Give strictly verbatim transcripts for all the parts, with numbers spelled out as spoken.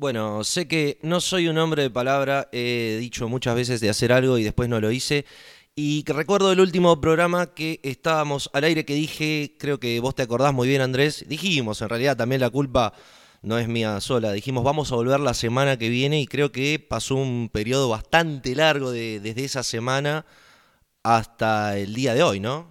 Bueno, sé que no soy un hombre de palabra, he dicho muchas veces de hacer algo y después no lo hice. Y que recuerdo el último programa que estábamos al aire que dije, creo que vos te acordás muy bien, Andrés, dijimos, en realidad también la culpa no es mía sola, dijimos vamos a volver la semana que viene y creo que pasó un periodo bastante largo de, desde esa semana hasta el día de hoy, ¿no?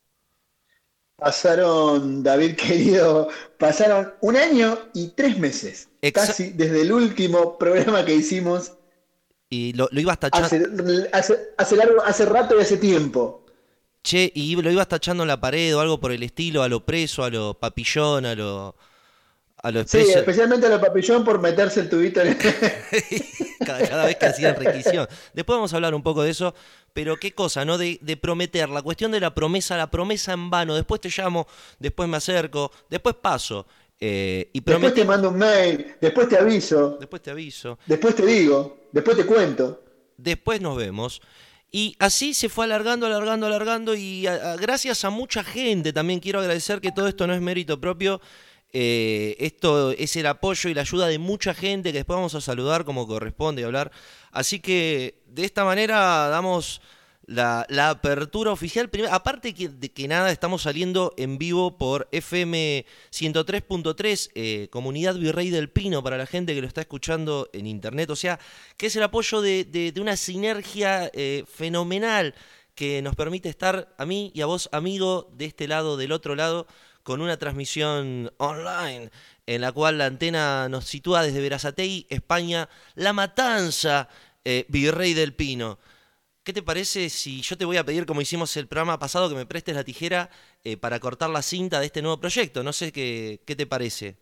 Pasaron, David querido, pasaron un año y tres meses, Exa- casi desde el último programa que hicimos y lo, lo ibas tachando, hace, hace, hace largo, hace rato y hace tiempo. che, y lo ibas tachando en la pared o algo por el estilo, a lo preso, a lo papillón, a lo, a lo Sí, expreso. especialmente a los papillón por meterse el tubito en el... cada, cada vez que hacían requisición. Después vamos a hablar un poco de eso, pero qué cosa, ¿no? De, de prometer, la cuestión de la promesa, la promesa en vano. Después te llamo, después me acerco, después paso. Eh, y Después te prometemos, mando un mail, después te aviso, después te aviso, después te digo, después te cuento. después nos vemos. Y así se fue alargando, alargando, alargando y a- a- gracias a mucha gente, también quiero agradecer que todo esto no es mérito propio, eh, esto es el apoyo y la ayuda de mucha gente que después vamos a saludar como corresponde y hablar. Así que de esta manera damos la, la apertura oficial. Prim- aparte que, de que nada, estamos saliendo en vivo por F M ciento tres punto tres, eh, Comunidad Virrey del Pino, para la gente que lo está escuchando en internet. O sea, que es el apoyo de, de- de una sinergia eh, fenomenal que nos permite estar a mí y a vos, amigo, de este lado, del otro lado, con una transmisión online en la cual la antena nos sitúa desde Berazategui, España, La Matanza, eh, Virrey del Pino. ¿Qué te parece si yo te voy a pedir, como hicimos el programa pasado, que me prestes la tijera eh, para cortar la cinta de este nuevo proyecto? No sé qué, qué te parece.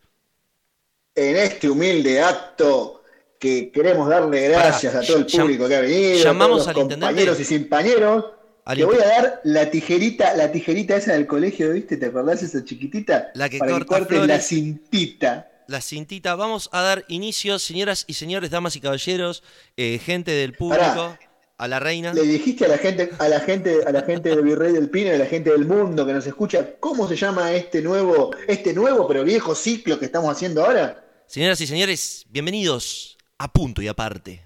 En este humilde acto que queremos darle Pará, gracias a todo el llam- público que ha venido, a todos llamamos los al compañeros intendente. y compañeros, Al te voy inte- a dar la tijerita, la tijerita esa del colegio, ¿viste? ¿Te acordás esa chiquitita? la que Para que corta cortes la flores, cintita. la cintita. Vamos a dar inicio, señoras y señores, damas y caballeros, eh, gente del Pará, público, a la reina. le dijiste a la gente, a la gente, a la gente del Virrey del Pino y a la gente del mundo que nos escucha, ¿cómo se llama este nuevo, este nuevo pero viejo ciclo que estamos haciendo ahora? Señoras y señores, bienvenidos a Punto y Aparte.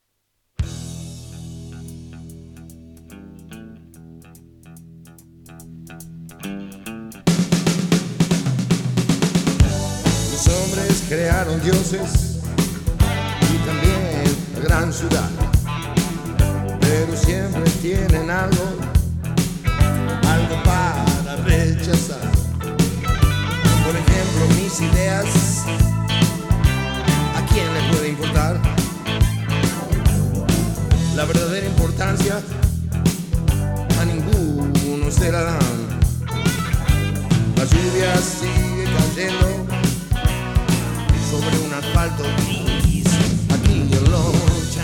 Los hombres crearon dioses y también la gran ciudad, pero siempre tienen algo, algo para rechazar. Por ejemplo, mis ideas, ¿a quién le puede importar? La verdadera importancia a ninguno se la dan. La lluvia sigue cayendo sobre un asfalto gris, aquí en Locha.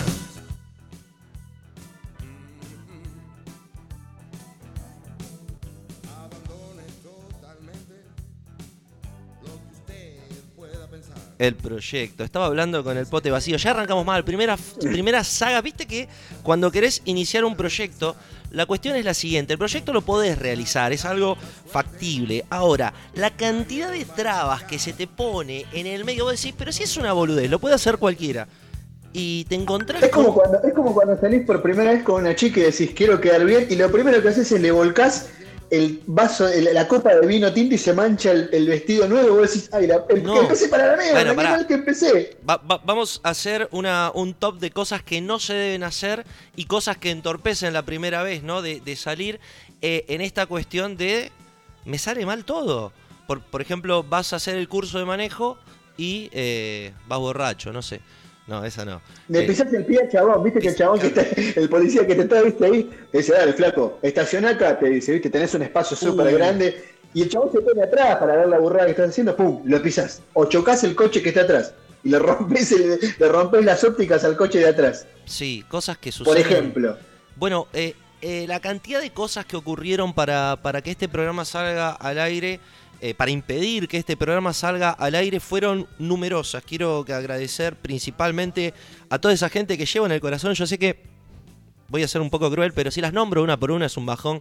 Abandone totalmente lo que usted pueda pensar. El proyecto. Estaba hablando con el pote vacío. Ya arrancamos mal. Primera, primera saga. Viste que cuando querés iniciar un proyecto, la cuestión es la siguiente. El proyecto lo podés realizar, es algo factible. Ahora, la cantidad de trabas que se te pone en el medio, vos decís, pero si es una boludez, lo puede hacer cualquiera. Y te encontrás Es como, con... cuando, es como cuando salís por primera vez con una chica y decís quiero quedar bien y lo primero que haces es le volcás el vaso, el- la copa de vino tinto y se mancha el, el vestido nuevo y vos decís, ay, la, el, No. que empecé para la mierda, Bueno, qué pará. mal que empecé. Va- va- vamos a hacer una, un top de cosas que no se deben hacer y cosas que entorpecen la primera vez, ¿no? De, de salir eh, en esta cuestión de me sale mal todo. Por, por ejemplo, vas a hacer el curso de manejo y eh, vas borracho, no sé. No, esa no. Le Eh, pisaste el pie al chabón, viste que el chabón que está, el policía que te está, viste ahí, te dice, dale, flaco, estaciona acá, te dice, viste, tenés un espacio súper Uh. grande, y el chabón se pone atrás para ver la burrada que estás haciendo, pum, lo pisás, o chocás el coche que está atrás, y le rompes, el- le rompes las ópticas al coche de atrás, sí, cosas que por suceden. ejemplo. Bueno, eh, eh, la cantidad de cosas que ocurrieron para, para que este programa salga al aire, eh, para impedir que este programa salga al aire, fueron numerosas. Quiero que agradecer principalmente a toda esa gente que llevo en el corazón. Yo sé que voy a ser un poco cruel, pero si las nombro una por una es un bajón,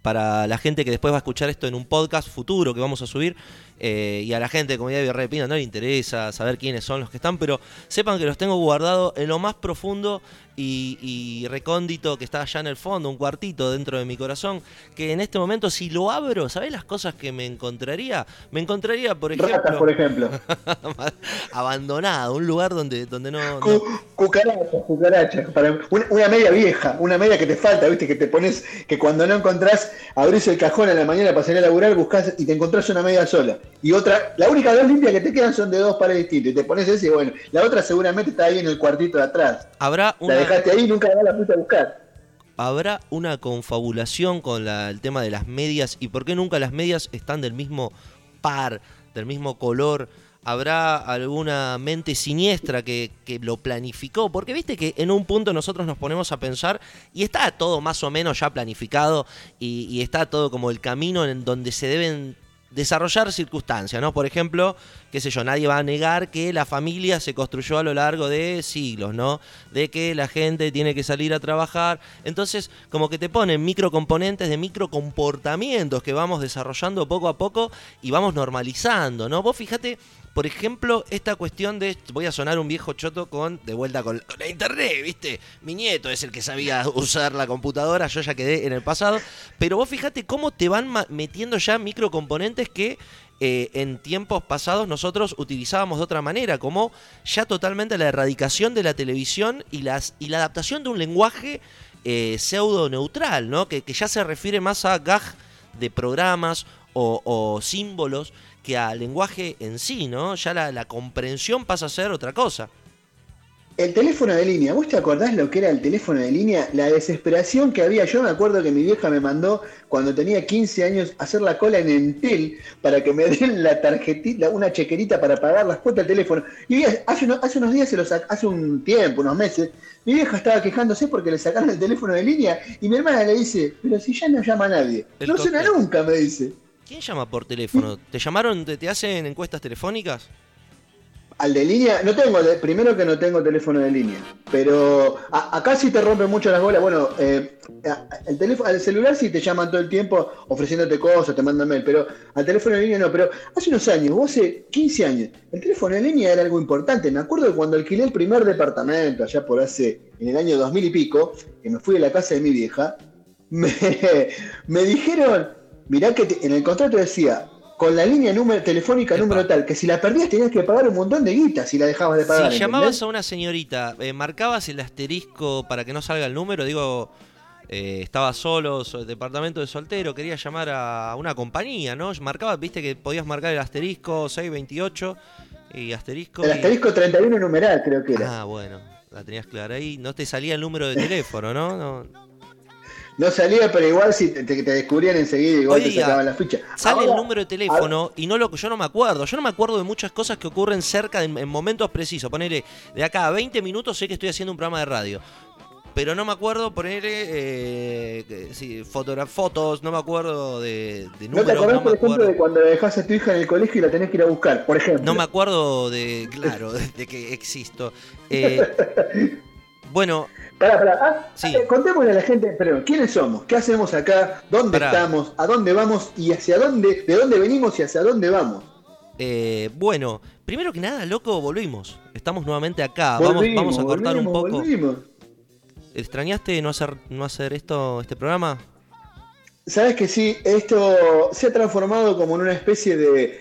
para la gente que después va a escuchar esto en un podcast futuro que vamos a subir, eh, y a la gente de Comunidad de Virrey de Pina no le interesa saber quiénes son los que están, pero sepan que los tengo guardados en lo más profundo y, y recóndito que está allá en el fondo, un cuartito dentro de mi corazón, que en este momento si lo abro, ¿sabés las cosas que me encontraría? Me encontraría, por ejemplo... Ratas, por ejemplo. abandonado, un lugar donde, donde no... Cu- no... Cucarachas, cucarachas. Para una, una media vieja, una media que te falta, viste, que te pones, que cuando no encontrás, abrís el cajón a la mañana para salir a laburar, buscás y te encontrás una media sola. Y otra, la única dos limpias que te quedan son de dos pares distintos. Y te pones ese y bueno, la otra seguramente está ahí en el cuartito de atrás. Habrá una... La dejaste ahí y nunca la la fuiste a buscar. ¿Habrá una confabulación con la, el tema de las medias? ¿Y por qué nunca las medias están del mismo par, del mismo color? ¿Habrá alguna mente siniestra que, que lo planificó? Porque viste que en un punto nosotros nos ponemos a pensar y está todo más o menos ya planificado y, y está todo como el camino en donde se deben desarrollar circunstancias, ¿no? Por ejemplo, qué sé yo, nadie va a negar que la familia se construyó a lo largo de siglos, ¿no? De que la gente tiene que salir a trabajar. Entonces, como que te ponen microcomponentes de microcomportamientos que vamos desarrollando poco a poco y vamos normalizando, ¿no? Vos fíjate, por ejemplo, esta cuestión de... Voy a sonar un viejo choto con de vuelta con, con la internet, ¿viste? Mi nieto es el que sabía usar la computadora, yo ya quedé en el pasado. Pero vos fíjate cómo te van ma- metiendo ya microcomponentes que eh, en tiempos pasados nosotros utilizábamos de otra manera, como ya totalmente la erradicación de la televisión y, las, y la adaptación de un lenguaje eh, pseudo-neutral, ¿no? Que, que ya se refiere más a gag de programas o, o símbolos que al lenguaje en sí, ¿no? Ya la, la comprensión pasa a ser otra cosa. El teléfono de línea, ¿vos te acordás lo que era el teléfono de línea? La desesperación que había. Yo me acuerdo que mi vieja me mandó cuando tenía quince años a hacer la cola en Entel para que me den la tarjetita, una chequerita para pagar las cuotas del teléfono. Y hace unos, hace unos días, se lo sac- hace un tiempo, unos meses, mi vieja estaba quejándose porque le sacaron el teléfono de línea y mi hermana le dice, pero si ya no llama a nadie. El No suena toque. nunca, me dice. ¿Quién llama por teléfono? ¿Te llamaron, te, te hacen encuestas telefónicas? Al de línea, no tengo, de- primero que no tengo teléfono de línea, pero a- acá sí te rompen mucho las bolas. Bueno, eh, a- el teléfono, al celular sí te llaman todo el tiempo ofreciéndote cosas, te mandan mail, pero al teléfono de línea no. Pero hace unos años, vos hace quince años, el teléfono de línea era algo importante. Me acuerdo de cuando alquilé el primer departamento, allá por hace, en el año dos mil y pico, que me fui de la casa de mi vieja, me, me dijeron, mirá que te- en el contrato decía, con la línea número, telefónica Epa. número tal, que si la perdías tenías que pagar un montón de guita si la dejabas de pagar. Si ¿entendés? llamabas a una señorita, eh, marcabas el asterisco para que no salga el número, digo, eh, estaba solo, so- departamento de soltero, quería llamar a una compañía, ¿no? Marcabas, viste que podías marcar el asterisco seiscientos veintiocho y asterisco... El y- asterisco treinta y uno numeral creo que era. Ah, bueno, la tenías clara ahí. No te salía el número de teléfono, ¿no? no. No salía, pero igual si te, te descubrían enseguida, igual Hoy te día sacaban la ficha. Sale Ahora, el número de teléfono y no lo, yo no me acuerdo. Yo no me acuerdo de muchas cosas que ocurren cerca de, en momentos precisos. Ponele, de acá a veinte minutos sé que estoy haciendo un programa de radio. Pero no me acuerdo ponerle eh, que- sí, fotogra- fotos, no me acuerdo de, de ¿no te números, acordás, no por me ejemplo, acuerdo. de cuando dejás a tu hija en el colegio y la tenés que ir a buscar, por ejemplo? No me acuerdo de, claro, de, de que existo. Eh, bueno, Pará, pará. Ah, Sí. eh, contémosle a la gente, pero ¿quiénes somos? ¿Qué hacemos acá? ¿Dónde Pará. estamos? ¿A dónde vamos? ¿Y hacia dónde? ¿De dónde venimos y hacia dónde vamos? eh, bueno, primero que nada, loco, volvimos. Estamos nuevamente acá. Vamos, Volvimos, vamos a cortar volvimos, un poco. volvimos. ¿Extrañaste no hacer, no hacer esto, este programa? Sabes que sí, esto se ha transformado como en una especie de,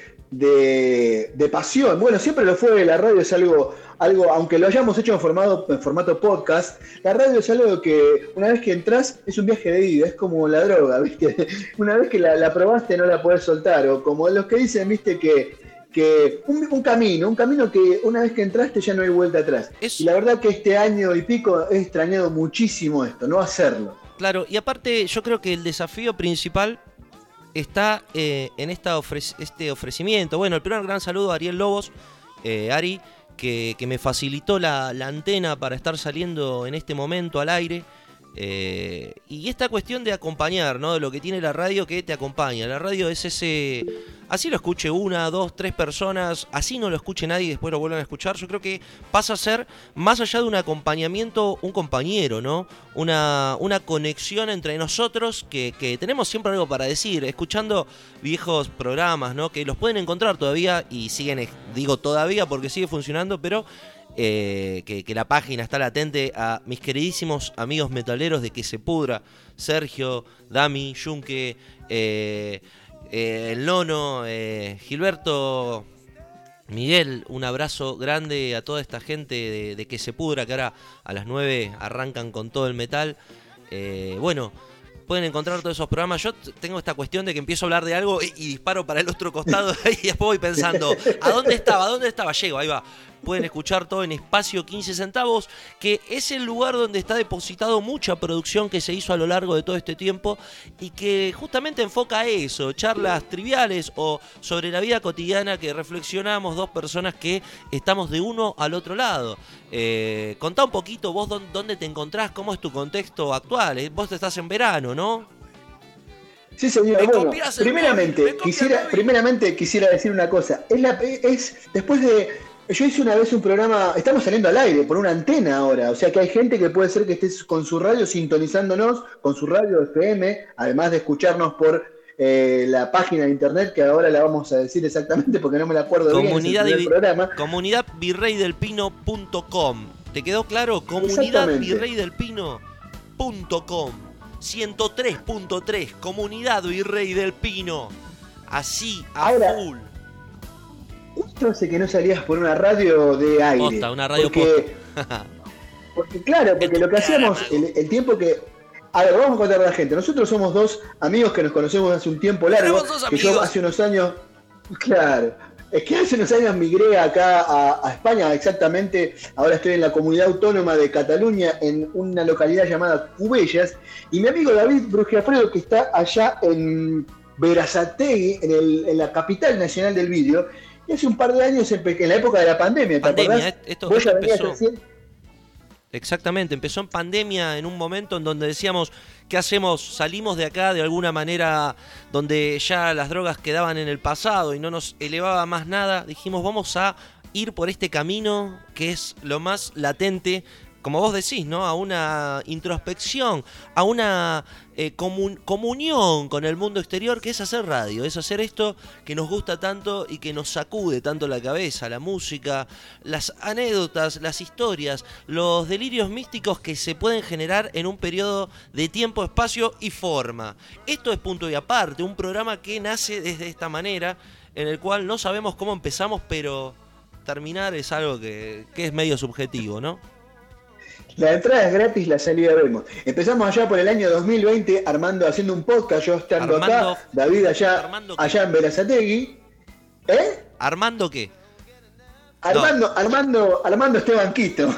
de, de pasión. Bueno, siempre lo fue, la radio es algo, algo, aunque lo hayamos hecho en formato, en formato podcast, la radio es algo que una vez que entras es un viaje de ida, es como la droga, ¿viste? Una vez que la, la probaste no la podés soltar, o como los que dicen, ¿viste? Que, que un, un camino, un camino que una vez que entraste ya no hay vuelta atrás. Es- Y la verdad que este año y pico he extrañado muchísimo esto, no hacerlo. Claro, y aparte yo creo que el desafío principal está eh, en esta ofre- este ofrecimiento. Bueno, el primer gran saludo a Ariel Lobos, eh, Ari, que, que me facilitó la, la antena para estar saliendo en este momento al aire. Eh, y esta cuestión de acompañar, ¿no? De lo que tiene la radio que te acompaña. La radio es ese así lo escuche una, dos, tres personas, así no lo escuche nadie y después lo vuelvan a escuchar, yo creo que pasa a ser, más allá de un acompañamiento, un compañero, ¿no? Una, una conexión entre nosotros que, que tenemos siempre algo para decir, escuchando viejos programas, ¿no? Que los pueden encontrar todavía y siguen, digo todavía porque sigue funcionando, pero eh, que, que la página está latente a mis queridísimos amigos metaleros de Que Se Pudra, Sergio, Dami, Yunque, eh, eh, el Nono, eh, Gilberto, Miguel, un abrazo grande a toda esta gente de, de Que Se Pudra, que ahora a las nueve arrancan con todo el metal. Eh, bueno, pueden encontrar todos esos programas. Yo tengo esta cuestión de que empiezo a hablar de algo y, y disparo para el otro costado y después voy pensando, ¿a dónde estaba? ¿A dónde estaba? Llego, ahí va. Pueden escuchar todo en Espacio quince centavos, que es el lugar donde está depositado mucha producción que se hizo a lo largo de todo este tiempo y que justamente enfoca eso, charlas triviales o sobre la vida cotidiana que reflexionamos dos personas que estamos de uno al otro lado. Eh, contá un poquito vos dónde te encontrás, cómo es tu contexto actual. Eh, vos estás en verano, ¿no? Sí, señor. Bueno, primeramente, quisiera, primeramente quisiera decir una cosa. Es, la, es después de... Yo hice una vez un programa, estamos saliendo al aire por una antena ahora, o sea que hay gente que puede ser que esté con su radio sintonizándonos, con su radio F M, además de escucharnos por eh, la página de internet, que ahora la vamos a decir exactamente porque no me la acuerdo Comunidad bien, es el programa. Comunidad virrey del pino punto com. ¿Te quedó claro? Comunidad virrey del pino punto com. ciento tres punto tres, Comunidad Virrey del Pino. Así, a ahora, full. Esto hace que no salías por una radio de aire. Posta, una radio porque, posta. porque claro, porque lo que hacíamos, el, el tiempo que... A ver, vamos a contar a la gente. Nosotros somos dos amigos que nos conocemos hace un tiempo largo. Que yo hace unos años... Claro. Es que hace unos años migré acá a, a España, exactamente. Ahora estoy en la comunidad autónoma de Cataluña, en una localidad llamada Cubellas. Y mi amigo David Brugiafredo, que está allá en Berazategui, en, el, en la capital nacional del vídeo. Y hace un par de años, en la época de la pandemia, ¿te pandemia, acordás? Esto, Vos esto ya venías empezó. recién. Exactamente, empezó en pandemia, en un momento en donde decíamos, ¿qué hacemos? Salimos de acá de alguna manera donde ya las drogas quedaban en el pasado y no nos elevaba más nada. Dijimos, vamos a ir por este camino que es lo más latente, como vos decís, ¿no? A una introspección, a una eh, comun- comunión con el mundo exterior, que es hacer radio, es hacer esto que nos gusta tanto y que nos sacude tanto la cabeza, la música, las anécdotas, las historias, los delirios místicos que se pueden generar en un periodo de tiempo, espacio y forma. Esto es Punto y Aparte, un programa que nace desde esta manera, en el cual no sabemos cómo empezamos, pero terminar es algo que, que es medio subjetivo, ¿no? La entrada es gratis, la salida vemos. Empezamos allá por el año dos mil veinte, Armando haciendo un podcast, yo estando Armando, acá, David allá, Armando allá en Berazategui. ¿Eh? ¿Armando qué? Armando, no. Armando, Armando Esteban Quito.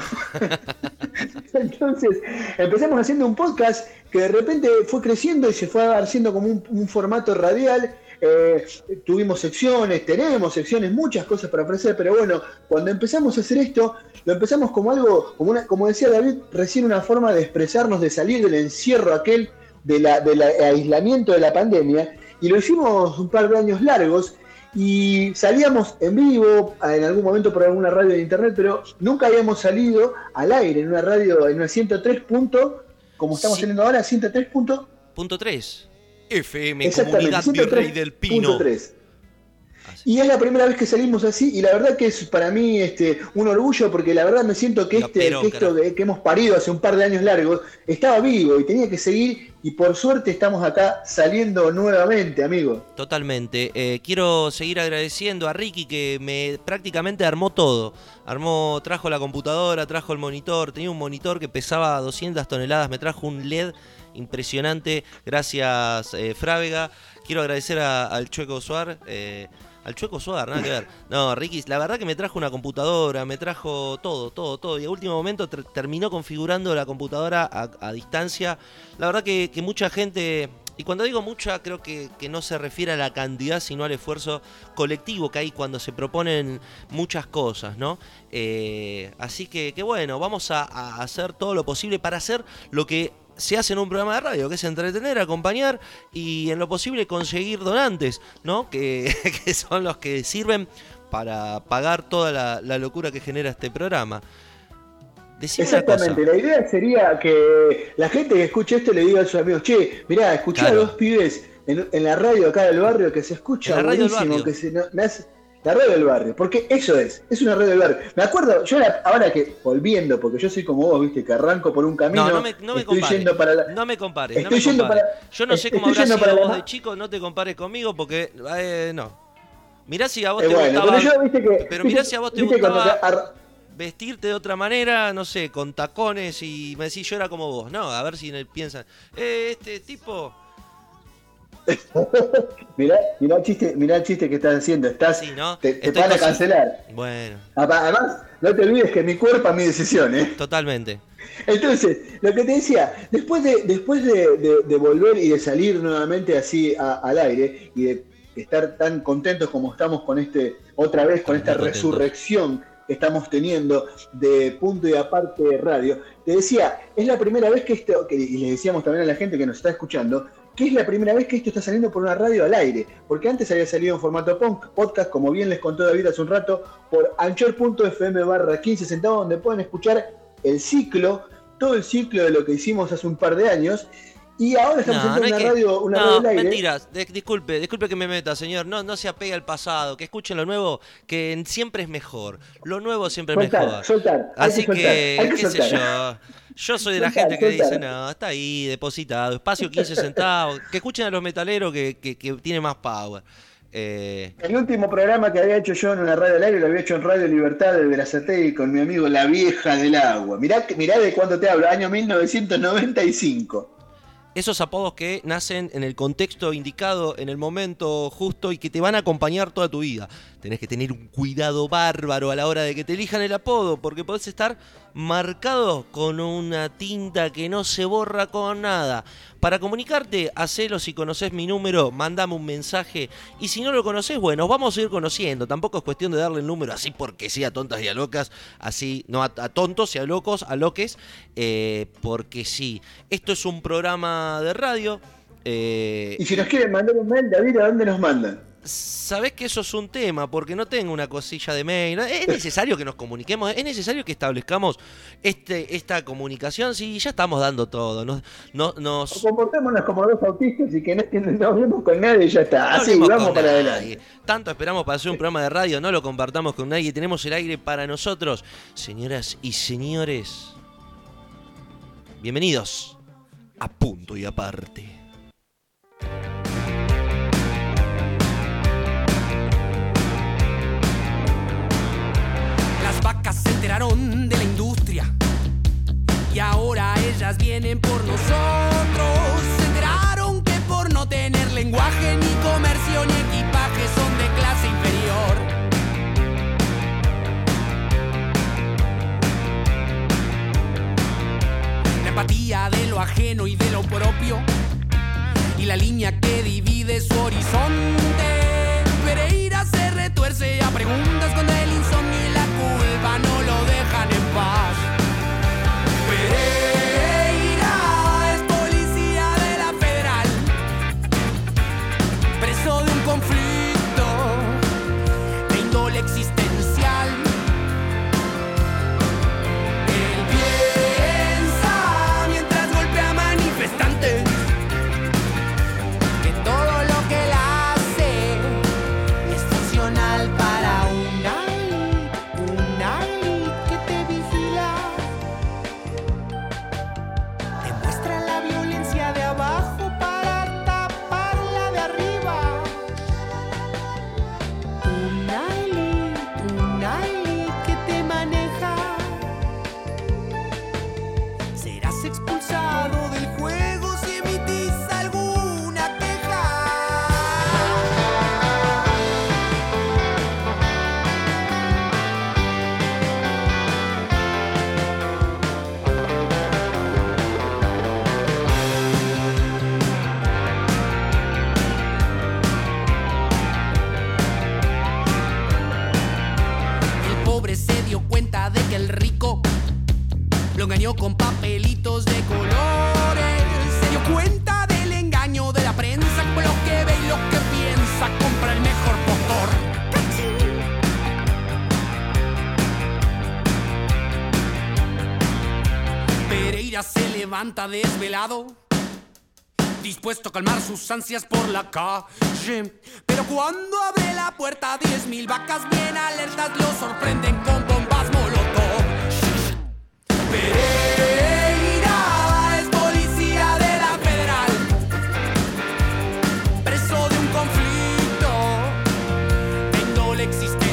Entonces, empezamos haciendo un podcast que de repente fue creciendo y se fue haciendo como un, un formato radial. Eh, tuvimos secciones, tenemos secciones, muchas cosas para ofrecer, pero bueno, cuando empezamos a hacer esto, lo empezamos como algo, como, una, como decía David, recién una forma de expresarnos, de salir del encierro aquel de la, del aislamiento de la pandemia, y lo hicimos un par de años largos, y salíamos en vivo, en algún momento por alguna radio de internet, pero nunca habíamos salido al aire en una radio, en una ciento tres punto, como estamos sí. saliendo ahora, ciento tres punto tres. F M, Comunidad Virrey del Pino. Y es la primera vez que salimos así, y la verdad que es para mí este, un orgullo, porque la verdad me siento que, este, pero, que esto que, que hemos parido hace un par de años largos estaba vivo y tenía que seguir, y por suerte estamos acá saliendo nuevamente, amigo. Totalmente. Eh, quiero seguir agradeciendo a Ricky, que me prácticamente armó todo. Armó, trajo la computadora, trajo el monitor, tenía un monitor que pesaba doscientas toneladas, me trajo un L E D impresionante, gracias eh, Frávega. Quiero agradecer a, al Chueco Suar, eh, al Chueco Suar, nada que ver. No, Ricky, la verdad que me trajo una computadora, me trajo todo, todo, todo. Y a último momento ter- terminó configurando la computadora a, a distancia. La verdad que, que mucha gente, y cuando digo mucha, creo que, que no se refiere a la cantidad, sino al esfuerzo colectivo que hay cuando se proponen muchas cosas, ¿no? Eh, así que, que bueno, vamos a, a hacer todo lo posible para hacer lo que se hace en un programa de radio, que es entretener, acompañar y en lo posible conseguir donantes, ¿no? Que, que son los que sirven para pagar toda la, la locura que genera este programa. Decime Exactamente, la idea sería que la gente que escuche esto le diga a sus amigos, che, mirá, escuché claro. a dos pibes en, en la radio acá del barrio que se escucha buenísimo, que se, no, me hace, la radio del barrio, porque eso es, es una radio del barrio. Me acuerdo, yo era, ahora que, volviendo, porque yo soy como vos, viste, que arranco por un camino, no, no me, no me estoy compare, yendo para la... no me compares, estoy no me yendo compares. para, yo no sé cómo habrás sido vos la... de chico, no te compares conmigo porque, eh, no. Mirá si a vos eh, te bueno, gustaba, pero, yo, viste que, pero mirá si a vos te gustaba... Te... vestirte de otra manera, no sé, con tacones y me decís yo era como vos. No, a ver si piensan, eh, este tipo... mirá, mirá, el chiste, mirá el chiste que estás haciendo, estás, sí, ¿no? te, te van a cancelar. Bueno. Además, no te olvides que mi cuerpo es mi decisión, ¿eh? Totalmente. Entonces, lo que te decía, después de, después de, de, de volver y de salir nuevamente así a, al aire y de estar tan contentos como estamos con este, otra vez con esta resurrección que estamos teniendo de Punto y Aparte Radio, te decía, es la primera vez que esto, que, y le decíamos también a la gente que nos está escuchando, que es la primera vez que esto está saliendo por una radio al aire, porque antes había salido en formato podcast, como bien les contó David hace un rato, por anchor punto f m barra quince centavos, donde pueden escuchar el ciclo, todo el ciclo de lo que hicimos hace un par de años. Y ahora estamos no, haciendo no una, que... radio, una no, radio al aire. Mentiras, de, disculpe, disculpe que me meta, señor. No, no se apegue al pasado, que escuchen lo nuevo, que siempre es mejor. Lo nuevo siempre soltar, es mejor. Soltar, Así que, que, soltar, que qué soltar. sé yo. Yo soy de la soltar, gente que soltar. dice, no, está ahí, depositado, espacio quince centavos. Que escuchen a los metaleros que, que, que tiene más power. Eh... El último programa que había hecho yo en una radio al aire lo había hecho en Radio Libertad de Verazategui con mi amigo La Vieja del Agua. Mirá, mirá de cuándo te hablo, año mil novecientos noventa y cinco. Esos apodos que nacen en el contexto indicado, en el momento justo y que te van a acompañar toda tu vida. Tenés que tener un cuidado bárbaro a la hora de que te elijan el apodo, porque podés estar marcado con una tinta que no se borra con nada. Para comunicarte, hacelo. Si conocés mi número, mandame un mensaje. Y si no lo conocés, bueno, vamos a ir conociendo. Tampoco es cuestión de darle el número así porque sí a tontas y a locas. Así, no a, a tontos y a locos, a loques. Eh, porque sí. Esto es un programa de radio. Eh, y si nos quieren mandar un mail, David, ¿a dónde nos mandan? Sabés que eso es un tema, porque no tengo una cosilla de mail. Es necesario que nos comuniquemos, es necesario que establezcamos este, esta comunicación. Sí, ya estamos dando todo. Nos, no, nos... Comportémonos como dos autistas y que no, no hablemos con nadie y ya está. No Así, vamos para nadie. adelante. Tanto esperamos para hacer un programa de radio, no lo compartamos con nadie. Tenemos el aire para nosotros. Señoras y señores, bienvenidos a Punto y Aparte. Las vacas se enteraron de la industria y ahora ellas vienen por nosotros. Se enteraron que por no tener lenguaje, ni comercio, ni equipaje son de clase inferior. La empatía de lo ajeno y de lo propio y la línea que divide su horizonte. Pereira se retuerce a preguntas cuando el insomnio y la culpa no lo dejan en paz. Pereira es policía de la federal, preso de un conflicto de índole existencial. Él piensa mientras golpea manifestantes que todo lo que él hace es funcional para una élite, una élite que te vigila. Te muestra la violencia de abajo para tapar la de arriba. Una élite, una élite que te maneja. Serás expulsado del juego si emitís alguna queja. El pobre se dio cuenta de que el rico lo engañó con papelitos de colores. Santa desvelado, dispuesto a calmar sus ansias por la calle. Pero cuando abre la puerta, diez mil vacas bien alertas lo sorprenden con bombas molotov. Pereira es policía de la federal, preso de un conflicto de índole existencial.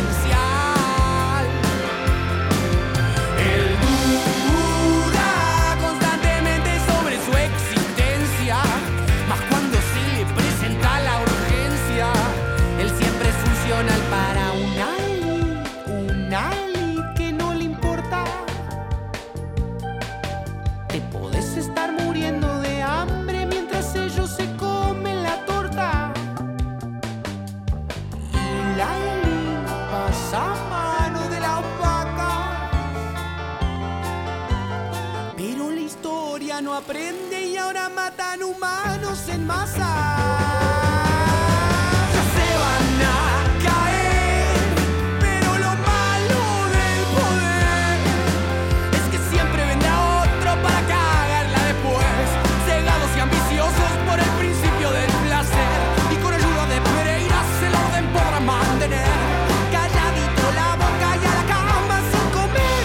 Él duda constantemente sobre su existencia, mas cuando se le presenta la urgencia, él siempre es funcional para un ali, un ali que no le importa. Te podés estar muriendo de hambre mientras ellos se comen la torta. Y el ali pasa a mano de las vacas, pero la historia no aprende y ahora matan humanos en masa. Ya se van a caer, pero lo malo del poder es que siempre vendrá otro para cagarla después. Cegados y ambiciosos por el principio del placer, y con ayuda de Pereira el orden podrá mantener. Calladito la boca y a la cama sin comer.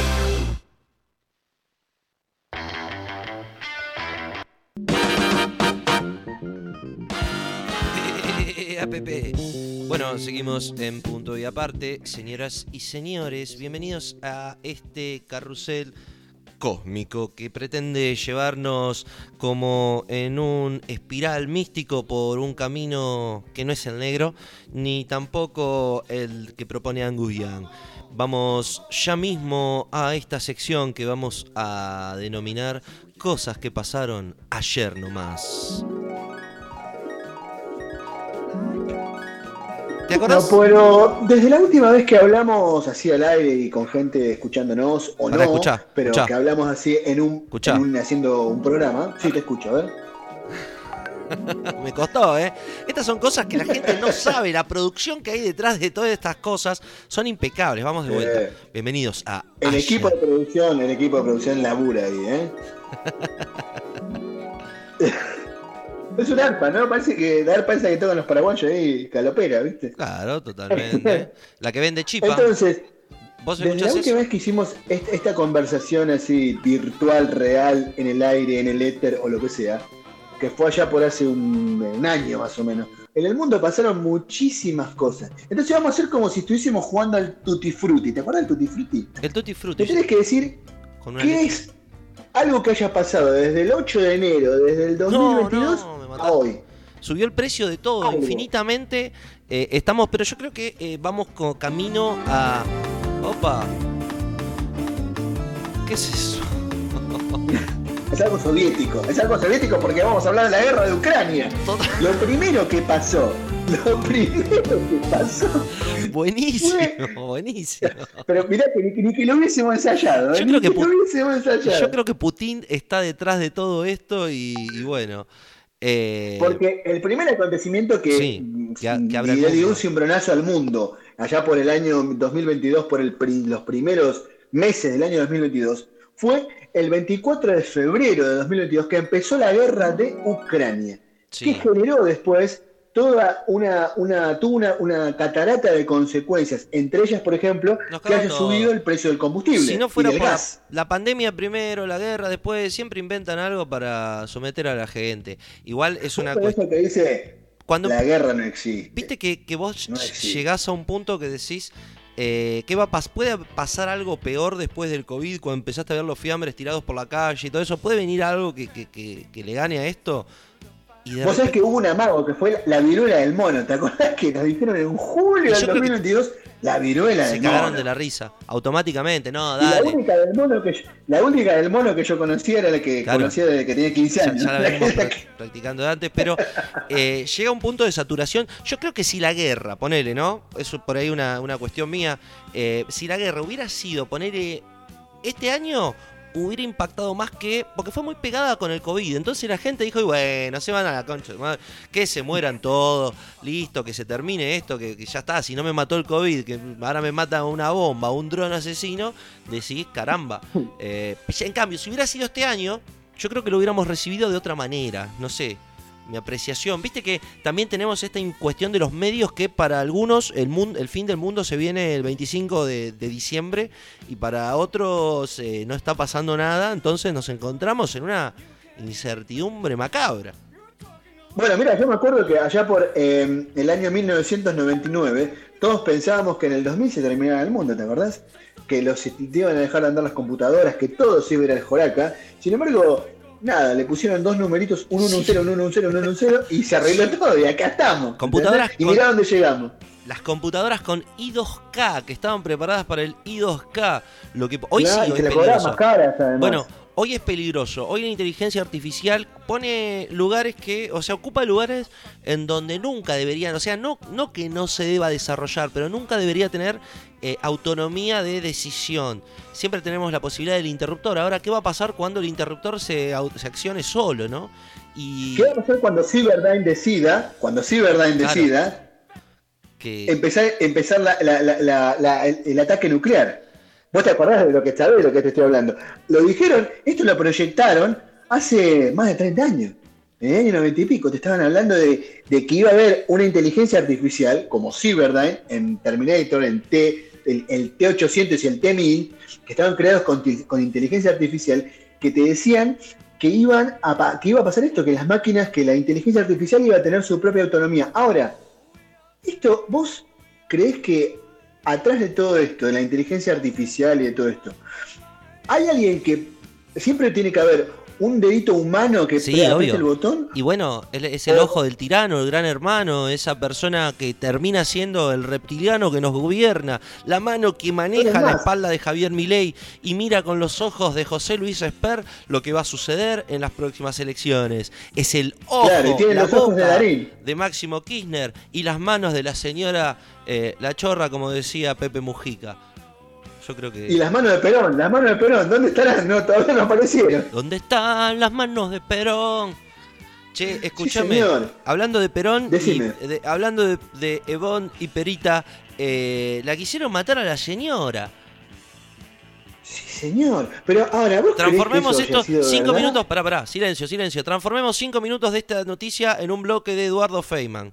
Eh, A P P. Bueno, seguimos en Punto y Aparte. Señoras y señores, bienvenidos a este carrusel cósmico que pretende llevarnos como en un espiral místico por un camino que no es el negro, ni tampoco el que propone Angus Young. Vamos ya mismo a esta sección que vamos a denominar Cosas que pasaron ayer nomás. ¿Te acordás? No, pero desde la última vez que hablamos así al aire y con gente escuchándonos o Pará, no, escuchá, pero escuchá. que hablamos así en un, Escuchá. en un- haciendo un programa, sí te escucho, a ver. Me costó, ¿eh? Estas son cosas que la gente no sabe. La producción que hay detrás de todas estas cosas son impecables. Vamos de vuelta. Eh. Bienvenidos a El Ayer. equipo de producción, el equipo de producción labura ahí, ¿eh? Es un arpa, ¿no? Parece que la arpa esa que tocan los paraguayos ahí, calopera, ¿viste? Claro, totalmente. La que vende chipa. Entonces, ¿Vos desde la escuchás última eso? vez que hicimos est- esta conversación así, virtual, real, en el aire, en el éter o lo que sea, que fue allá por hace un, un año más o menos, en el mundo pasaron muchísimas cosas. Entonces vamos a hacer como si estuviésemos jugando al Tutti Frutti. ¿Te acuerdas del Tutti Frutti? El Tutti Te Frutti. tenés que decir Con una qué leche. es algo que haya pasado desde el ocho de enero, desde el dos mil veintidós no, me a mataste. hoy. Subió el precio de todo Algo. infinitamente. Eh, estamos, pero yo creo que eh, vamos con camino a. Opa. ¿Qué es eso? Es algo soviético, es algo soviético porque vamos a hablar de la guerra de Ucrania. Total- Lo primero que pasó, lo primero que pasó, Buenísimo, buenísimo. pero mirá que ni, ni que lo hubiésemos ensayado, ¿eh? Yo Ni creo que que lo Pu- hubiésemos ensayado. Yo creo que Putin está detrás de todo esto y, y bueno. eh, Porque el primer acontecimiento que, Sí, mm, que a- que abre el le dio mundo. un cimbronazo al mundo, allá por el año dos mil veintidós, por el pri- los primeros meses del año dos mil veintidós, fue el veinticuatro de febrero de dos mil veintidós, que empezó la guerra de Ucrania, sí. que generó después toda una, una, tuvo una, una catarata de consecuencias, entre ellas, por ejemplo, Nos que cagó haya todo. subido el precio del combustible Si no fuera y del por la, gas. la pandemia primero, la guerra después, siempre inventan algo para someter a la gente. Igual es una Por cuestión. eso que dice, Cuando la guerra no existe. viste que, que vos No existe. llegás a un punto que decís, eh, ¿qué va a pas- ¿puede pasar algo peor después del COVID cuando empezaste a ver los fiambres tirados por la calle y todo eso? ¿Puede venir algo que, que, que, que le gane a esto? Y de Vos sabés repente- que hubo un amago que fue la viruela del mono, ¿te acordás que nos dijeron en julio Y del yo creo que dos mil veintidós la viruela se del cagaron mono? de la risa, automáticamente, no, Y la dale. única del mono que yo, la única del mono que yo conocía era la que Claro. conocía desde que tenía quince Ya, años. ya la La venimos que- pra- practicando de antes, pero eh, llega un punto de saturación. Yo creo que si la guerra, ponele, ¿no? Eso por ahí una, una cuestión mía. eh, si la guerra hubiera sido, ponele, este año hubiera impactado más que. Porque fue muy pegada con el COVID. Entonces la gente dijo, y bueno, se van a la concha de madre, que se mueran todos, listo, que se termine esto, que, que ya está. Si no me mató el COVID, que ahora me mata una bomba, un dron asesino, decís, caramba. Eh, en cambio, si hubiera sido este año. yo creo que lo hubiéramos recibido de otra manera, no sé, mi apreciación. Viste que también tenemos esta cuestión de los medios que para algunos el, mundo, el fin del mundo se viene el veinticinco de, de diciembre y para otros eh, no está pasando nada, entonces nos encontramos en una incertidumbre macabra. Bueno, mira, yo me acuerdo que allá por eh, el año mil novecientos noventa y nueve todos pensábamos que en el dos mil se terminaba el mundo, ¿te acordás? Que los te iban a dejar de andar las computadoras, que todo se iba a ir al joraca. Sin embargo, nada, le pusieron dos numeritos, un uno, un cero, un uno, un cero, un uno, un cero, y se arregló todo, y acá estamos. Computadoras y mirá dónde llegamos. Las computadoras con I dos K, que estaban preparadas para el I dos K. Lo que hoy claro, sí, y hoy se es le cobraban peligroso. más caras, además. Bueno, hoy es peligroso. Hoy la inteligencia artificial pone lugares que, o sea, ocupa lugares en donde nunca deberían, o sea, no, no que no se deba desarrollar, pero nunca debería tener eh, autonomía de decisión. Siempre tenemos la posibilidad del interruptor. Ahora, ¿qué va a pasar cuando el interruptor se, se accione solo, no? Y... ¿Qué va a pasar cuando Cyberdyne decida, cuando Cyberdyne Claro. decida que... empezar, empezar la, la, la, la, la, el, el ataque nuclear? ¿Vos te acordás de lo que sabés de lo que te estoy hablando? Lo dijeron, esto lo proyectaron hace más de treinta años. En el año noventa y pico te estaban hablando de, de que iba a haber una inteligencia artificial como Cyberdyne en Terminator, en T, el, el T ochocientos y el T mil, que estaban creados con, con inteligencia artificial, que te decían que, iban a, que iba a pasar esto, que las máquinas, que la inteligencia artificial iba a tener su propia autonomía. Ahora, esto, ¿vos creés que atrás de todo esto, de la inteligencia artificial y de todo esto, hay alguien que siempre tiene que haber un dedito humano que Sí, apriete obvio. el botón? Y bueno, él es el ojo del tirano, el gran hermano, esa persona que termina siendo el reptiliano que nos gobierna, la mano que maneja Pero la más. espalda de Javier Milei y mira con los ojos de José Luis Esper lo que va a suceder en las próximas elecciones. Es el ojo, Claro, y tiene la los ojos de boca Darín. de Máximo Kirchner y las manos de la señora eh, La Chorra, como decía Pepe Mujica. Yo creo que... Y las manos de Perón, las manos de Perón, ¿dónde estarán? No, todavía no aparecieron. ¿Dónde están las manos de Perón? Che, escúchame, señor. hablando de Perón, y, Decime. de- hablando de, de Evón y Perita, eh, la quisieron matar a la señora. Sí, señor. Pero ahora, ¿vos Transformemos creés que eso esto, haya sido cinco verdad? minutos, pará, pará, silencio, silencio. Transformemos cinco minutos de esta noticia en un bloque de Eduardo Feynman.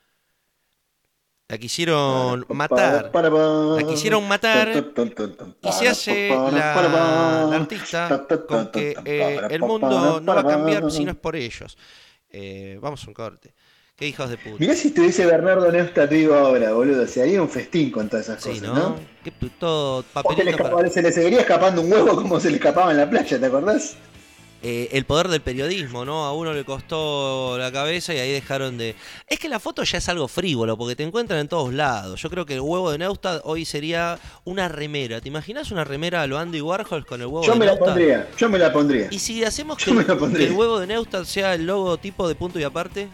La quisieron matar. Para, para, La quisieron matar y se hace la, la artista con que eh, el mundo no va a cambiar si no es por ellos. Eh, vamos a un corte. Qué hijos de puta. Mirá si estuviese Bernardo Neustadt vivo ahora, boludo. Se haría un festín con todas esas Sí, cosas, ¿no? ¿no? Qué pu- todo O se, le papelito escapa- para... se le seguiría escapando un huevo como se le escapaba en la playa, ¿te acordás? Eh, el poder del periodismo, ¿no? A uno le costó la cabeza y ahí dejaron de... Es que la foto ya es algo frívolo, porque te encuentran en todos lados. Yo creo que el huevo de Neustadt hoy sería una remera. ¿Te imaginas una remera a lo Andy Warhol con el huevo Yo de me la Neustadt? pondría, yo me la pondría. ¿Y si hacemos Yo que, me la que pondría. el huevo de Neustadt sea el logotipo de punto y aparte?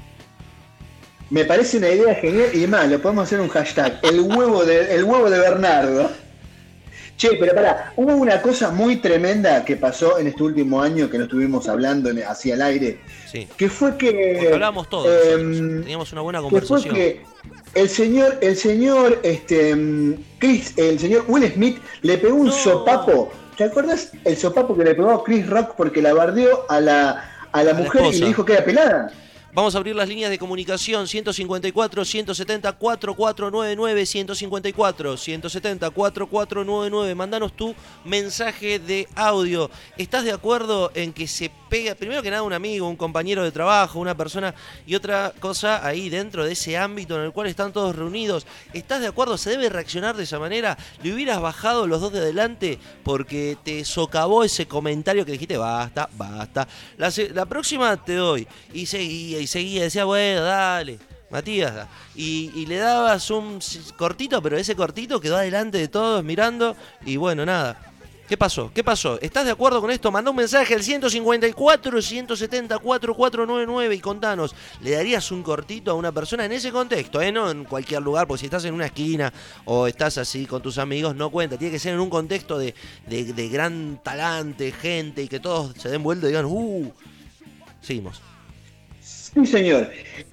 Me parece una idea genial y más, lo podemos hacer un hashtag, el huevo de, el huevo de Bernardo. Che, pero pará, hubo una cosa muy tremenda que pasó en este último año que no estuvimos hablando en- hacia el aire, Sí. que fue que... Porque hablábamos todos eh, nosotros. Teníamos una buena que fue conversación. que el señor, el señor, este, mm, Chris, el señor Will Smith le pegó un No. sopapo. ¿Te acuerdas el sopapo que le pegó a Chris Rock porque la bardeó a la, a la A la mujer y esposa. le dijo que era pelada? Vamos a abrir las líneas de comunicación ciento cincuenta y cuatro, ciento setenta, cuarenta y cuatro noventa y nueve, ciento cincuenta y cuatro, ciento setenta, cuarenta y cuatro noventa y nueve. Mandanos tu mensaje de audio. ¿Estás de acuerdo en que se pega, primero que nada, un amigo, un compañero de trabajo, una persona, y otra cosa ahí dentro de ese ámbito en el cual están todos reunidos? ¿Estás de acuerdo? ¿Se debe reaccionar de esa manera? ¿Le hubieras bajado los dos de adelante porque te socavó ese comentario que dijiste, basta, basta? La, se- la próxima te doy. Y seguía, y seguía, decía, bueno, dale, Matías. da. Y, y le dabas un s- cortito, pero ese cortito quedó adelante de todos mirando. Y bueno, nada. ¿Qué pasó? ¿Qué pasó? ¿Estás de acuerdo con esto? Manda un mensaje al ciento cincuenta y cuatro, ciento setenta, cuarenta y cuatro noventa y nueve y contanos. ¿Le darías un cortito a una persona en ese contexto? ¿eh? No en cualquier lugar, porque si estás en una esquina o estás así con tus amigos, no cuenta. Tiene que ser en un contexto de, de, de gran talante, gente, y que todos se den vuelta y digan, ¡uh! Seguimos. Sí, señor.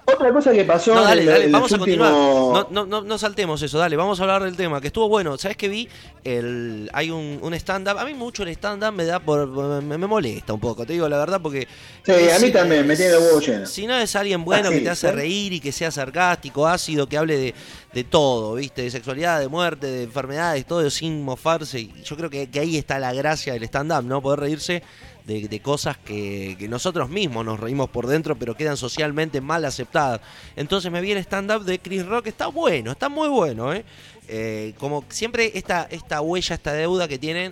Otra cosa que pasó No, dale, en, dale, en vamos a los continuar. últimos... No, no, no, no saltemos eso, dale, vamos a hablar del tema, que estuvo bueno. ¿Sabes qué vi? El, hay un, un stand-up. A mí mucho el stand-up me da por. Me, me molesta un poco, te digo la verdad, porque. Sí, es, a mí también, me tiene los huevos llenos. Si no es alguien bueno Ah, que sí, te hace ¿sí? reír y que sea sarcástico, ácido, que hable de, de todo, ¿viste? De sexualidad, de muerte, de enfermedades, todo sin mofarse. Y yo creo que, que ahí está la gracia del stand-up, ¿no? Poder reírse de, de cosas que, que nosotros mismos nos reímos por dentro, pero quedan socialmente mal aceptadas. Entonces me vi el stand-up de Chris Rock, está bueno, está muy bueno, ¿eh? Eh, como siempre esta, esta huella, esta deuda que tienen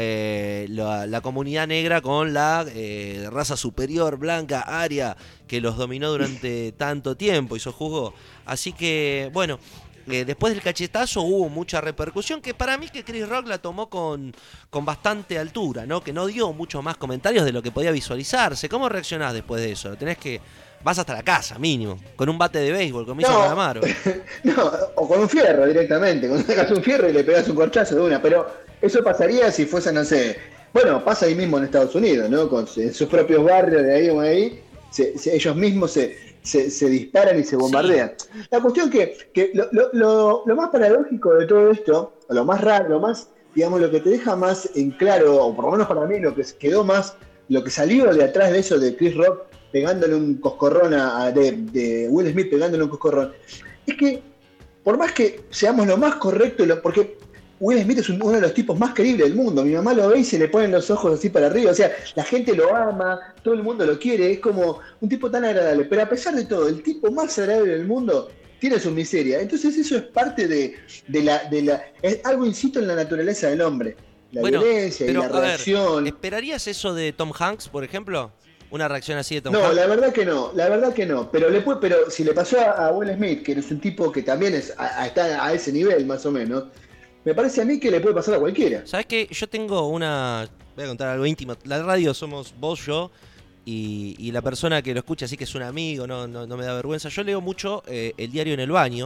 eh, la, la comunidad negra con la eh, raza superior, blanca, aria, que los dominó durante tanto tiempo y sojuzgó. Así que, bueno, eh, después del cachetazo hubo mucha repercusión, que para mí que Chris Rock la tomó con, con bastante altura, ¿no? Que no dio mucho más comentarios de lo que podía visualizarse. ¿Cómo reaccionás después de eso? Tenés que... Vas hasta la casa, mínimo, con un bate de béisbol, como hizo No, Calamaro. no, o con un fierro directamente, cuando sacas un fierro y le pegas un corchazo de una, pero eso pasaría si fuese, no sé, bueno, pasa ahí mismo en Estados Unidos, ¿no? Con, en sus propios barrios de ahí o ahí, se, se, ellos mismos se, se, se disparan y se bombardean. Sí. La cuestión que, que lo, lo, lo, lo más paradójico de todo esto, o lo más raro, lo más, digamos, lo que te deja más en claro, o por lo menos para mí, lo que quedó más, lo que salió de atrás de eso de Chris Rock, pegándole un coscorrón a, de, de Will Smith pegándole un coscorrón, es que por más que seamos lo más correcto, lo, porque Will Smith es un, uno de los tipos más creíbles del mundo, mi mamá lo ve y se le ponen los ojos así para arriba, o sea, la gente lo ama, todo el mundo lo quiere, es como un tipo tan agradable, pero a pesar de todo, el tipo más agradable del mundo tiene su miseria, entonces eso es parte de, de la, de la, es algo insito en la naturaleza del hombre, la bueno, violencia pero, y la reacción. Ver, ¿esperarías eso de Tom Hanks, por ejemplo? Una reacción así de Tom No, Hanks. la verdad que no, la verdad que no. Pero le puede, pero si le pasó a, a Will Smith, que es un tipo que también es, a, a, está a ese nivel más o menos, me parece a mí que le puede pasar a cualquiera. ¿Sabes qué? Yo tengo una... Voy a contar algo íntimo. La radio somos vos, yo y, y la persona que lo escucha, así que es un amigo, no, no, no me da vergüenza. Yo leo mucho eh, el diario en el baño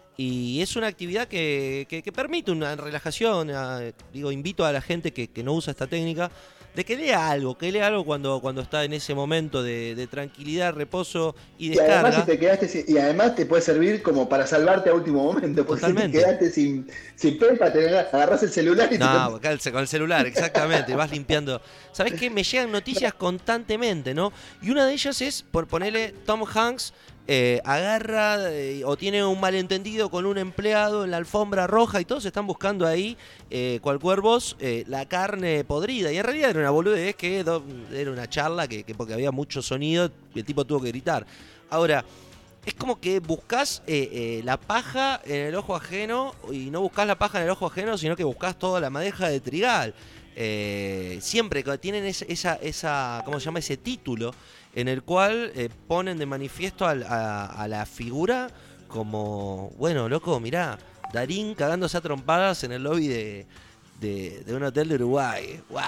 y es una actividad que, que, que permite una relajación. A, digo, invito a la gente que, que no usa esta técnica de que lea algo, que lea algo cuando, cuando está en ese momento de, de tranquilidad, reposo y descarga. Y además, si te quedaste sin, y además te puede servir como para salvarte a último momento, porque Totalmente. Si te quedaste sin, sin pepa, te agarrás el celular y no, te... con el celular, exactamente, vas limpiando. ¿Sabés qué? Me llegan noticias constantemente, ¿no? Y una de ellas es, por ponerle, Tom Hanks eh, agarra eh, o tiene un malentendido con un empleado en la alfombra roja y todos están buscando ahí, eh, cual cuervos, eh, la carne podrida. Y en realidad era una boludez que do, era una charla que, que porque había mucho sonido y el tipo tuvo que gritar. Ahora, es como que buscás eh, eh, la paja en el ojo ajeno y no buscás la paja en el ojo ajeno, sino que buscás toda la madeja de trigal. Eh, siempre tienen esa, esa, esa, ¿cómo se llama? Ese título en el cual eh, ponen de manifiesto a, a, a la figura como, bueno, loco, mirá, Darín cagándose a trompadas en el lobby de, de, de un hotel de Uruguay. ¡Wow!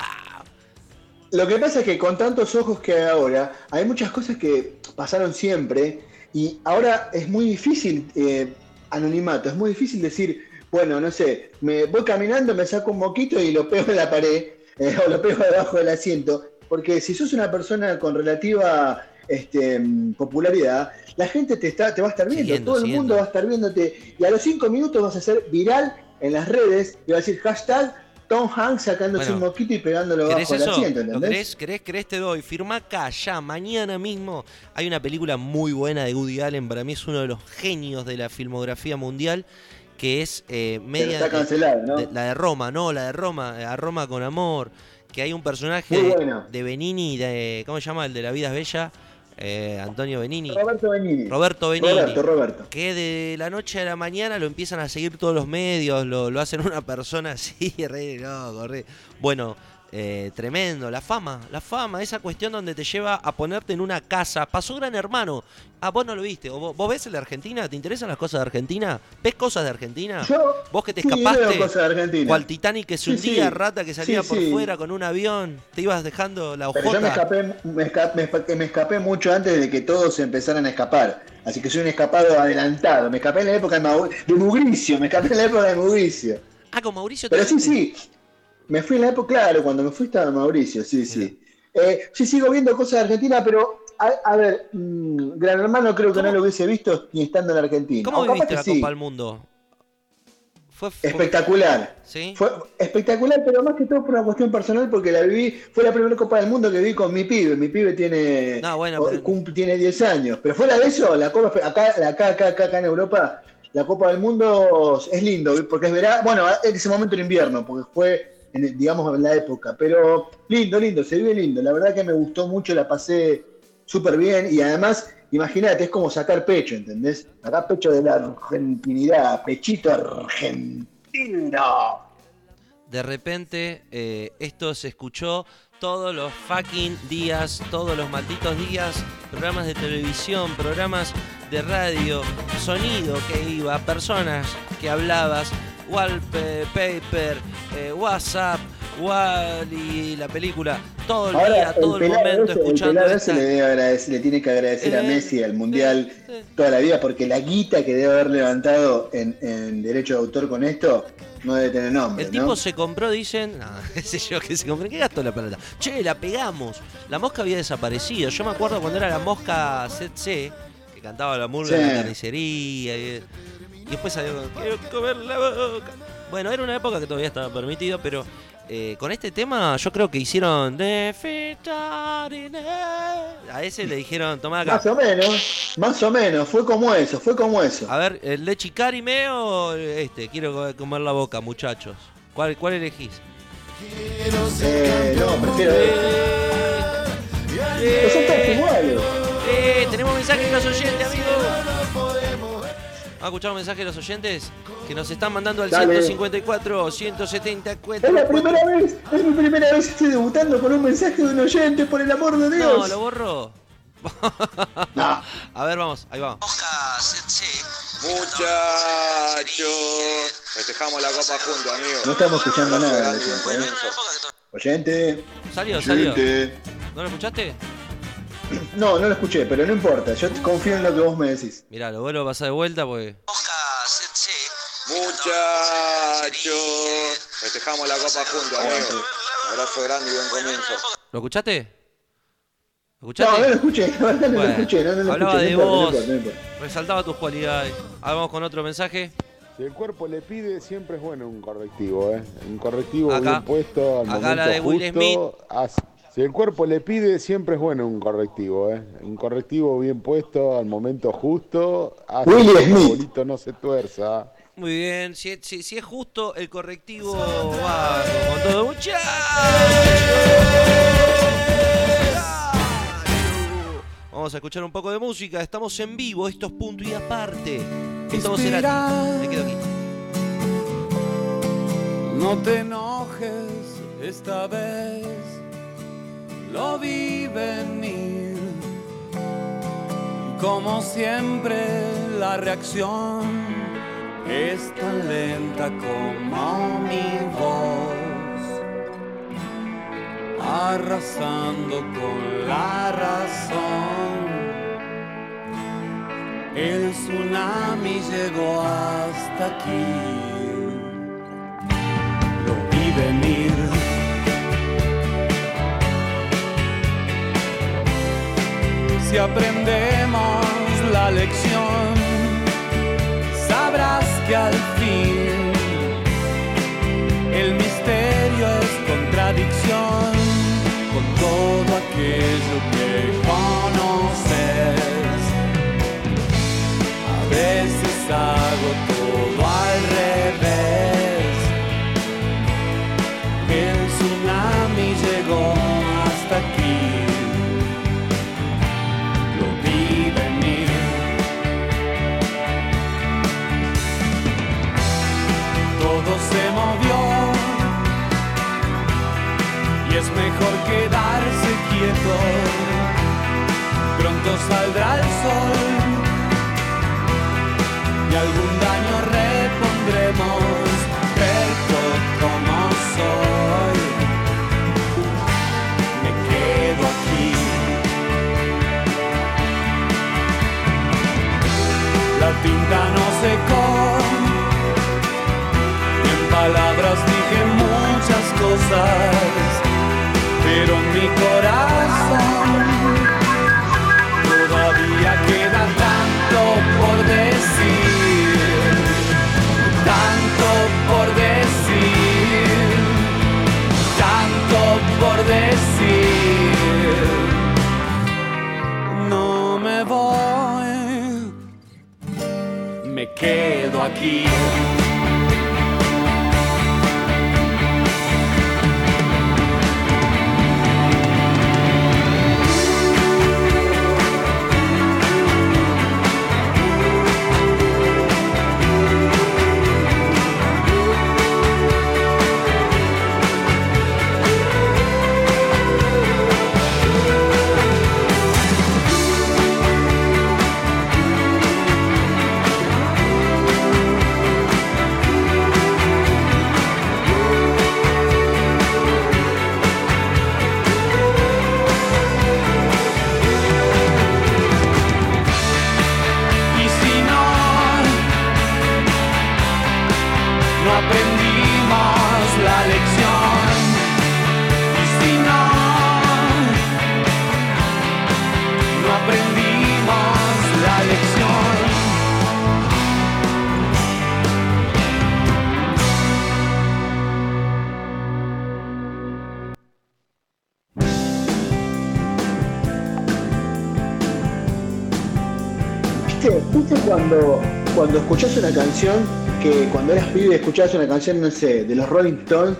Lo que pasa es que con tantos ojos que hay ahora, hay muchas cosas que pasaron siempre y ahora es muy difícil eh, anonimato, es muy difícil decir, bueno, no sé, me voy caminando, me saco un moquito y lo pego en la pared eh, o lo pego debajo del asiento, porque si sos una persona con relativa este, popularidad, la gente te, está, te va a estar viendo, siguiendo, todo el siguiendo. mundo va a estar viéndote y a los cinco minutos vas a ser viral en las redes y va a decir hashtag Tom Hanks sacándose Bueno, un moquito y pegándolo ¿querés bajo el eso? asiento, ¿Lo ¿entendés? querés? ¿Querés? ¿Querés? Te doy. Firma acá, ya, mañana mismo. Hay una película muy buena de Woody Allen, para mí es uno de los genios de la filmografía mundial, que es eh, media... Pero está cancelado, ¿no? de, la de Roma, no, la de Roma, a Roma con amor, que hay un personaje Muy de, bueno. de Benini, de, ¿cómo se llama? El de La vida es bella, eh, Antonio Benini. Roberto Benini. Roberto Benini. Roberto, Roberto. Que de la noche a la mañana lo empiezan a seguir todos los medios, lo, lo hacen una persona así, re loco, re... Bueno, eh, tremendo, la fama, la fama, esa cuestión donde te lleva a ponerte en una casa. Pasó Gran Hermano. Ah, vos no lo viste. ¿Vos, vos ves el de Argentina? ¿Te interesan las cosas de Argentina? ¿Ves cosas de Argentina? Yo, Vos que te sí, escapaste, veo cosas de Argentina. cual Titanic que se Sí, hundía, sí. rata que salía Sí, por sí. fuera con un avión, te ibas dejando la Pero yo me hojota. escapé, me, esca- me esca- me escapé mucho antes de que todos se empezaran a escapar. Así que soy un escapado adelantado. Me escapé en la época de, Mau- de Mugricio. Me escapé en la época de Mugricio. Ah, con Mauricio Pero sí, también. sí. Me fui en la época, claro, cuando me fui estaba Mauricio, sí, sí. Eh, sí, sigo viendo cosas de Argentina, pero a, a ver, mmm, Gran Hermano creo que ¿Cómo? no lo hubiese visto ni estando en Argentina. ¿Cómo O capaz viviste que la sí. Copa del Mundo? Fue, fue- Espectacular. ¿Sí? Fue espectacular, pero más que todo por una cuestión personal, porque la viví, fue la primera Copa del Mundo que vi con mi pibe. Mi pibe tiene, No, bueno, o- pero- cum- tiene diez años. Pero fuera de eso, la Copa, acá, acá, acá, acá, acá en Europa, la Copa del Mundo es lindo, porque es verano, bueno, en ese momento era invierno, porque fue, en, digamos, en la época. Pero lindo, lindo, se vive lindo. La verdad que me gustó mucho, la pasé súper bien y además... Imagínate, es como sacar pecho, ¿entendés? Sacar pecho de la argentinidad, pechito argentino. De repente, eh, esto se escuchó todos los fucking días, todos los malditos días, programas de televisión, programas de radio, sonido que iba, personas que hablabas, wallpaper, eh, WhatsApp, Wall-E, la película, todo el Ahora, día, todo el, pelado momento ese, escuchando el pelado esta- ese le, debe agradecer, le tiene que agradecer a Eh, Messi, al Mundial, sí, sí. toda la vida, porque la guita que debe haber levantado en, en derecho de autor con esto no debe tener nombre, El ¿no? tipo se compró, dicen, no, qué sé yo, que se compró, ¿qué gastó la plata? Che, la pegamos. La mosca había desaparecido. Yo me acuerdo cuando era la mosca Z C, que cantaba la murga Sí. de la carnicería. Y, y después salió con, quiero comer la boca. Bueno, era una época que todavía estaba permitido, pero eh, con este tema yo creo que hicieron de a ese le dijeron, tomá acá. Más o menos, más o menos, fue como eso, fue como eso. A ver, ¿el leche carime o este? Quiero co- comer la boca, muchachos. ¿Cuál, cuál elegís? Eh, no, prefiero... Pero son todos iguales. Eh, tenemos mensajes de los oyentes, amigos. Vamos a escuchar un mensaje de los oyentes que nos están mandando al Dale. ciento cincuenta y cuatro, ciento setenta y cuatro. Es la primera vez, es mi primera vez que estoy debutando con un mensaje de un oyente, por el amor de No, Dios. lo borro. No. A ver, vamos, ahí vamos. Muchachos, festejamos la copa juntos, amigos. No estamos escuchando Abrazo nada, grande y buen gente, ¿eh? comienzo. Oyente, Salió, salió. oyente. ¿No lo escuchaste? No, no lo escuché, pero no importa. Yo confío en lo que vos me decís. Mirá, lo vuelvo a pasar de vuelta porque... Muchachos, festejamos la copa juntos, amigos. Abrazo grande y buen comienzo. ¿Lo escuchaste? ¿Lo No, escuchaste? no lo escuché, la verdad no Bueno, lo escuché, no, no lo hablaba escuché. de no importa, no vos, importa, no importa. resaltaba tus cualidades. Ahora vamos con otro mensaje. Si el cuerpo le pide, siempre es bueno un correctivo, ¿eh? Un correctivo Acá. bien puesto al Acá momento la de Will justo. Smith. hace- Si el cuerpo le pide, siempre es bueno un correctivo, ¿eh? Un correctivo bien puesto al momento justo. Hace Will que el Smith. bolito no se tuerza. Muy bien, si, si, si es justo, el correctivo va con todo. ¡Muchachos! Vamos a escuchar un poco de música. Estamos en vivo, esto es punto y aparte. Gustavo Cerati. Me quedo aquí. No te enojes esta vez, lo vi venir. Como siempre la reacción es tan lenta como mi voz, arrasando con la razón. El tsunami llegó hasta aquí. Lo vi venir. Si aprendemos la lección, sabrás que al fin el misterio es contradicción con todo aquello que conoces. A veces hago todo al revés. El tsunami llegó hasta aquí. Lo vi venir. Todo se movió y es mejor quedarse quieto. Pronto saldrá el sol y algún daño repondremos. Perfecto como soy, me quedo aquí. La tinta no secó, en palabras dije muchas cosas, pero mi corazón me quedo aquí. ¿Viste cuando, cuando escuchás una canción, que cuando eras pibe escuchabas una canción, no sé, de los Rolling Stones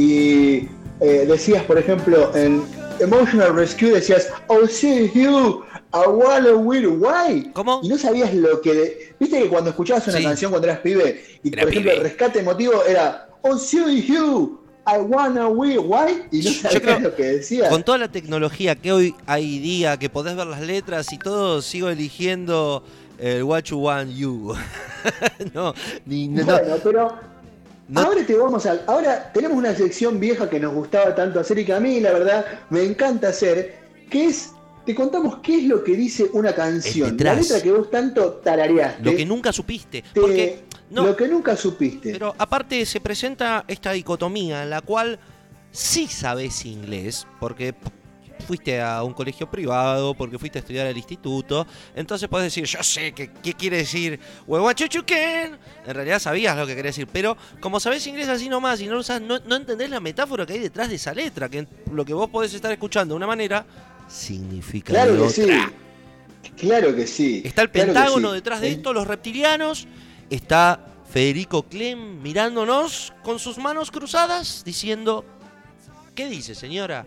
y eh, decías, por ejemplo, en Emotional Rescue decías, oh, see you, I wanna will why. ¿Cómo? Y no sabías lo que... Viste que cuando escuchabas una Sí. canción cuando eras pibe y, Era por ejemplo, pibe. el rescate emotivo era, oh, see you, I wanna will why. Y no Yo sabías creo- lo que decías. Con toda la tecnología que hoy hay día, que podés ver las letras y todo, sigo eligiendo el What You Want You. no, ni, no, Bueno, pero no- ahora te vamos a. Ahora tenemos una sección vieja que nos gustaba tanto hacer y que a mí, la verdad, me encanta hacer, que es. Te contamos qué es lo que dice una canción. detrás. La letra que vos tanto tarareaste. lo que nunca supiste. te- Porque, no, Lo que nunca supiste. pero aparte se presenta esta dicotomía en la cual sí sabés inglés, porque p- fuiste a un colegio privado, porque fuiste a estudiar al instituto, entonces podés decir, yo sé que, qué quiere decir "We want you to can". En realidad sabías lo que quería decir, pero como sabés inglés así nomás y no lo usás, no, no entendés la metáfora que hay detrás de esa letra, que lo que vos podés estar escuchando de una manera significa Claro de que otra. sí. Claro que sí. Está el Claro que Pentágono sí. detrás de El- esto, los reptilianos. Está Federico Clem mirándonos con sus manos cruzadas, diciendo, ¿qué dice, señora?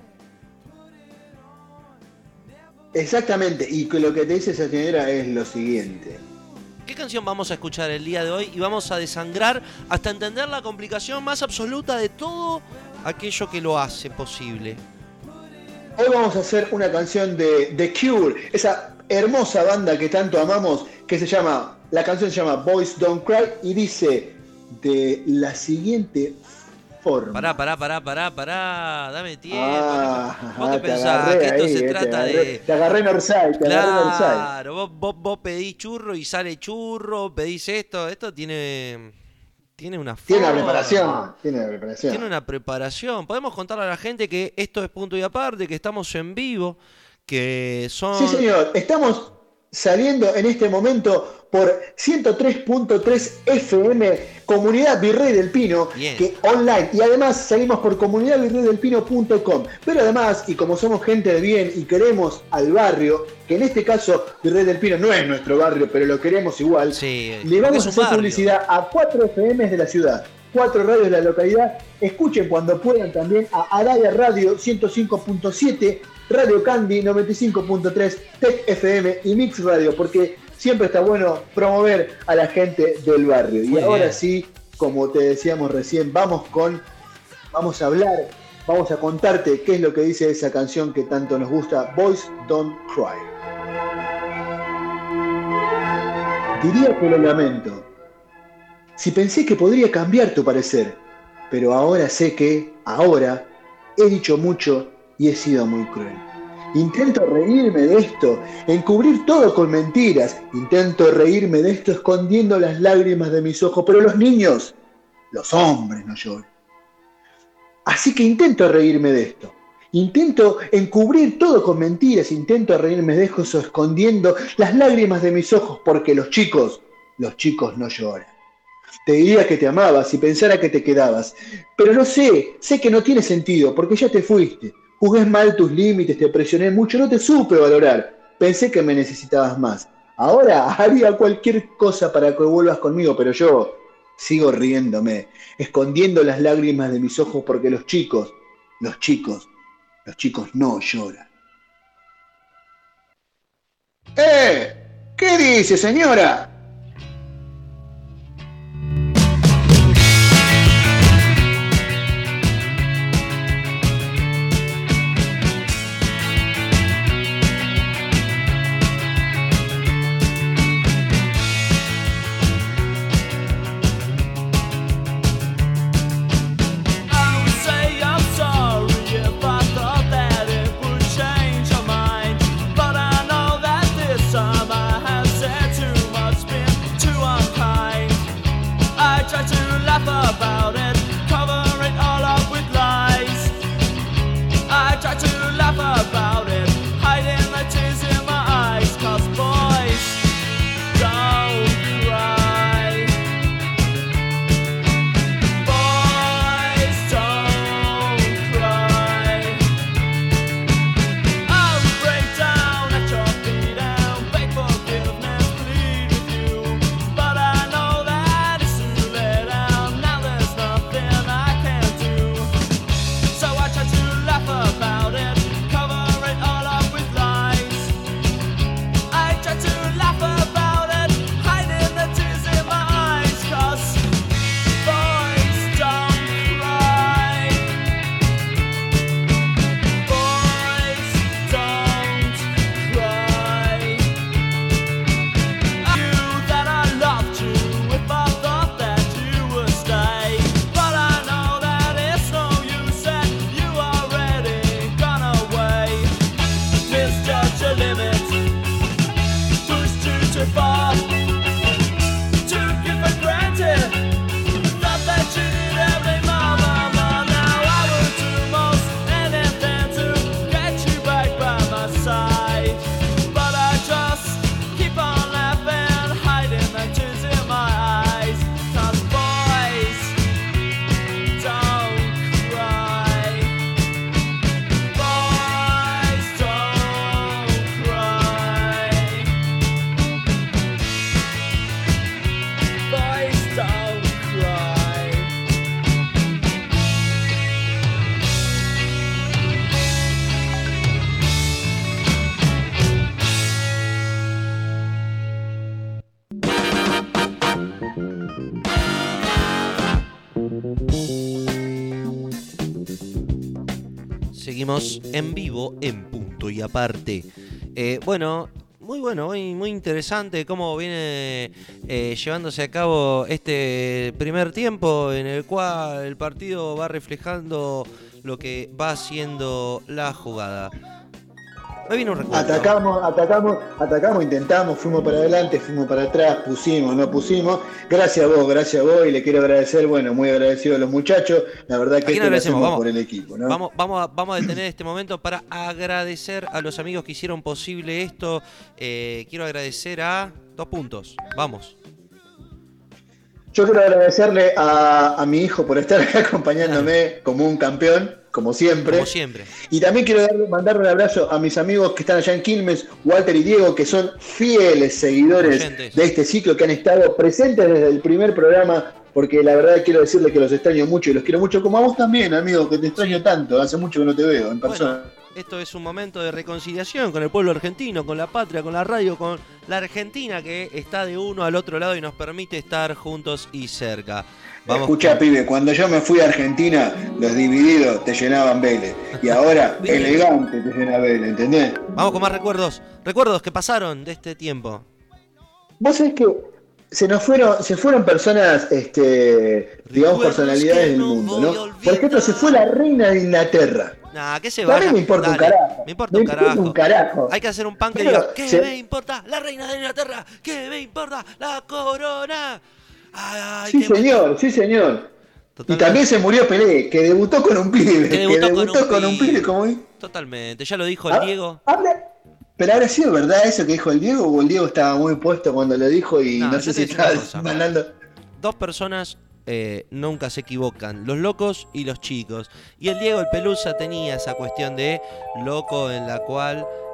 Exactamente. Y que lo que te dice esa señora es lo siguiente. ¿Qué canción vamos a escuchar el día de hoy? Y vamos a desangrar hasta entender la complicación más absoluta de todo aquello que lo hace posible. Hoy vamos a hacer una canción de The Cure, esa hermosa banda que tanto amamos, que se llama, la canción se llama Boys Don't Cry y dice de la siguiente forma. Pará, pará, pará, pará, pará, dame tiempo. Ah, ¿Vos qué te pensás? agarré Que esto ahí, se eh, trata te agarré, de... Te agarré en Orsay, te agarré en Orsay. Claro, vos, vos, vos pedís churro y sale churro, pedís esto, esto tiene... Tiene una Tiene una forma. preparación, tiene una preparación. Tiene una preparación. Podemos contarle a la gente que esto es punto y aparte, que estamos en vivo, que son... Sí, señor, estamos saliendo en este momento por ciento tres punto tres F M, Comunidad Virrey del Pino, Bien. que online, y además salimos por comunidad virrey del pino punto com. Pero además, y como somos gente de bien y queremos al barrio, que en este caso Virrey del Pino no es nuestro barrio, pero lo queremos igual, Sí, le vamos es a un hacer barrio. publicidad a cuatro F Ms de la ciudad, cuatro radios de la localidad. Escuchen cuando puedan también a Araya Radio ciento cinco punto siete, Radio Candy noventa y cinco punto tres, Tech F M y Mix Radio, porque siempre está bueno promover a la gente del barrio. Muy y ahora bien. sí, como te decíamos recién, vamos con, vamos a hablar, vamos a contarte qué es lo que dice esa canción que tanto nos gusta, Boys Don't Cry. Diría que lo lamento. Si pensé que podría cambiar tu parecer, pero ahora sé que, ahora, he dicho mucho y he sido muy cruel. Intento reírme de esto, encubrir todo con mentiras. Intento reírme de esto escondiendo las lágrimas de mis ojos, pero los niños, los hombres no lloran. Así que intento reírme de esto. Intento encubrir todo con mentiras, intento reírme de esto escondiendo las lágrimas de mis ojos, porque los chicos, los chicos no lloran. Te diría que te amaba si pensara que te quedabas, pero no sé, sé que no tiene sentido, porque ya te fuiste. Jugué mal tus límites, te presioné mucho, no te supe valorar. Pensé que me necesitabas más. Ahora haría cualquier cosa para que vuelvas conmigo, pero yo sigo riéndome, escondiendo las lágrimas de mis ojos porque los chicos, los chicos, los chicos no lloran. ¡Eh! ¿Qué dice, señora? Seguimos en vivo en Punto y Aparte. Eh, bueno, muy bueno, muy, muy interesante cómo viene eh, llevándose a cabo este primer tiempo en el cual el partido va reflejando lo que va haciendo la jugada. Me vino un recuerdo. Atacamos, atacamos, atacamos, intentamos, fuimos para adelante, fuimos para atrás, pusimos, no pusimos. Gracias a vos, gracias a vos, y le quiero agradecer, bueno, muy agradecido a los muchachos. La verdad que esto lo hacemos vamos, por el equipo, ¿no? Vamos, vamos, a, vamos a detener este momento para agradecer a los amigos que hicieron posible esto. Eh, quiero agradecer a dos puntos. Vamos. Yo quiero agradecerle a, a mi hijo por estar acompañándome como un campeón, como siempre. Como siempre. Y también quiero darle, mandarle un abrazo a mis amigos que están allá en Quilmes, Walter y Diego, que son fieles seguidores Oyentes. de este ciclo, que han estado presentes desde el primer programa, porque la verdad quiero decirles que los extraño mucho y los quiero mucho, como a vos también, amigo, que te extraño sí. tanto. Hace mucho que no te veo en persona. Bueno. Esto es un momento de reconciliación con el pueblo argentino, con la patria, con la radio, con la Argentina que está de uno al otro lado y nos permite estar juntos y cerca. Vamos Escucha, con... pibe, cuando yo me fui a Argentina, los divididos te llenaban Vélez. Y ahora, elegante te llena Vélez, ¿entendés? Vamos con más recuerdos. Recuerdos que pasaron de este tiempo. Vos sabés que se nos fueron, se fueron personas, este, digamos, personalidades del mundo, ¿no? Por ejemplo, se fue la reina de Inglaterra. Nah, ¿qué se va? A mí me importa Dale, un carajo. Me importa me un carajo. un carajo. Hay que hacer un pan que Pero, diga, ¿qué se... me importa la reina de Inglaterra? ¿Qué me importa la corona? Ay, ay, sí, señor, sí, señor. Totalmente. Y también se murió Pelé, que debutó con un pibe. Que debutó, que debutó con, un con un pibe, como Totalmente, ya lo dijo el Diego. Habla... Pero habrá sido verdad eso que dijo el Diego, o el Diego estaba muy puesto cuando lo dijo y no, no sé si estaba mandando. Dos personas eh, nunca se equivocan, los locos y los chicos. Y el Diego, el Pelusa, tenía esa cuestión de loco en la cual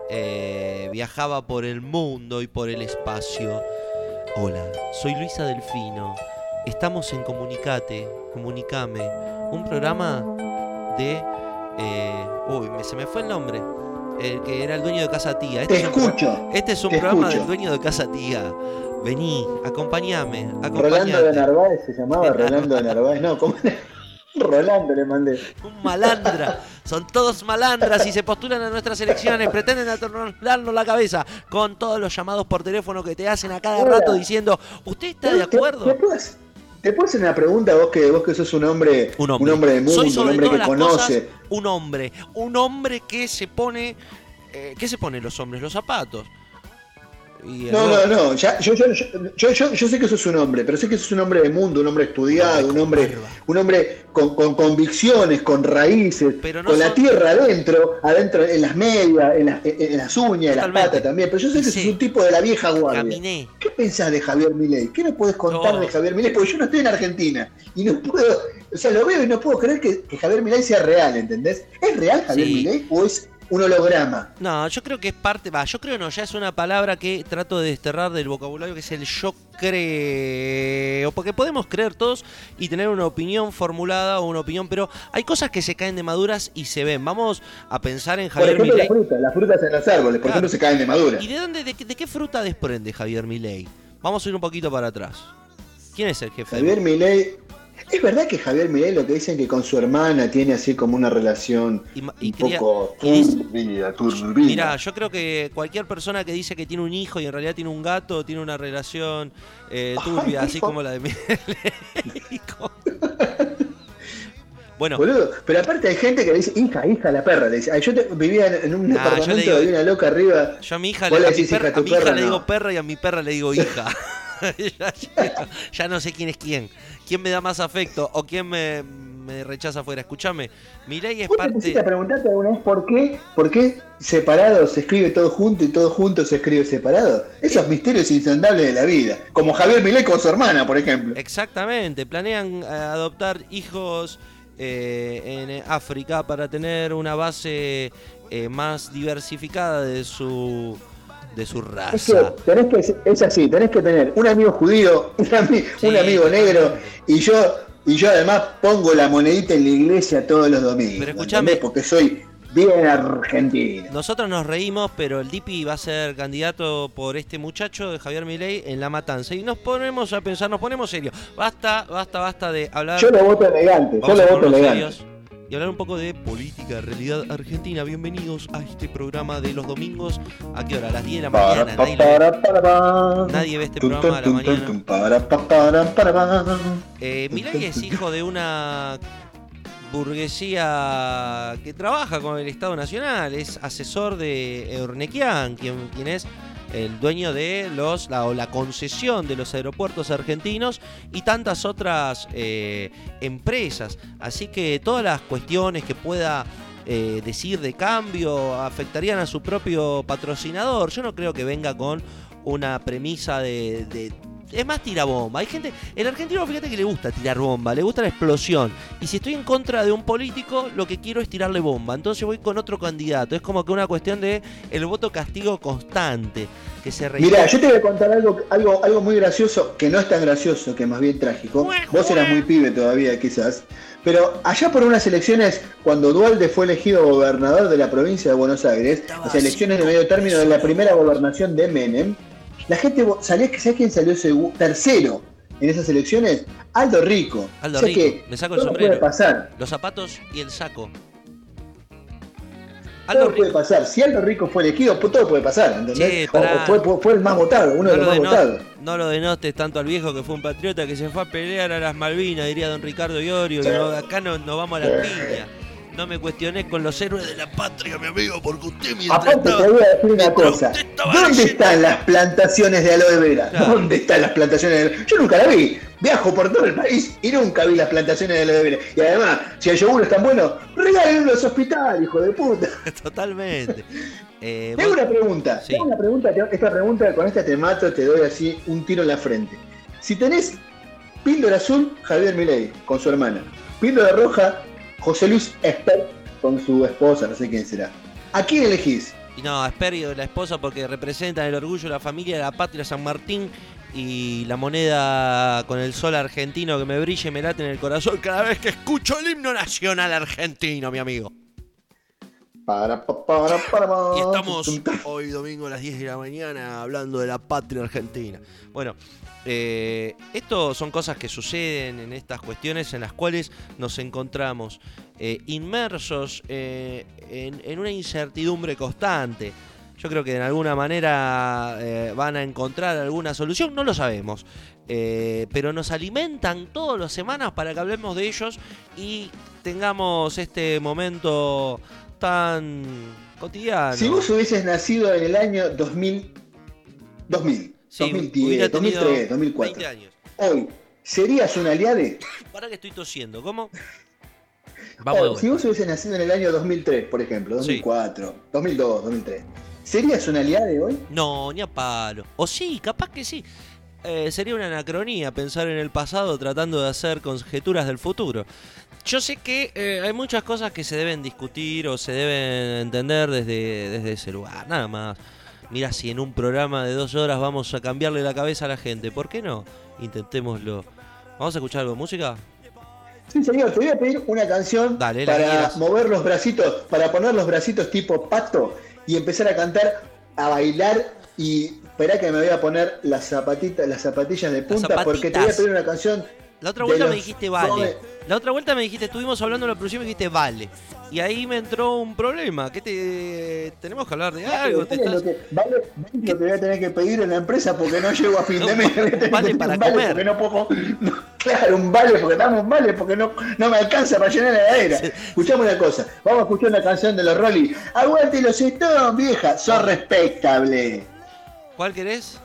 eh, viajaba por el mundo y por el espacio. Hola, soy Luisa Delfino. Estamos en Comunicate, Comunicame, un programa de... Eh, uy, me, se me fue el nombre. El que era el dueño de Casa Tía. Este Te es escucho. Un, este es un te programa escucho. del dueño de Casa Tía. Vení, acompañame, Rolando de acompañate. Narváez se llamaba Rolando de Narváez. No, ¿cómo era? Rolando le mandé. Un malandra. Son todos malandras y se postulan a nuestras elecciones. Pretenden atornillarnos la cabeza con todos los llamados por teléfono que te hacen a cada Hola. rato diciendo, ¿usted está de ¿Te- acuerdo? ¿Te, puedo, hacer- te puedo hacer una pregunta vos que vos que sos un hombre, Un hombre. un hombre de mundo, Soy un sobre hombre todas que las conoce? cosas un hombre. Un hombre que se pone... Eh, ¿Qué se ponen los hombres? Los zapatos. Y el No, gorro. no, no. Ya, yo, yo, yo, yo, yo, yo sé que sos un hombre, pero sé que sos un hombre de mundo, un hombre estudiado, un hombre, un hombre con, con convicciones, con raíces, Pero no con la son- tierra adentro, adentro en las medias, en las, en, en las uñas, en las Totalmente. patas también. Pero yo sé que Sí. sos un tipo de la vieja guardia. Caminé. ¿Qué pensás de Javier Milei? ¿Qué me podés contar No. de Javier Milei? Porque yo no estoy en Argentina y no puedo, o sea, lo veo y no puedo creer que, que Javier Milei sea real, ¿entendés? ¿Es real Javier Sí. Milei o es un holograma? No, yo creo que es parte, va, yo creo no, ya es una palabra que trato de desterrar del vocabulario, que es el yo creo, porque podemos creer todos y tener una opinión formulada o una opinión, pero hay cosas que se caen de maduras y se ven. Vamos a pensar en Por Javier ejemplo, Milei. las frutas, las frutas en los árboles, por Claro. ejemplo, se caen de madura. ¿Y de dónde, de, qué- de qué fruta desprende Javier Milei? Vamos a ir un poquito para atrás. ¿Quién es el jefe? Javier Milei, ¿es verdad que Javier Milei lo que dicen que con su hermana tiene así como una relación Y ma- y un cría- poco y dice- turbia, turbina? Mirá, yo creo que cualquier persona que dice que tiene un hijo y en realidad tiene un gato, tiene una relación eh, turbia, Ay, así por como la de Milei. con- Bueno, Boludo, pero aparte hay gente que le dice, hija, hija, la perra. Le dice, ay, yo te- vivía en, en un Nah, yo le departamento digo- de una loca arriba. yo a mi hija, Vos le, le a mi decís, perra, hija, tu a mi hija perra le no. digo perra y a mi perra le digo hija. ya, ya- ya no sé quién es quién. ¿Quién me da más afecto o quién me, me rechaza afuera? Escúchame, Milei es ¿Vos te pusiste a parte... preguntarte alguna vez por qué, por qué separado se escribe todo junto y todo junto se escribe separado? Esos misterios insondables de la vida. Como Javier Milei con su hermana, por ejemplo. Exactamente, planean eh, adoptar hijos eh, en África para tener una base eh, más diversificada de su de su Es que raza. tenés que, es así, tenés que tener un amigo judío, un, ami- Sí, un amigo totalmente. negro, y yo, y yo además pongo la monedita en la iglesia todos los domingos. Pero escuchame. ¿entendés? Porque soy bien argentino. Nosotros nos reímos, pero el Dipi va a ser candidato por este muchacho de Javier Milei en La Matanza. Y nos ponemos a pensar, nos ponemos serios. Basta, basta, basta de hablar. Yo lo voto elegante, yo Vamos lo a voto ponernos elegante. serios y hablar un poco de política, realidad argentina. Bienvenidos a este programa de los domingos. ¿A qué hora? A las diez de la Para, mañana. pa, Nadie, lo- para, para, pa. nadie ve este Tum, programa a la tum, tum, mañana. tum, para, pa, para, para, pa. Eh, Milei es hijo de una burguesía que trabaja con el Estado Nacional, es asesor de Eurnequian, quien, quien es el dueño de los la, o la concesión de los aeropuertos argentinos y tantas otras eh, empresas. Así que todas las cuestiones que pueda eh, decir de cambio afectarían a su propio patrocinador. Yo no creo que venga con una premisa de... de es más tirabomba. Hay gente, el argentino, fíjate que le gusta tirar bomba, le gusta la explosión. Y si estoy en contra de un político, lo que quiero es tirarle bomba. Entonces voy con otro candidato. Es como que una cuestión de el voto castigo constante que se repite. Mirá, yo te voy a contar algo, algo, algo muy gracioso, que no es tan gracioso, que más bien trágico. Vos eras muy pibe todavía, quizás. Pero allá por unas elecciones, cuando Duhalde fue elegido gobernador de la provincia de Buenos Aires, las elecciones de medio término de la primera gobernación de Menem, la gente, ¿sabés, ¿sabés quién salió segu- tercero en esas elecciones? Aldo Rico. Aldo O sea Rico, que me saco el todo sombrero. puede pasar. Los zapatos y el saco. Todo Aldo puede Rico. pasar. Si Aldo Rico fue elegido, pues todo puede pasar, ¿entendés? Che, O- pará. o fue, fue- fue el más votado, uno No de lo, los más denos- votados. no lo denotes tanto al viejo que fue un patriota que se fue a pelear a las Malvinas, diría don Ricardo Iorio. que no- acá no, no vamos a las piñas. No me cuestiones con los héroes de la patria, mi amigo, porque usted mientras Aparte te estaba- voy a decir una mientras cosa. usted estaba ¿Dónde leyendo- están las plantaciones de aloe vera? Claro. ¿Dónde están las plantaciones de aloe vera? Yo nunca la vi. Viajo por todo el país y nunca vi las plantaciones de aloe vera. Y además, si el yogur es tan bueno, regalen los hospitales, hijo de puta. Totalmente. Eh, Tengo vos- una pregunta. Sí. Tengo una pregunta. te- Esta pregunta, con esta te mato, te doy así un tiro en la frente. Si tenés píldora azul, Javier Milei, con su hermana. Píldora roja, José Luis Espert, con su esposa, no sé quién será. ¿A quién elegís? Y no, Asperger, la esposa, porque representan el orgullo de la familia, de la patria, San Martín, y la moneda con el sol argentino que me brilla y me late en el corazón cada vez que escucho el himno nacional argentino, mi amigo. Para, para, para, para. Y estamos hoy domingo a las diez de la mañana hablando de la patria argentina. Bueno, eh, esto son cosas que suceden en estas cuestiones en las cuales nos encontramos eh, inmersos eh, en, en una incertidumbre constante. Yo creo que de alguna manera eh, van a encontrar alguna solución, no lo sabemos. Eh, pero nos alimentan todas las semanas para que hablemos de ellos y tengamos este momento tan cotidiano. Si vos hubieses nacido en el año dos mil, dos mil, Sí, dos mil diez, dos mil tres, dos mil cuatro, veinte años. hoy, ¿serías un aliade? Para que estoy tosiendo, ¿cómo? Vamos hoy, si vos hubieses nacido en el año dos mil tres, por ejemplo, dos mil cuatro, sí. dos mil dos, dos mil tres, ¿serías un aliade hoy? No, ni a palo. O sí, capaz que sí. Eh, sería una anacronía pensar en el pasado tratando de hacer conjeturas del futuro. Yo sé que eh, hay muchas cosas que se deben discutir o se deben entender desde, desde ese lugar, nada más. Mira, si en un programa de dos horas vamos a cambiarle la cabeza a la gente, ¿por qué no? Intentémoslo. ¿Vamos a escuchar algo de música? Sí, señor, te voy a pedir una canción Dale, para mover los bracitos, para poner los bracitos tipo pato y empezar a cantar, a bailar y esperá que me voy a poner las zapatitas, las zapatillas de punta porque te voy a pedir una canción. La otra vuelta me dijiste vale. La otra vuelta me dijiste, estuvimos hablando de la producción y me dijiste vale. Y ahí me entró un problema. ¿Qué te tenemos que hablar de algo? Vale, ¿Te estás... lo que, vale, lo que voy a tener que pedir en la empresa porque no llego a fin no, de mes. Vale para vale comer. Porque no puedo, no, claro, un vale porque estamos vale porque no, no me alcanza para llenar la heladera. Sí. Escuchame una cosa. Vamos a escuchar una canción de los Rolling. Aguante los Stones, vieja. Sos respetable. ¿Cuál querés?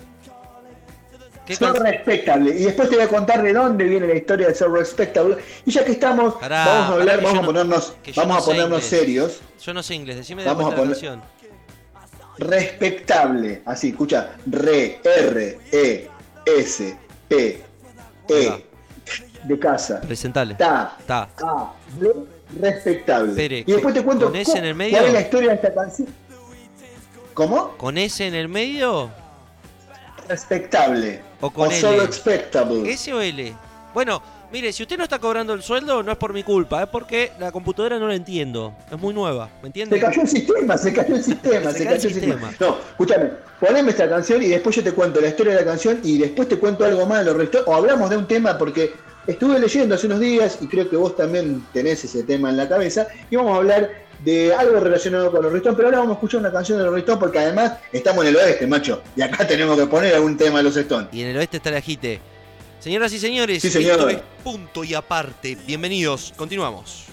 So Respectable. Y después te voy a contar de dónde viene la historia de So Respectable. Y ya que estamos, Cará, vamos a hablar, vamos a ponernos, vamos no a ponernos serios. Yo no sé inglés, decime de vuelta la canción. Respectable. Así, escucha. Re, R, E, S, P, E. De casa. Presentable. Ta. Ta. A. Re, respectable. Pere, y después te cuento ¿con S en el medio? ¿Cuál es la historia de esta canción? ¿Cómo? ¿Con S en el medio? Respectable. O con o L. solo expectable. ¿S o L? Bueno, mire, si usted no está cobrando el sueldo, no es por mi culpa, es porque la computadora no la entiendo. Es muy nueva, ¿me entiende? Se cayó el sistema, se cayó el sistema, se, se cayó el sistema. sistema. No, escúchame, poneme esta canción y después yo te cuento la historia de la canción y después te cuento algo más de los restos. O hablamos de un tema porque estuve leyendo hace unos días y creo que vos también tenés ese tema en la cabeza y vamos a hablar de algo relacionado con los Stones, pero ahora vamos a escuchar una canción de los Stones porque además estamos en el oeste, macho, y acá tenemos que poner algún tema de los Stones. Y en el oeste está el agite. Señoras y señores, sí, señor. Esto es Punto y Aparte. Bienvenidos, continuamos.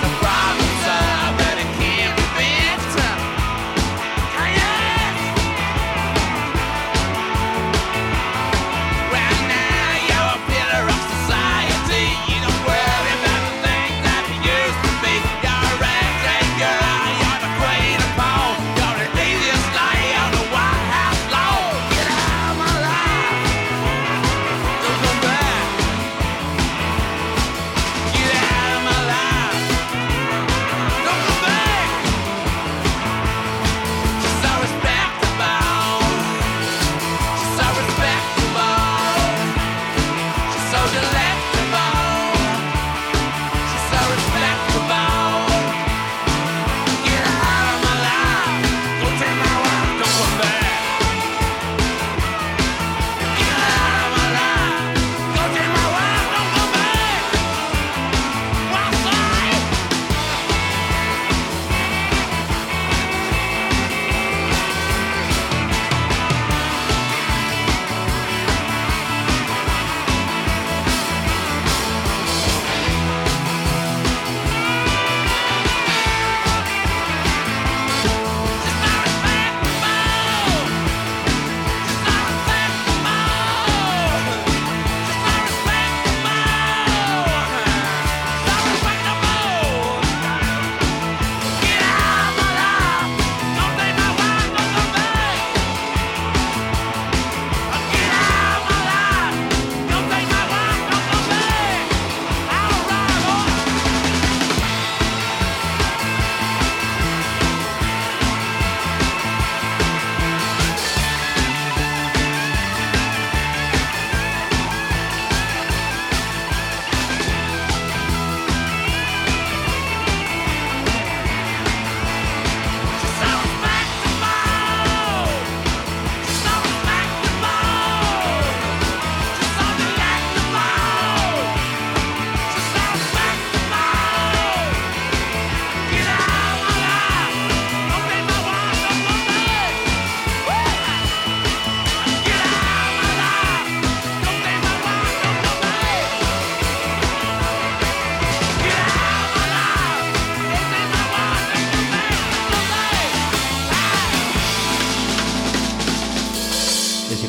Yes!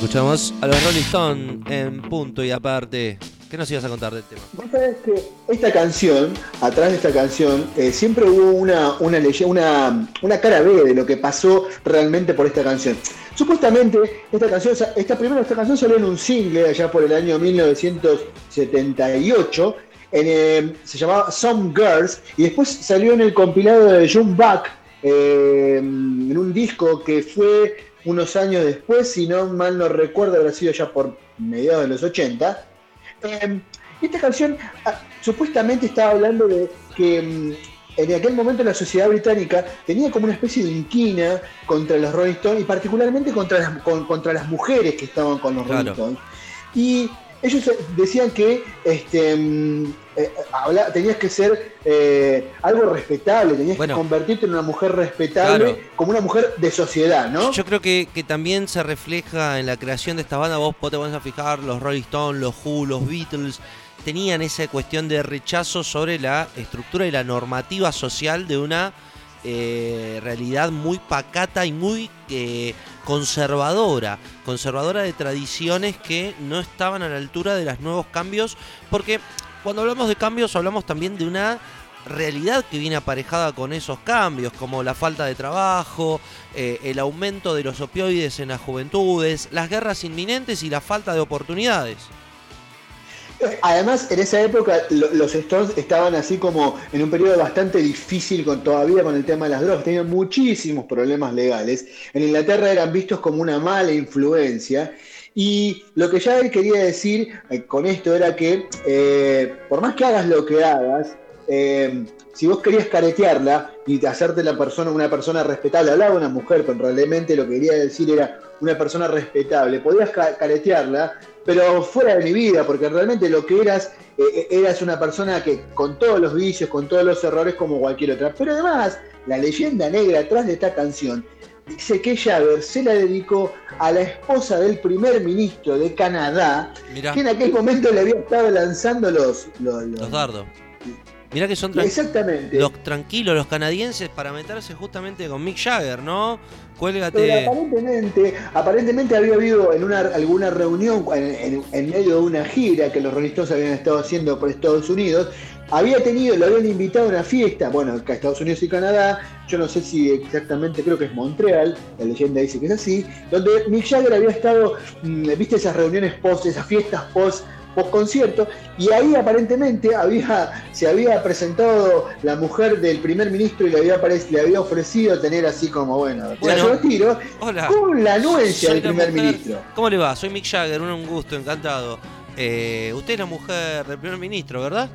Escuchamos a los Rolling Stones en Punto y Aparte. ¿Qué nos ibas a contar del tema? Vos sabés que esta canción, atrás de esta canción, eh, siempre hubo una, una, leye- una, una cara B de lo que pasó realmente por esta canción. Supuestamente, esta canción, esta primero esta canción salió en un single allá por el año mil novecientos setenta y ocho, en, eh, se llamaba Some Girls, y después salió en el compilado de June Buck, eh, en un disco que fue unos años después, si no mal no recuerdo, habrá sido ya por mediados de los ochenta. Eh, esta canción ah, supuestamente estaba hablando de que mm, en aquel momento la sociedad británica tenía como una especie de inquina contra los Rolling Stones y particularmente contra las, con, contra las mujeres que estaban con los Claro. Rolling Stones. Y ellos decían que este, mm, eh, habla, tenías que ser eh, algo respetable, tenías Bueno. que convertirte en una mujer respetable, Claro. como una mujer de sociedad, ¿no? Yo creo que, que también se refleja en la creación de esta banda. Vos te vas a fijar, los Rolling Stones, los Who, los Beatles, tenían esa cuestión de rechazo sobre la estructura y la normativa social de una eh, realidad muy pacata y muy eh, conservadora, conservadora de tradiciones que no estaban a la altura de los nuevos cambios, porque cuando hablamos de cambios hablamos también de una realidad que viene aparejada con esos cambios, como la falta de trabajo, eh, el aumento de los opioides en las juventudes, las guerras inminentes y la falta de oportunidades. Además, en esa época lo- los Stones estaban así como en un periodo bastante difícil con, todavía con el tema de las drogas, tenían muchísimos problemas legales. En Inglaterra eran vistos como una mala influencia. Y lo que ya él quería decir eh, con esto era que eh, por más que hagas lo que hagas, eh, si vos querías caretearla y hacerte la persona, una persona respetable, hablaba de una mujer, pero realmente lo que quería decir era una persona respetable, podías ca- caretearla, pero fuera de mi vida, porque realmente lo que eras, eh, eras una persona que con todos los vicios, con todos los errores como cualquier otra. Pero además, la leyenda negra atrás de esta canción dice que Jagger se la dedicó a la esposa del primer ministro de Canadá, Mirá, que en aquel momento le había estado lanzando los... Los, los- los dardos. Mirá que son tran- Exactamente. los tranquilos, los canadienses, para meterse justamente con Mick Jagger, ¿no? Pero Cuélgate. aparentemente, aparentemente había habido en una, alguna reunión en, en- en medio de una gira que los Rolling Stones habían estado haciendo por Estados Unidos, había tenido, lo habían invitado a una fiesta, bueno, acá Estados Unidos y Canadá, yo no sé si exactamente, creo que es Montreal, la leyenda dice que es así, donde Mick Jagger había estado, mm, viste esas reuniones post, esas fiestas post post concierto, y ahí aparentemente había, se había presentado la mujer del primer ministro y le había, parec- le había ofrecido tener así como, bueno, Bueno, bueno tiro, Hola. con la anuencia Soy del la primer mujer- ministro. ¿Cómo le va? Soy Mick Jagger, un un gusto, encantado. Eh, usted es la mujer del primer ministro, ¿verdad?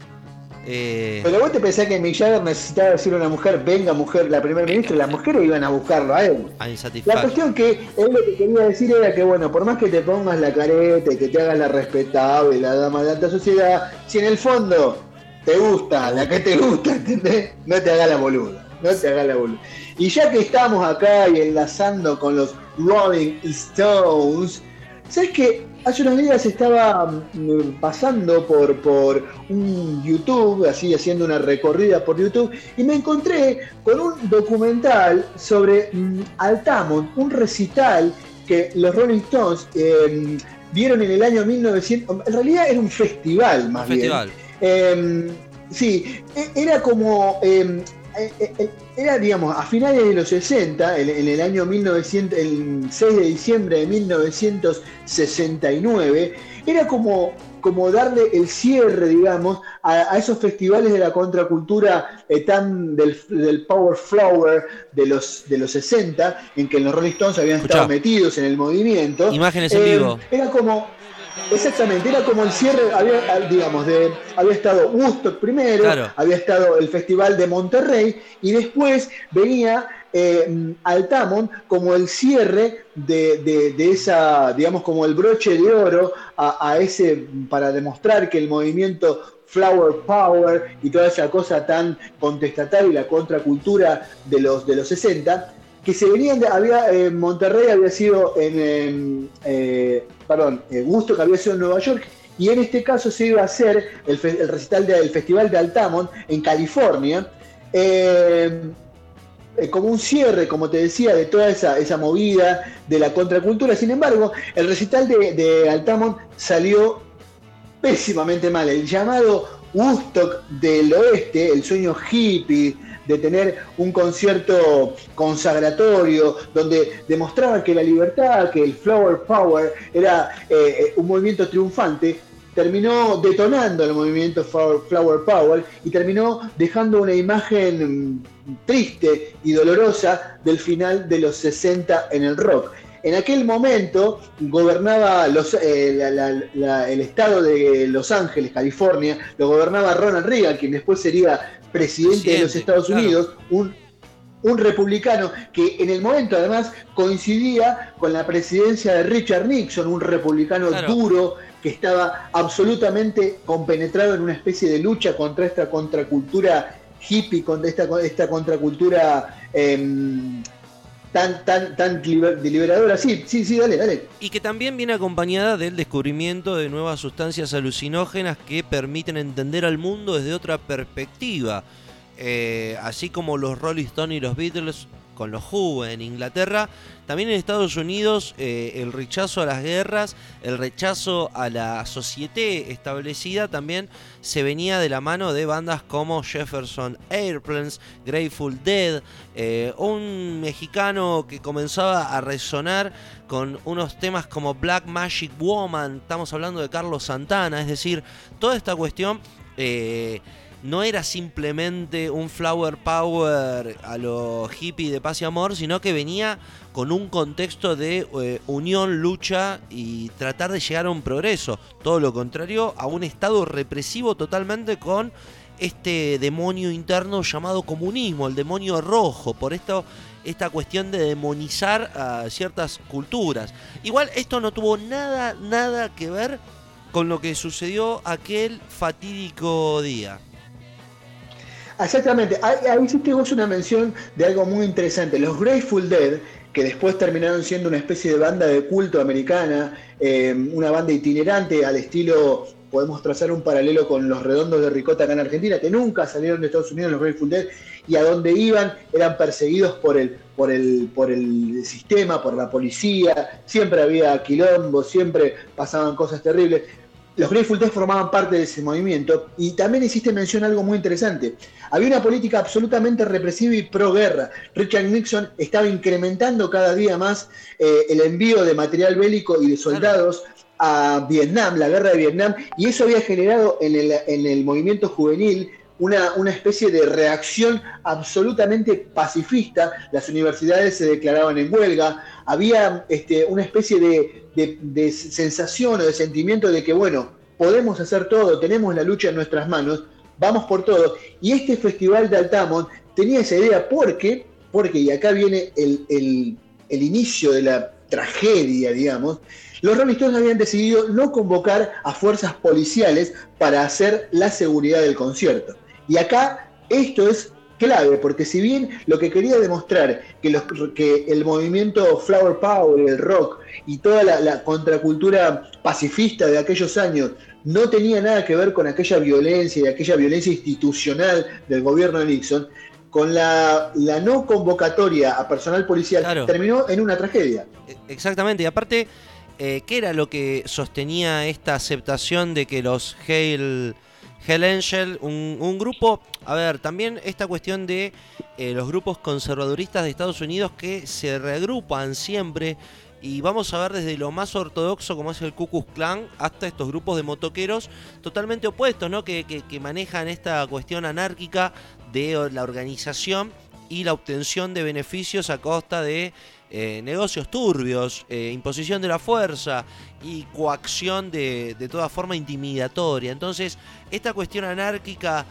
Eh, Pero vos te pensás que Mick Jagger necesitaba decirle a una mujer, venga mujer, la primer ministro, y las mujeres iban a buscarlo a él. a La insatisfacción. cuestión que él lo que quería decir era que, bueno, por más que te pongas la careta y que te hagas la respetable, la dama de alta sociedad, si en el fondo te gusta, la que te gusta, ¿entendés? No te hagas la boluda, no te hagas la boluda. Y ya que estamos acá y enlazando con los Rolling Stones, ¿sabes qué? Hace unos días estaba mm, pasando por, por un YouTube, así haciendo una recorrida por YouTube, y me encontré con un documental sobre mm, Altamont, un recital que los Rolling Stones eh, dieron en el año mil novecientos. En realidad era un festival, más Un bien. festival. Eh, sí, e- era como. eh, eh, eh, era, digamos, a finales de los sesenta, en, en el año mil novecientos, el seis de diciembre de mil novecientos sesenta y nueve, era como, como darle el cierre, digamos, a, a esos festivales de la contracultura eh, tan del, del Power Flower de los, de los sesenta, en que los Rolling Stones habían Escuchá. estado metidos en el movimiento. Imágenes en Eh, vivo. Era como. Exactamente, era como el cierre, había, digamos, de, había estado Woodstock primero, Claro. había estado el Festival de Monterrey y después venía eh, Altamont como el cierre de, de, de esa, digamos, como el broche de oro a, a ese, para demostrar que el movimiento Flower Power y toda esa cosa tan contestataria y la contracultura de los, de los sesenta, que se venían de, había eh, Monterrey había sido en eh, eh, perdón, eh, Woodstock había sido en Nueva York, y en este caso se iba a hacer el, fe, el recital del Festival de Altamont en California. Eh, eh, como un cierre, como te decía, de toda esa, esa movida de la contracultura. Sin embargo, el recital de, de Altamont salió pésimamente mal. El llamado Woodstock del oeste, el sueño hippie de tener un concierto consagratorio donde demostraba que la libertad, que el Flower Power era eh, un movimiento triunfante, terminó detonando el movimiento Flower Power y terminó dejando una imagen triste y dolorosa del final de los sesenta en el rock. En aquel momento gobernaba los, eh, la, la, la, el estado de Los Ángeles, California, lo gobernaba Ronald Reagan, quien después sería presidente, presidente de los Estados Unidos, claro. un, un republicano que en el momento además coincidía con la presidencia de Richard Nixon, un republicano claro. duro, que estaba absolutamente compenetrado en una especie de lucha contra esta contracultura hippie, contra esta, esta contracultura eh, tan, tan, tan liberadora. Sí, sí, sí, dale, dale. Y que también viene acompañada del descubrimiento de nuevas sustancias alucinógenas que permiten entender al mundo desde otra perspectiva. Eh, así como los Rolling Stones y los Beatles con los Who en Inglaterra, también en Estados Unidos eh, el rechazo a las guerras, el rechazo a la société establecida también se venía de la mano de bandas como Jefferson Airplanes, Grateful Dead, eh, un mexicano que comenzaba a resonar con unos temas como Black Magic Woman, estamos hablando de Carlos Santana, es decir, toda esta cuestión eh, no era simplemente un flower power a lo hippie de paz y amor, sino que venía con un contexto de eh, unión, lucha y tratar de llegar a un progreso. Todo lo contrario a un estado represivo totalmente con este demonio interno llamado comunismo, el demonio rojo, por esto esta cuestión de demonizar a ciertas culturas. Igual esto no tuvo nada, nada que ver con lo que sucedió aquel fatídico día. Exactamente, ahí, ahí hiciste vos una mención de algo muy interesante. Los Grateful Dead, que después terminaron siendo una especie de banda de culto americana, eh, una banda itinerante al estilo, podemos trazar un paralelo con los Redondos de Ricota acá en Argentina, que nunca salieron de Estados Unidos los Grateful Dead, y a donde iban eran perseguidos por el, por el, por el sistema, por la policía, siempre había quilombo, siempre pasaban cosas terribles. Los Grateful Dead formaban parte de ese movimiento y también hiciste mención a algo muy interesante. Había una política absolutamente represiva y pro-guerra. Richard Nixon estaba incrementando cada día más eh, el envío de material bélico y de soldados a Vietnam, la guerra de Vietnam, y eso había generado en el, en el movimiento juvenil Una, una especie de reacción absolutamente pacifista. Las universidades se declaraban en huelga, había este, una especie de, de, de sensación o de sentimiento de que, bueno, podemos hacer todo, tenemos la lucha en nuestras manos, vamos por todo. Y este festival de Altamont tenía esa idea porque, porque y acá viene el, el, el inicio de la tragedia, digamos, los Rolling Stones habían decidido no convocar a fuerzas policiales para hacer la seguridad del concierto. Y acá esto es clave, porque si bien lo que quería demostrar que, los, que el movimiento Flower Power, el rock y toda la, la contracultura pacifista de aquellos años no tenía nada que ver con aquella violencia y aquella violencia institucional del gobierno de Nixon, con la, la no convocatoria a personal policial, claro, terminó en una tragedia. Exactamente, y aparte, eh, ¿qué era lo que sostenía esta aceptación de que los Hell... Hell Angel, un, un grupo, a ver, también esta cuestión de eh, los grupos conservaduristas de Estados Unidos que se reagrupan siempre, y vamos a ver desde lo más ortodoxo como es el Ku Klux Klan hasta estos grupos de motoqueros totalmente opuestos, ¿no? Que, que, que manejan esta cuestión anárquica de la organización y la obtención de beneficios a costa de eh, negocios turbios, eh, imposición de la fuerza y coacción de, de toda forma intimidatoria. Entonces, esta cuestión anárquica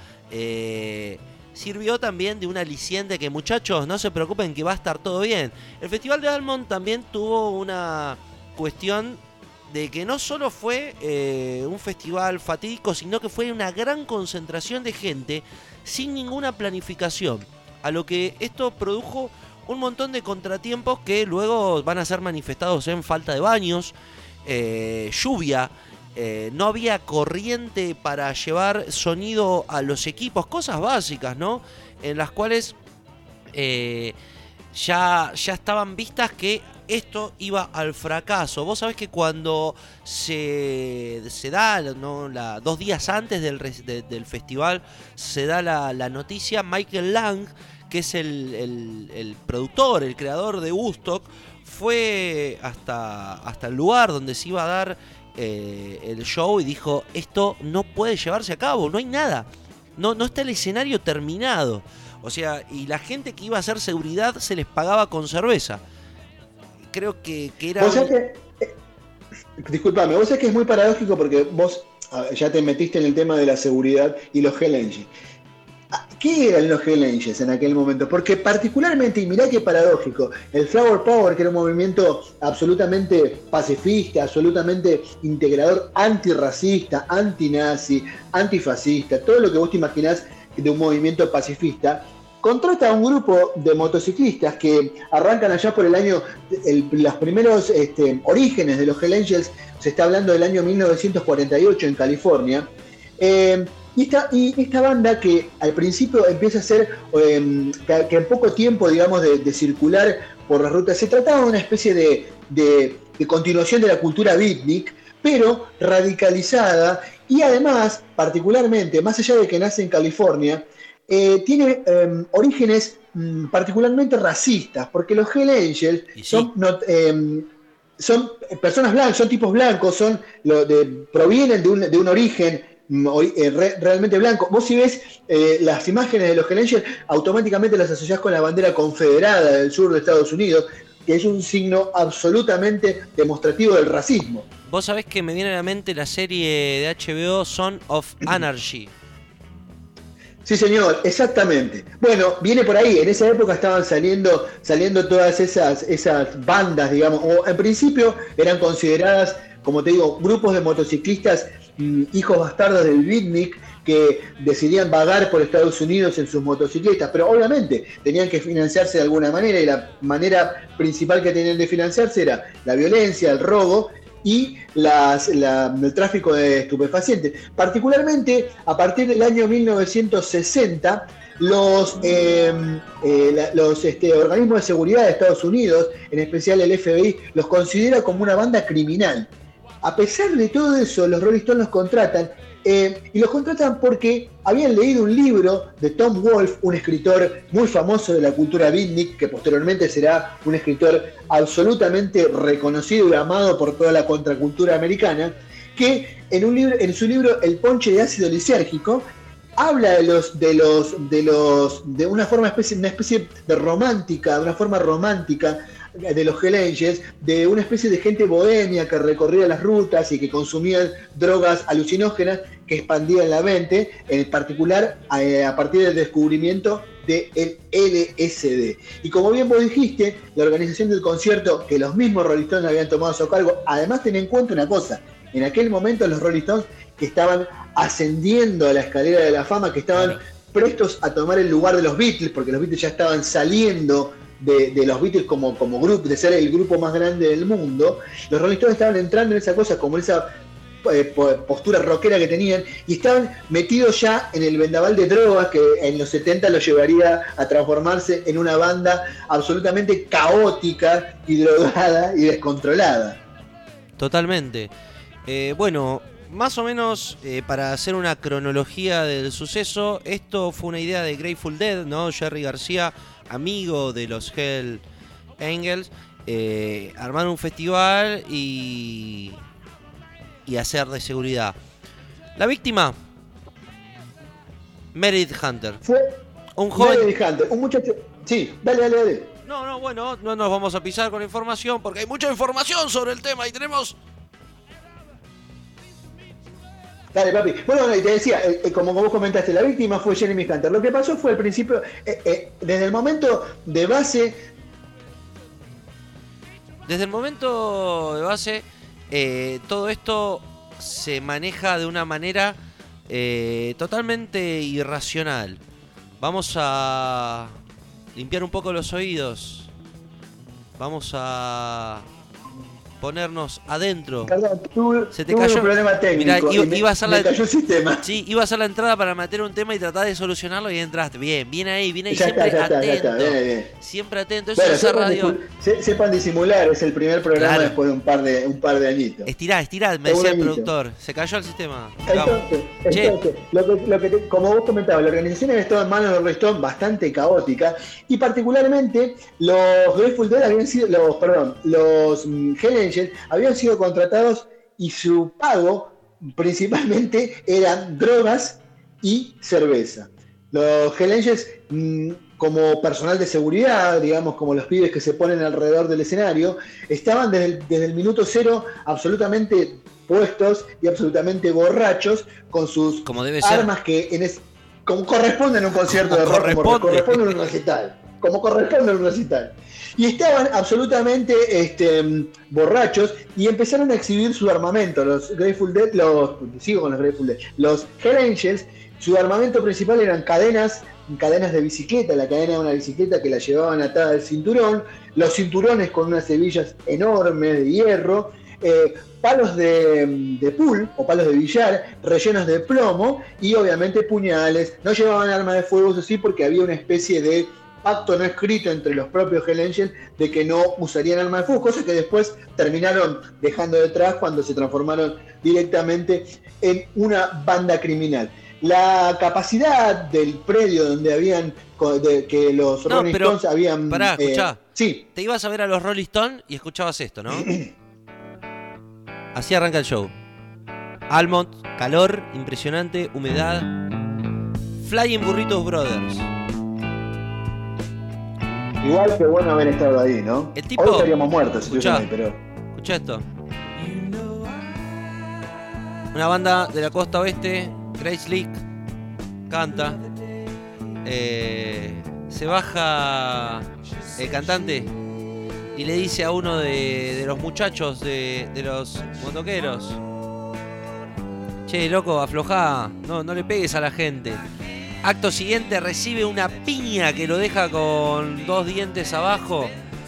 eh, sirvió también de un aliciente que, muchachos, no se preocupen que va a estar todo bien. El Festival de Altamont también tuvo una cuestión de que no solo fue eh, un festival fatídico, sino que fue una gran concentración de gente sin ninguna planificación, a lo que esto produjo un montón de contratiempos que luego van a ser manifestados en falta de baños, eh, lluvia, eh, no había corriente para llevar sonido a los equipos, cosas básicas, ¿no? En las cuales eh, ya, ya estaban vistas que esto iba al fracaso. Vos sabés que cuando se, se da, ¿no? la, dos días antes del, de, del festival, se da la, la noticia, Michael Lang, que es el, el, el productor, el creador de Woodstock, fue hasta, hasta el lugar donde se iba a dar eh, el show y dijo, esto no puede llevarse a cabo, no hay nada, no, no está el escenario terminado. O sea, y la gente que iba a hacer seguridad se les pagaba con cerveza. Creo que, que era... ¿Vos sabés que, eh, disculpame, vos sabés que es muy paradójico porque vos ya te metiste en el tema de la seguridad y los Hell Angels. ¿Qué eran los Hell Angels en aquel momento? Porque particularmente, y mirá qué paradójico, el Flower Power, que era un movimiento absolutamente pacifista, absolutamente integrador, antirracista, antinazi, antifascista, todo lo que vos te imaginás de un movimiento pacifista, contrata a un grupo de motociclistas que arrancan allá por el año, el, los primeros este, orígenes de los Hell Angels, se está hablando del año mil novecientos cuarenta y ocho en California, eh, y, esta, y esta banda que al principio empieza a ser, eh, que, que en poco tiempo, digamos, de, de circular por las rutas, se trataba de una especie de, de, de continuación de la cultura beatnik, pero radicalizada, y además, particularmente, más allá de que nace en California, eh, tiene eh, orígenes mm, particularmente racistas, porque los Hell Angels sí. son, no, eh, son personas blancas, son tipos blancos, son lo de, provienen de un, de un origen mm, eh, re, realmente blanco. Vos si ves eh, las imágenes de los Hell Angels, automáticamente las asociás con la bandera confederada del sur de Estados Unidos, que es un signo absolutamente demostrativo del racismo. Vos sabés que me viene a la mente la serie de H B O Son of Anarchy. Sí, señor, exactamente. Bueno, viene por ahí. En esa época estaban saliendo, saliendo todas esas, esas bandas, digamos, o en principio eran consideradas, como te digo, grupos de motociclistas, hijos bastardos del beatnik, que decidían vagar por Estados Unidos en sus motocicletas, pero obviamente tenían que financiarse de alguna manera, y la manera principal que tenían de financiarse era la violencia, el robo y las, la, el tráfico de estupefacientes. Particularmente a partir del año mil novecientos sesenta, los, eh, eh, la, los este, organismos de seguridad de Estados Unidos, en especial el F B I, los considera como una banda criminal. A pesar de todo eso, los Rolling Stones los contratan, eh, y los contratan porque habían leído un libro de Tom Wolfe, un escritor muy famoso de la cultura beatnik, que posteriormente será un escritor absolutamente reconocido y amado por toda la contracultura americana, que en, un libro, en su libro El ponche de ácido lisérgico habla de los de los de los de una forma especie una especie de romántica, de una forma romántica de los Hell Angels, de una especie de gente bohemia que recorría las rutas y que consumían drogas alucinógenas que expandían la mente, en particular a, a partir del descubrimiento del L S D. Y como bien vos dijiste, la organización del concierto, que los mismos Rolling Stones habían tomado a su cargo, además ten en cuenta una cosa, en aquel momento los Rolling Stones que estaban ascendiendo a la escalera de la fama, que estaban prestos a tomar el lugar de los Beatles, porque los Beatles ya estaban saliendo De, de los Beatles como, como grupo, de ser el grupo más grande del mundo, los Rolling Stones estaban entrando en esa cosa, como en esa eh, postura rockera que tenían, y estaban metidos ya en el vendaval de drogas que en los setenta los llevaría a transformarse en una banda absolutamente caótica y drogada y descontrolada. Totalmente. Eh, bueno, más o menos eh, para hacer una cronología del suceso, esto fue una idea de Grateful Dead, ¿no? Jerry García, amigo de los Hell Angels, eh, armar un festival y, y hacer de seguridad. La víctima, Meredith Hunter. Fue un joven. Meredith Hunter, un muchacho. Sí, dale, dale, dale. No, no, bueno, no nos vamos a pisar con información porque hay mucha información sobre el tema y tenemos. Dale, papi. Bueno, bueno, y te decía, eh, como vos comentaste, la víctima fue Jeremy Hunter. Lo que pasó fue al principio, eh, eh, desde el momento de base... Desde el momento de base, eh, todo esto se maneja de una manera eh, totalmente irracional. Vamos a limpiar un poco los oídos. Vamos a ponernos adentro. Perdón, tuve, Se te tuve cayó un problema técnico. Mirá, iba, y me, iba a hacer me la, cayó el sistema. Sí, iba a hacer la entrada para meter un tema y tratar de solucionarlo y entraste. Bien, bien ahí, bien ahí. Ya Siempre está, ya está, atento. ya está, bien, bien. Siempre atento. Eso Bueno, es hacer sepan, radio. disimul- se- sepan disimular, es el primer programa Claro. después de un par de un par de añitos. Estirá, estirá, me Está decía el bonito. productor. Se cayó el sistema. Vamos. Entonces, Che. entonces lo que, lo que te- como vos comentabas, la organización había estado en manos de Rolling Stone bastante caótica y particularmente los Grateful Dead habían sido, los, perdón, los mm, Hell Angels habían sido contratados y su pago principalmente eran drogas y cerveza. Los Hell Angels, mm, como personal de seguridad, digamos, como los pibes que se ponen alrededor del escenario, estaban desde el, desde el minuto cero absolutamente puestos y absolutamente borrachos con sus Como debe ser. armas que en es, como corresponde en un concierto Como de rock, como corresponde. corresponde en un recital. Como corresponde en un recital. Y estaban absolutamente este, borrachos y empezaron a exhibir su armamento. Los Grateful Dead, los, sigo con los Grateful Dead, los Hell Angels, su armamento principal eran cadenas, cadenas de bicicleta, la cadena de una bicicleta que la llevaban atada al cinturón, los cinturones con unas hebillas enormes de hierro, eh, palos de, de pool o palos de billar rellenos de plomo y obviamente puñales. No llevaban armas de fuego, eso sí, porque había una especie de pacto no escrito entre los propios Hell Angels de que no usarían armas de fuego, cosa que después terminaron dejando detrás cuando se transformaron directamente en una banda criminal. La capacidad del predio donde habían de, que los No, Rolling pero, Stones habían pará, escuchá. eh, sí. Te ibas a ver a los Rolling Stones y escuchabas esto, ¿no? Así arranca el show. Almond, calor, impresionante, humedad. Flying Burritos Brothers. Igual que bueno haber estado ahí, ¿no? El tipo- Hoy estaríamos muertos si Escuchá. estuviésemos ahí, pero Escucha esto. Una banda de la costa oeste, Grace Leak, canta. Eh, se baja el cantante y le dice a uno de, de los muchachos de, de los motoqueros: che, loco, aflojá, no, no le pegues a la gente. Acto siguiente recibe una piña que lo deja con dos dientes abajo.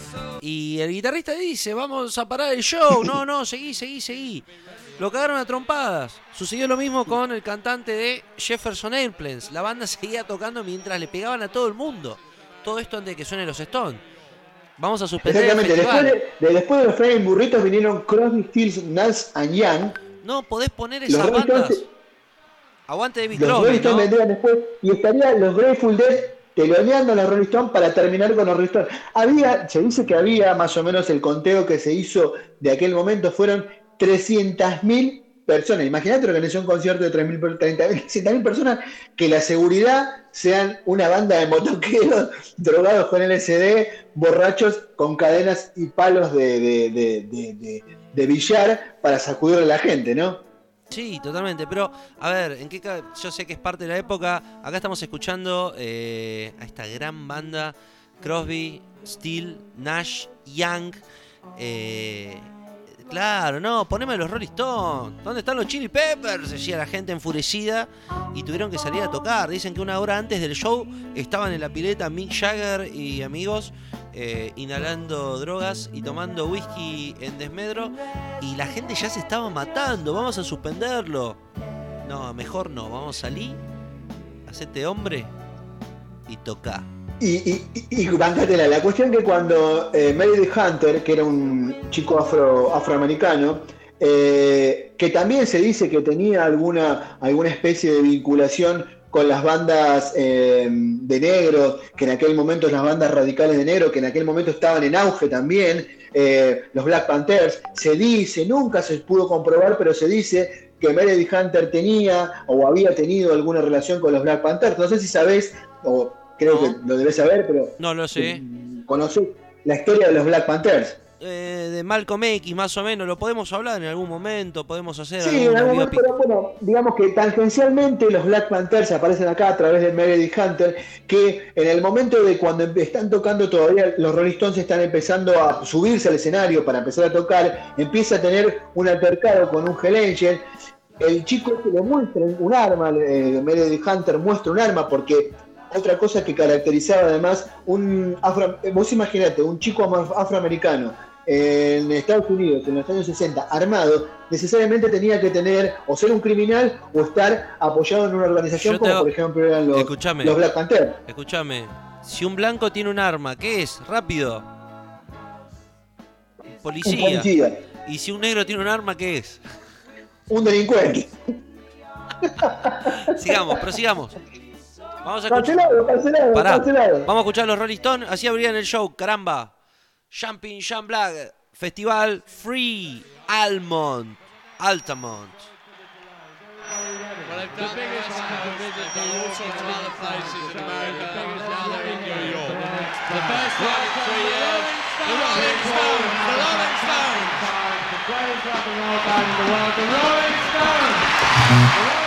Y el guitarrista dice: vamos a parar el show. No, no, seguí, seguí, seguí. Lo cagaron a trompadas. Sucedió lo mismo con el cantante de Jefferson Airplanes. La banda seguía tocando mientras le pegaban a todo el mundo. Todo esto antes de que suenen los Stones. Vamos a suspender el exactamente, después festival. de, de- después de los Flying Burritos vinieron Crosby, Stills, Nash and Young. No, podés poner Los esas Rolling bandas. Stones- Aguante David Los Crosby, Rolling Stones ¿no? vendrían después y estarían los Grateful Dead teloneando a los Rolling Stones para terminar con los Rolling Stones. Había, se dice que había más o menos el conteo que se hizo de aquel momento fueron trescientas mil personas. Imagínate organizar un concierto de tres mil, treinta mil, trescientas mil personas, que la seguridad sean una banda de motoqueros drogados con L S D, borrachos con cadenas y palos de, de, de, de, de, de billar para sacudirle a la gente, ¿no? Sí, totalmente. Pero, a ver, ¿en qué ca- yo sé que es parte de la época. Acá estamos escuchando eh, a esta gran banda: Crosby, Steele, Nash, Young. Eh, claro, no, poneme los Rolling Stones. ¿Dónde están los Chili Peppers? Decía la gente enfurecida y tuvieron que salir a tocar. Dicen que una hora antes del show estaban en la pileta Mick Jagger y amigos eh, inhalando drogas y tomando whisky en desmedro. Y la gente ya se estaba matando. Vamos a suspenderlo. No, mejor no. Vamos a salir, hacete hombre y toca. Y, y, y, y bancátela. La cuestión que cuando eh, Meredith Hunter, que era un chico afro, afroamericano, eh, que también se dice que tenía alguna, alguna especie de vinculación con las bandas eh, de negro, que en aquel momento las bandas radicales de negro, que en aquel momento estaban en auge también, eh, los Black Panthers, se dice, nunca se pudo comprobar, pero se dice que Meredith Hunter tenía o había tenido alguna relación con los Black Panthers. No sé si sabés, o creo No. que lo debes saber, pero No lo sé. ¿conocés la historia de los Black Panthers? Eh, de Malcolm X, más o menos. Lo podemos hablar en algún momento. Podemos hacer Sí, en alguna algún momento, biopic. pero bueno, digamos que tangencialmente los Black Panthers aparecen acá a través de Meredith Hunter, que en el momento de cuando están tocando todavía los Rolling Stones están empezando a subirse al escenario para empezar a tocar, empieza a tener un altercado con un Hell Angel. El chico que le muestra un arma, eh, Meredith Hunter muestra un arma porque otra cosa que caracterizaba además un afro, vos imaginate, un chico afroamericano en Estados Unidos en los años sesenta armado, necesariamente tenía que tener o ser un criminal o estar apoyado en una organización como por ejemplo eran los, los Black Panther. Escúchame, si un blanco tiene un arma, ¿qué es? Rápido. Policía. Un policía. Y si un negro tiene un arma, ¿qué es? Un delincuente. Sigamos, prosigamos. Vamos a cancelado, cancelado, Pará. cancelado. Vamos a escuchar a los Rolling Stones. Así abrían el show, caramba. Jumping Jean Black Festival Free Almond Altamont. Well, they've done the biggest uh, visit to all sorts of other places in America. Now they're in New York. The first time in three years. The Rolling Stones. The Rolling Stones. The greatest rock and roll band in the world. The Rolling Stones. The Rolling Stones.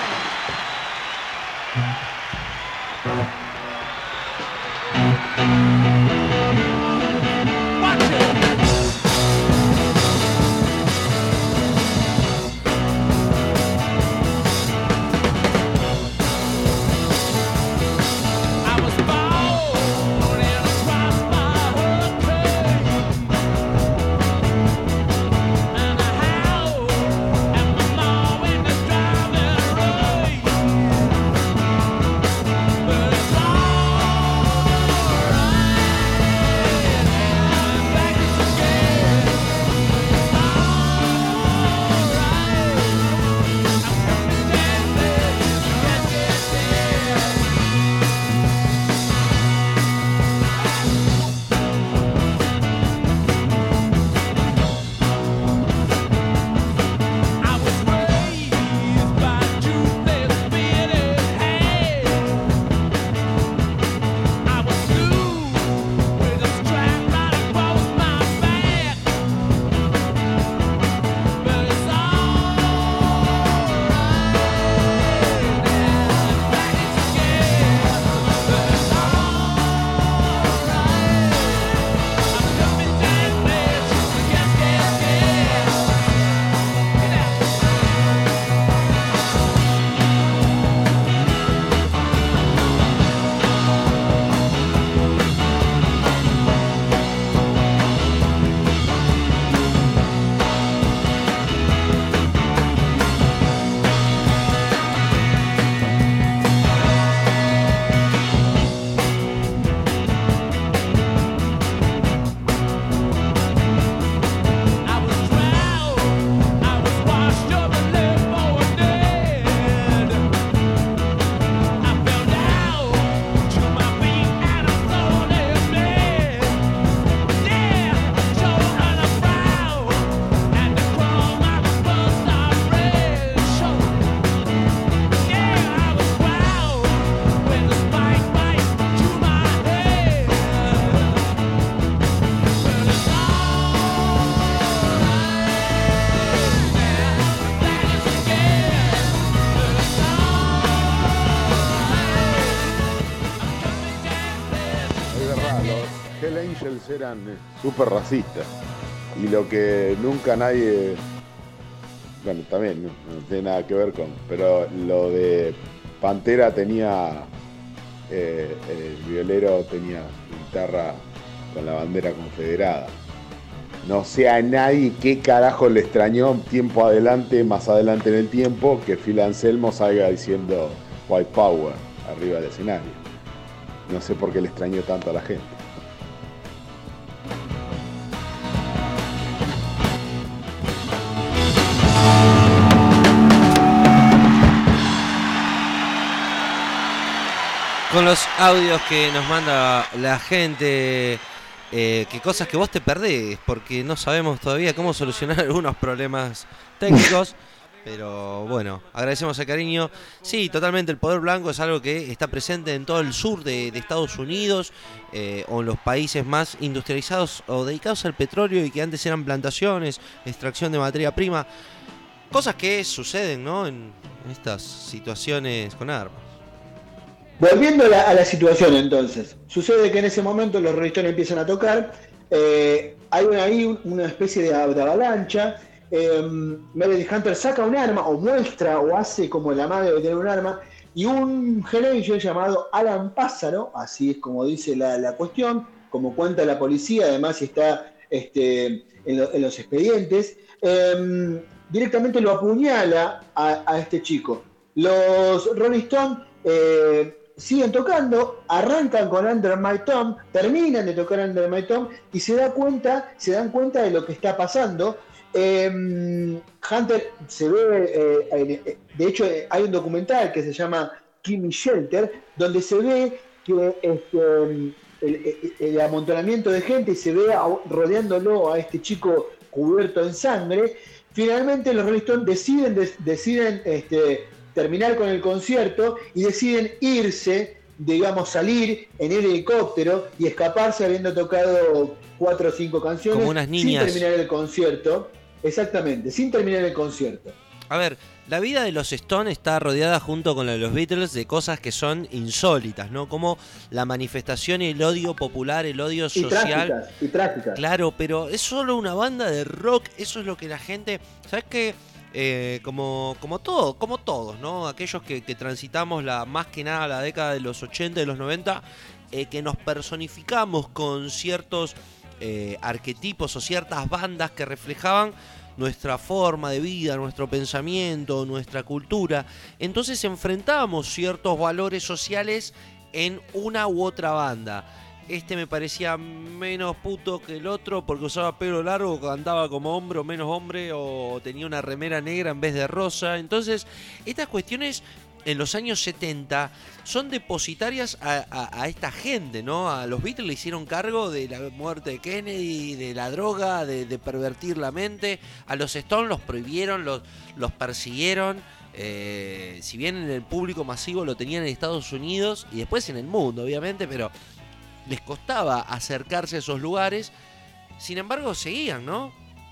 Eran súper racistas y lo que nunca nadie, bueno, también no, no tiene nada que ver con, pero lo de Pantera tenía eh, el violero tenía guitarra con la bandera confederada. No sé a nadie qué carajo le extrañó tiempo adelante, más adelante en el tiempo, que Phil Anselmo salga diciendo White Power arriba del escenario. No sé por qué le extrañó tanto a la gente. Con los audios que nos manda la gente, eh, que cosas que vos te perdés, porque no sabemos todavía cómo solucionar algunos problemas técnicos, pero bueno, agradecemos el cariño. Sí, totalmente, el poder blanco es algo que está presente en todo el sur de, de Estados Unidos, eh, o en los países más industrializados o dedicados al petróleo y que antes eran plantaciones, extracción de materia prima, cosas que suceden, ¿no?, en estas situaciones con armas. Volviendo a la, a la situación entonces, sucede que en ese momento los Rolling Stones empiezan a tocar, eh, hay una, ahí una especie de, de avalancha, eh, Meredith Hunter saca un arma o muestra o hace como la madre de tener un arma y un Hell llamado Alan Pássaro, así es como dice la, la cuestión, como cuenta la policía, además está este, en, lo, en los expedientes, eh, directamente lo apuñala a, a este chico. Los Rolling Stones eh, siguen tocando, arrancan con Under My Thumb, terminan de tocar Under My Thumb y se da cuenta, se dan cuenta de lo que está pasando. Eh, Hunter se ve, eh, eh, de hecho hay un documental que se llama Gimme Shelter, donde se ve que este, el, el, el amontonamiento de gente y se ve a, rodeándolo a este chico cubierto en sangre. Finalmente los Rolling Stones deciden, de, deciden este, terminar con el concierto y deciden irse, digamos, salir en el helicóptero y escaparse habiendo tocado cuatro o cinco canciones. Como unas niñas. Sin terminar el concierto. Exactamente, sin terminar el concierto. A ver, la vida de los Stones está rodeada junto con la de los Beatles de cosas que son insólitas, ¿no? Como la manifestación y el odio popular, el odio social. Y trágicas, y trágicas. Claro, pero es solo una banda de rock, eso es lo que la gente... ¿Sabes qué? Eh, como, como todo, como todos, ¿no? Aquellos que, que transitamos la, más que nada la década de los ochenta y de los noventa, eh, que nos personificamos con ciertos eh, arquetipos o ciertas bandas que reflejaban nuestra forma de vida, nuestro pensamiento, nuestra cultura. Entonces enfrentamos ciertos valores sociales en una u otra banda. Este me parecía menos puto que el otro porque usaba pelo largo, cantaba como hombre o menos hombre, o tenía una remera negra en vez de rosa. Entonces, estas cuestiones en los años setenta son depositarias a, a, a esta gente, ¿no? A los Beatles le hicieron cargo de la muerte de Kennedy, de la droga, de, de pervertir la mente. A los Stones los prohibieron, los, los persiguieron. Eh, si bien en el público masivo lo tenían en Estados Unidos y después en el mundo, obviamente, pero les costaba acercarse a esos lugares. Sin embargo, seguían, ¿no?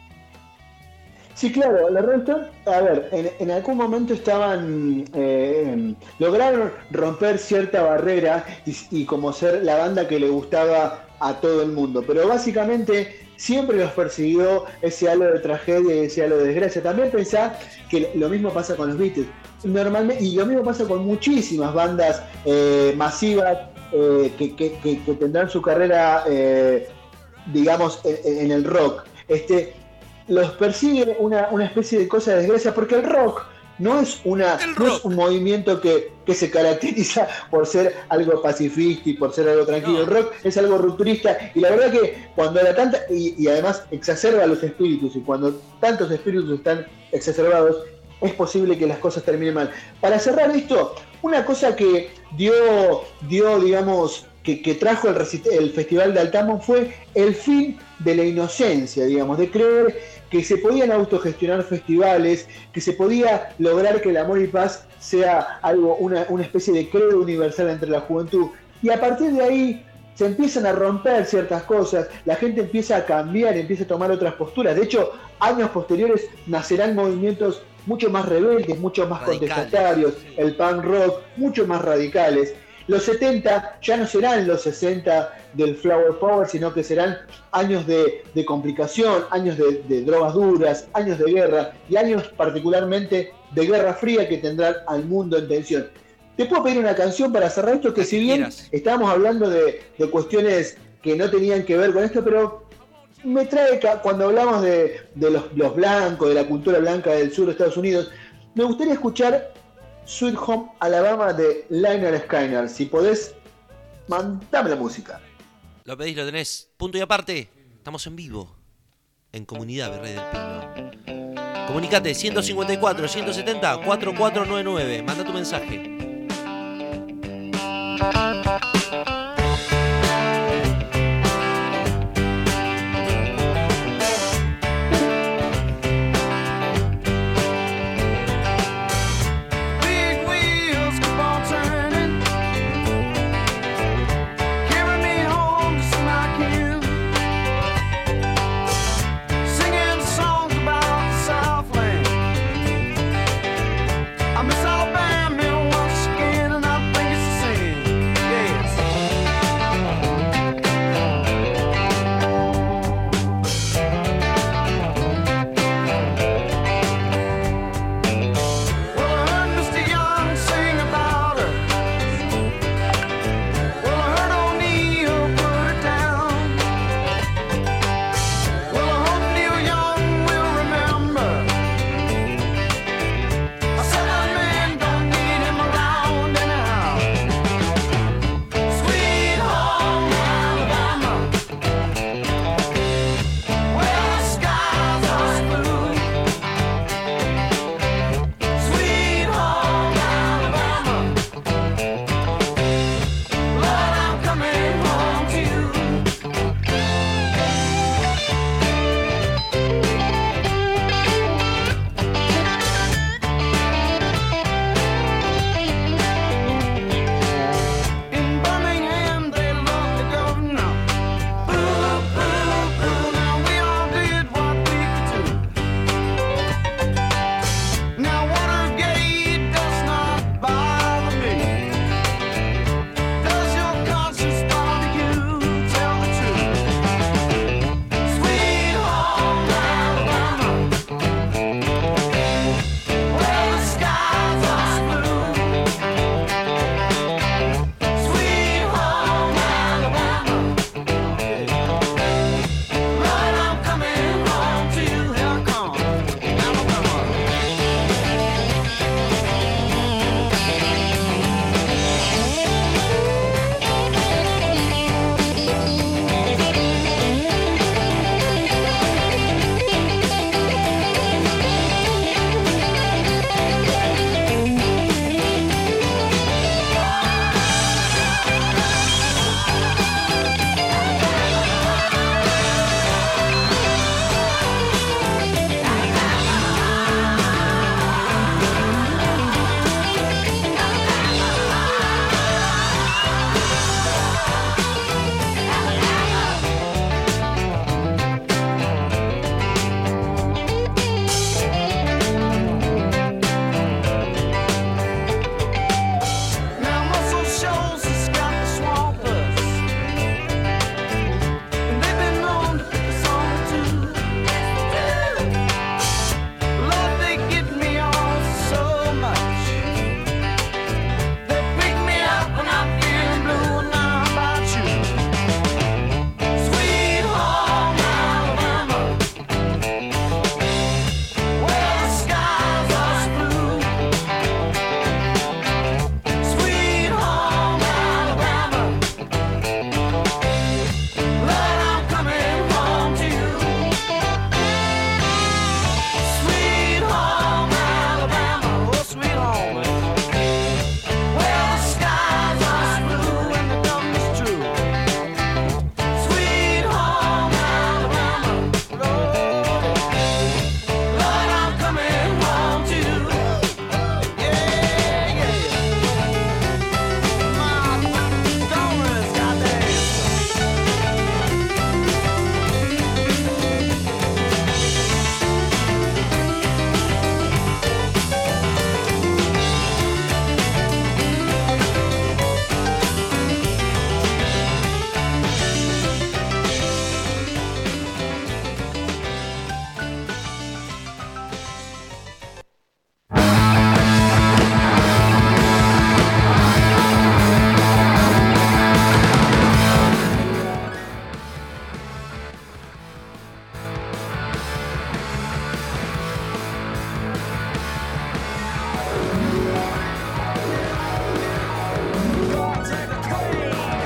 Sí, claro, la Rolling, a ver, en, en algún momento estaban, eh, lograron romper cierta barrera y, y como ser la banda que le gustaba a todo el mundo, pero básicamente siempre los persiguió ese halo de tragedia y ese halo de desgracia. También pensá que lo mismo pasa con los Beatles, normalmente, y lo mismo pasa con muchísimas bandas eh, masivas eh, que, que, que, que tendrán su carrera, eh, digamos, en, en el rock. Este, los persigue una, una especie de cosa de desgracia, porque el rock no es una El no rock. es un movimiento que, que se caracteriza por ser algo pacifista y por ser algo tranquilo. No. El rock es algo rupturista, y la verdad que cuando la tanta y, y además exacerba los espíritus, y cuando tantos espíritus están exacerbados, es posible que las cosas terminen mal. Para cerrar esto, una cosa que dio, dio digamos, que, que trajo el, recit- el Festival de Altamont fue el fin de la inocencia, digamos, de creer que se podían autogestionar festivales, que se podía lograr que el amor y paz sea algo, una, una especie de credo universal entre la juventud. Y a partir de ahí se empiezan a romper ciertas cosas, la gente empieza a cambiar, empieza a tomar otras posturas. De hecho, años posteriores nacerán movimientos mucho más rebeldes, mucho más Radicales. contestatarios, el punk rock, mucho más radicales. Los setenta ya no serán los sesenta del Flower Power, sino que serán años de, de complicación, años de, de drogas duras, años de guerra y años particularmente de guerra fría que tendrán al mundo en tensión. Te puedo pedir una canción para cerrar esto, que La si que bien quieras. estábamos hablando de, de cuestiones que no tenían que ver con esto, pero me trae, ca- cuando hablamos de, de los, los blancos, de la cultura blanca del sur de Estados Unidos, me gustaría escuchar Sweet Home Alabama de Lynyrd Skynyrd. Si podés, mandame la música. Lo pedís, lo tenés. Punto y aparte. Estamos en vivo. En Comunidad Virrey del Pino. Comunicate ciento cincuenta y cuatro, ciento setenta, cuarenta y cuatro noventa y nueve. Manda tu mensaje. Big wheels keep on turning, carry me home to see my kin, singing songs about the Southland. I miss Alabama once again, and I think it's the same. Yeah.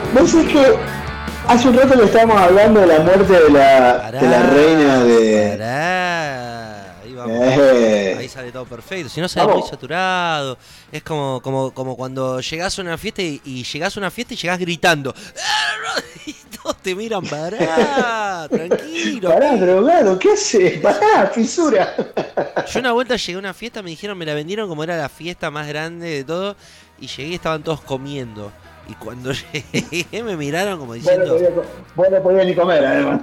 Vos sabés que hace un rato que estábamos hablando de la muerte de la, Pará, de la reina de... pará. Ahí vamos. Eh. Ahí sale todo perfecto. Si no sale muy Vamos. saturado. Es como, como, como cuando llegás a una fiesta y, y llegás a una fiesta y llegás gritando. Y todos te miran, pará, tranquilo. Pará, drogado, ¿qué haces? Pará, fisura. Yo una vuelta llegué a una fiesta, me dijeron, me la vendieron como era la fiesta más grande de todo. Y llegué y estaban todos comiendo. Y cuando llegué me miraron como Vos no diciendo... podías, vos no podías ni comer, además.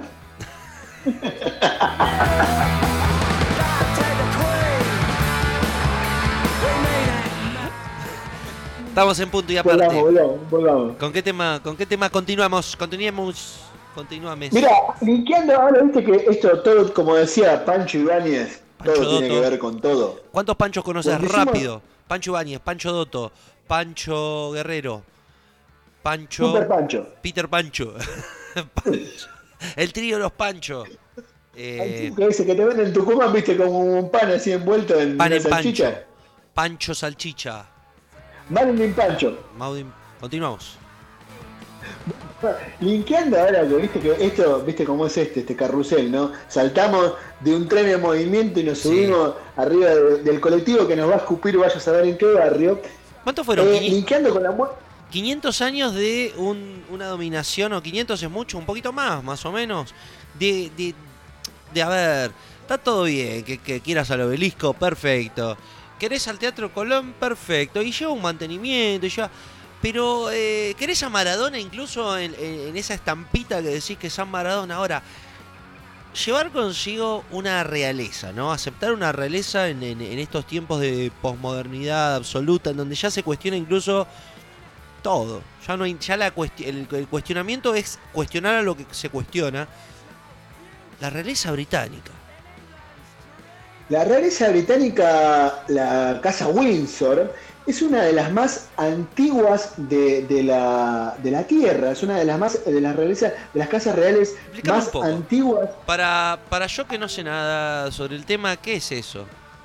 Estamos en punto y aparte. Volvamos, volvamos, volvamos. ¿Con qué tema, con qué tema continuamos? Continuemos. Continuame. Mira, linkeando ahora, viste que esto todo, como decía Pancho Ibáñez, Pancho todo tiene Dotto. que ver con todo. ¿Cuántos Panchos conoces? Porque hicimos- Rápido. Pancho Ibáñez, Pancho Dotto, Pancho Guerrero, Pancho... Super Pancho. Peter Pancho. Pancho. El trío de los Panchos. Eh, Hay tipo que dice que te venden en Tucumán, viste, como un pan así envuelto en pan una en Pancho. salchicha. Pancho Salchicha. Marilyn Pancho. Maudin. Continuamos. Linkeando ahora que viste que esto, viste cómo es este, este carrusel, ¿no? Saltamos de un tren en movimiento y nos Sí. subimos arriba de- del colectivo que nos va a escupir, vaya a saber en qué barrio. ¿Cuántos fueron? Eh, Quini- linkeando con la muerte. quinientos años de un- una dominación, o quinientos es mucho, un poquito más, más o menos, de, de, de a ver, está todo bien, que, que quieras al obelisco, perfecto, querés al Teatro Colón, perfecto, y lleva un mantenimiento, y lleva... Pero, eh, ¿querés a Maradona incluso en, en- en esa estampita que decís que es San Maradona? Ahora, llevar consigo una realeza, ¿no? Aceptar una realeza en, en- en estos tiempos de posmodernidad absoluta, en donde ya se cuestiona incluso todo. Ya no hay, ya la cuesti- el, el cuestionamiento es cuestionar a lo que se cuestiona. La realeza británica. La realeza británica, la casa Windsor, es una de las más antiguas de, de la, de la tierra. Es una de las más de las realezas, de las casas reales Explícame más un poco. antiguas. Para, para yo que no sé nada sobre el tema, ¿qué es eso?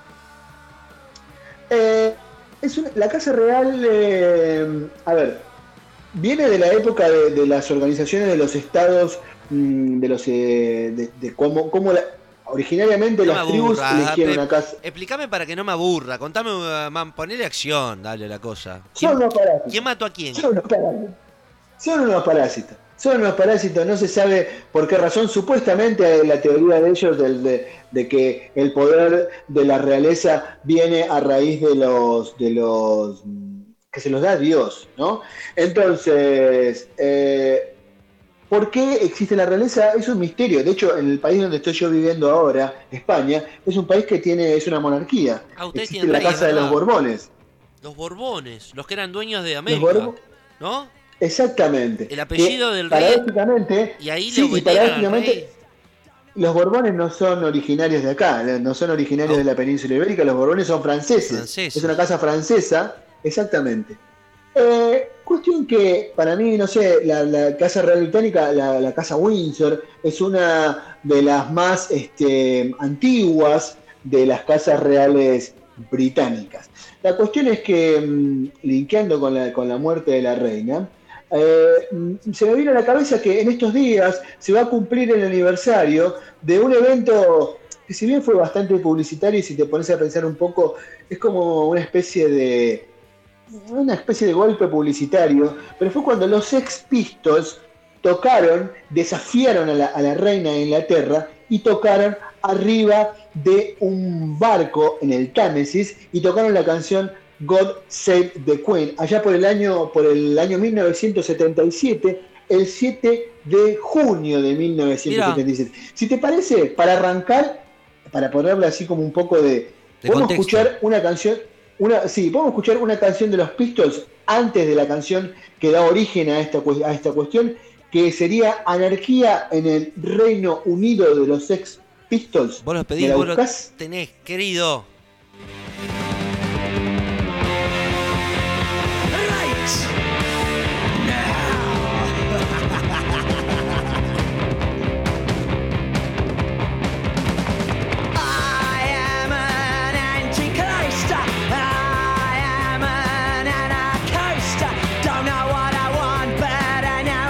Eh, es una- la casa real, eh, a ver, viene de la época de, de las organizaciones de los estados, mm, de los eh, de, de cómo, cómo la- originariamente No las me tribus aburra, eligieron pe- una casa. Explícame para que no me aburra. Contame, uh, man, ponele acción, dale la cosa. Son ¿Quién, unos parásitos. quién mató a quién? Son unos parásitos. Son unos parásitos. Son unos parásitos, no se sabe por qué razón. Supuestamente la teoría de ellos del- de, de que el poder de la realeza viene a raíz de los de los mm, que se los da Dios, ¿no? Entonces, eh, ¿por qué existe la realeza? Es un misterio. De hecho, en el país donde estoy yo viviendo ahora, España, es un país que tiene es una monarquía. Ah, ustedes Existe tienen la rey, casa de ¿verdad? los Borbones. Los Borbones, los que eran dueños de Los América, Borbo- ¿no? Exactamente. El apellido Que del rey. Paradójicamente, Y ahí sí, lo y veneran al paradójicamente, rey. los Borbones no son originarios de acá, no son originarios No. de la península ibérica, los Borbones son franceses. Franceses. Es una casa francesa, exactamente. Eh, cuestión que para mí, no sé, la, la Casa Real Británica, la, la Casa Windsor, es una de las más este, antiguas de las casas reales británicas. La cuestión es que, mm, linkeando con la, con la muerte de la reina, eh, mm, se me vino a la cabeza que en estos días se va a cumplir el aniversario de un evento que, si bien fue bastante publicitario, y si te pones a pensar un poco, es como una especie de una especie de golpe publicitario, pero fue cuando los Sex Pistols tocaron, desafiaron a la, a la reina de Inglaterra y tocaron arriba de un barco en el Támesis y tocaron la canción God Save the Queen, allá por el año, por el año mil novecientos setenta y siete, el siete de junio de mil novecientos setenta y siete. Si te parece, para arrancar, para ponerle así como un poco de... De podemos contexto. escuchar una canción, una, sí, podemos escuchar una canción de los Pistols antes de la canción que da origen a esta, cu- a esta cuestión, que sería Anarquía en el Reino Unido de los Sex Pistols. Vos los ¿Me pedís, la vos los buscás? tenés, querido. I am an anti-coaster. I am an anarchoaster. Don't know what I want, but I know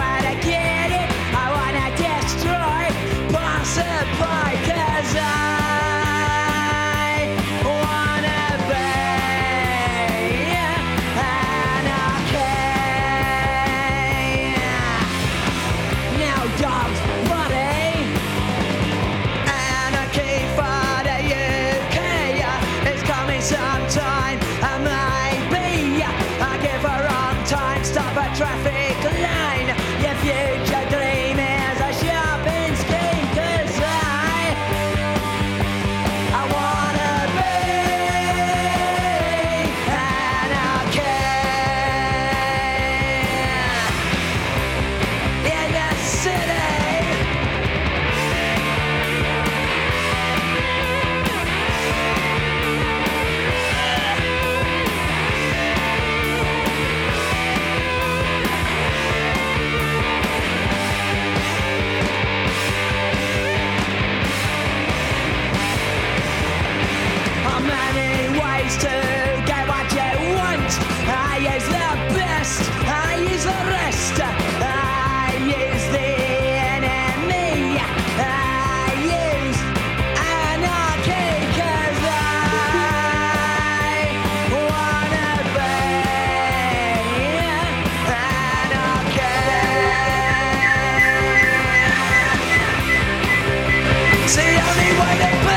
pick a line. Your future dream is a shopping scheme. 'Cause I, I wanna be anarchy in the city. Many ways to get what you want. I use the best, I use the rest. I use the enemy. I use anarchy 'cause I wanna be anarchy. It's the only way to be.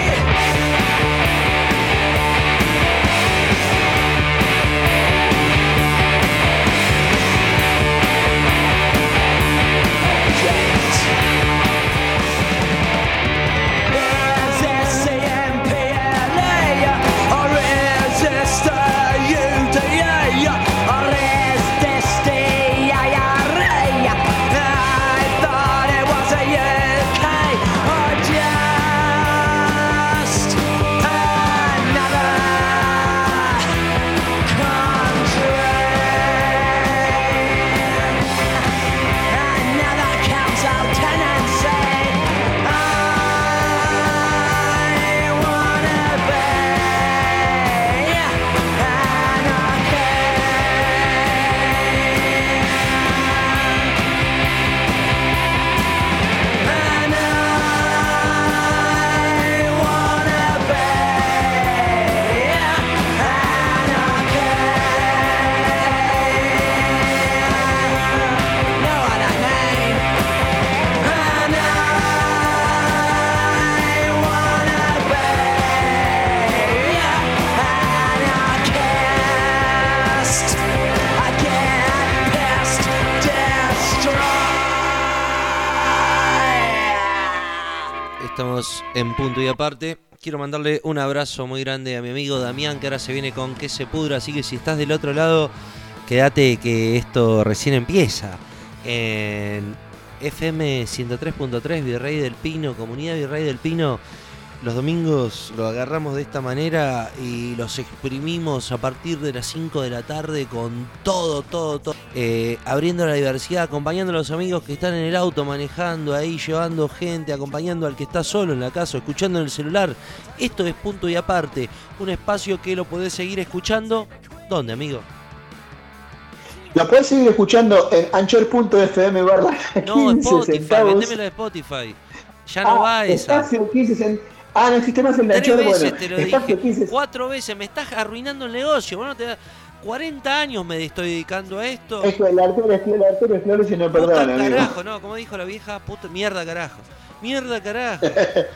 Estamos en punto y aparte. Quiero mandarle un abrazo muy grande a mi amigo Damián, que ahora se viene con Que se pudra. Así que si estás del otro lado, quédate que esto recién empieza. En F M ciento tres punto tres, Virrey del Pino, Comunidad Virrey del Pino. Los domingos lo agarramos de esta manera y los exprimimos a partir de las cinco de la tarde con todo, todo, todo. Eh, abriendo la diversidad, acompañando a los amigos que están en el auto, manejando ahí, llevando gente, acompañando al que está solo en la casa, escuchando en el celular. Esto es Punto y Aparte, un espacio que lo podés seguir escuchando. ¿Dónde, amigo? Lo podés seguir escuchando en anchor punto f m barra No, quince Spotify, centavos. vendémelo de Spotify. Ya no Ah, va esa. espacio quince centavos. Ah, no existe más el de Tres Anchor. veces Bueno, te lo espacio dije, quince. cuatro veces, me estás arruinando el negocio. Bueno, te da cuarenta años me estoy dedicando a esto. Es que el Arturo el Arturo Flores y no Puta perdona, amigo. carajo, no, como dijo la vieja, puta mierda carajo. Mierda carajo.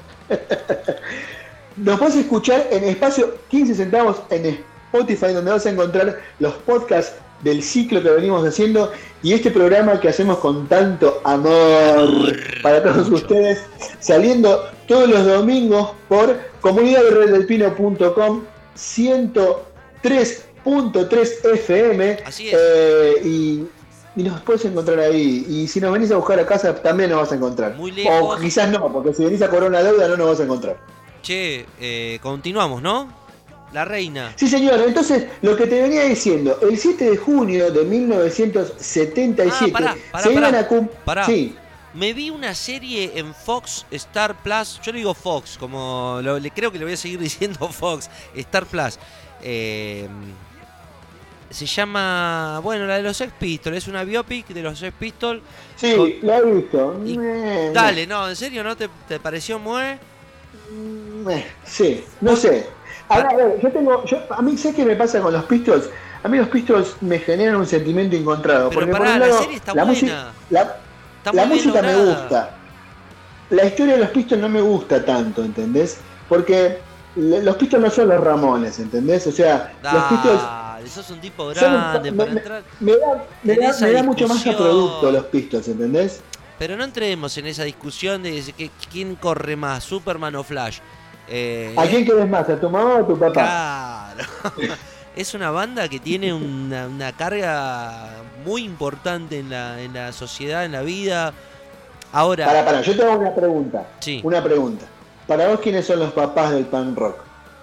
Nos podés escuchar en espacio quince centavos en Spotify, donde vas a encontrar los podcasts del ciclo que venimos haciendo y este programa que hacemos con tanto amor para todos ustedes, saliendo todos los domingos por comunidad virrey del pino punto com, ciento tres punto tres F M. Así es. Eh, y, y nos puedes encontrar ahí. Y si nos venís a buscar a casa, también nos vas a encontrar. Muy lejos. O quizás no, porque si venís a cobrar una deuda, no nos vas a encontrar. Che, eh, continuamos, ¿no? La reina. Sí, señor. Entonces, lo que te venía diciendo, el siete de junio de mil novecientos setenta y siete Ah, pará, pará, se iban pará, a cum- pará. Sí. Me vi una serie en Fox Star Plus. Yo le digo Fox, como lo, le, creo que le voy a seguir diciendo Fox Star Plus. Eh, se llama, bueno, la de los Sex Pistols. Es una biopic de los Sex Pistols. Sí, Con- la he visto. y- Eh, dale, no, ¿en serio no te, te pareció mue? eh, Sí, no sé. A ver, a ver, yo tengo, yo, a mí sé qué me pasa con los Pistols. A mí los Pistols me generan un sentimiento encontrado. Pero porque pará, por un la lado, serie está la buena. música, la, Está la muy bien música me lograda. gusta. La historia de los Pistols no me gusta tanto, ¿entendés? Porque le- los Pistols no son los Ramones, ¿entendés? O sea, los Pistols Dale, sos un tipo Son un- grande me, para me- entrar. me da, me en da- esa me da mucho más a discusión. producto los Pistols, ¿entendés? Pero no entremos en esa discusión de que, quién corre más, Superman o Flash. Eh, ¿A quién querés más? ¿A tu mamá o a tu papá? Claro. Es una banda que tiene una, una carga muy importante en la, en la sociedad, en la vida. Ahora, Para, para, yo te hago una pregunta. Sí. Una pregunta. Para vos, ¿quiénes son los papás del punk rock?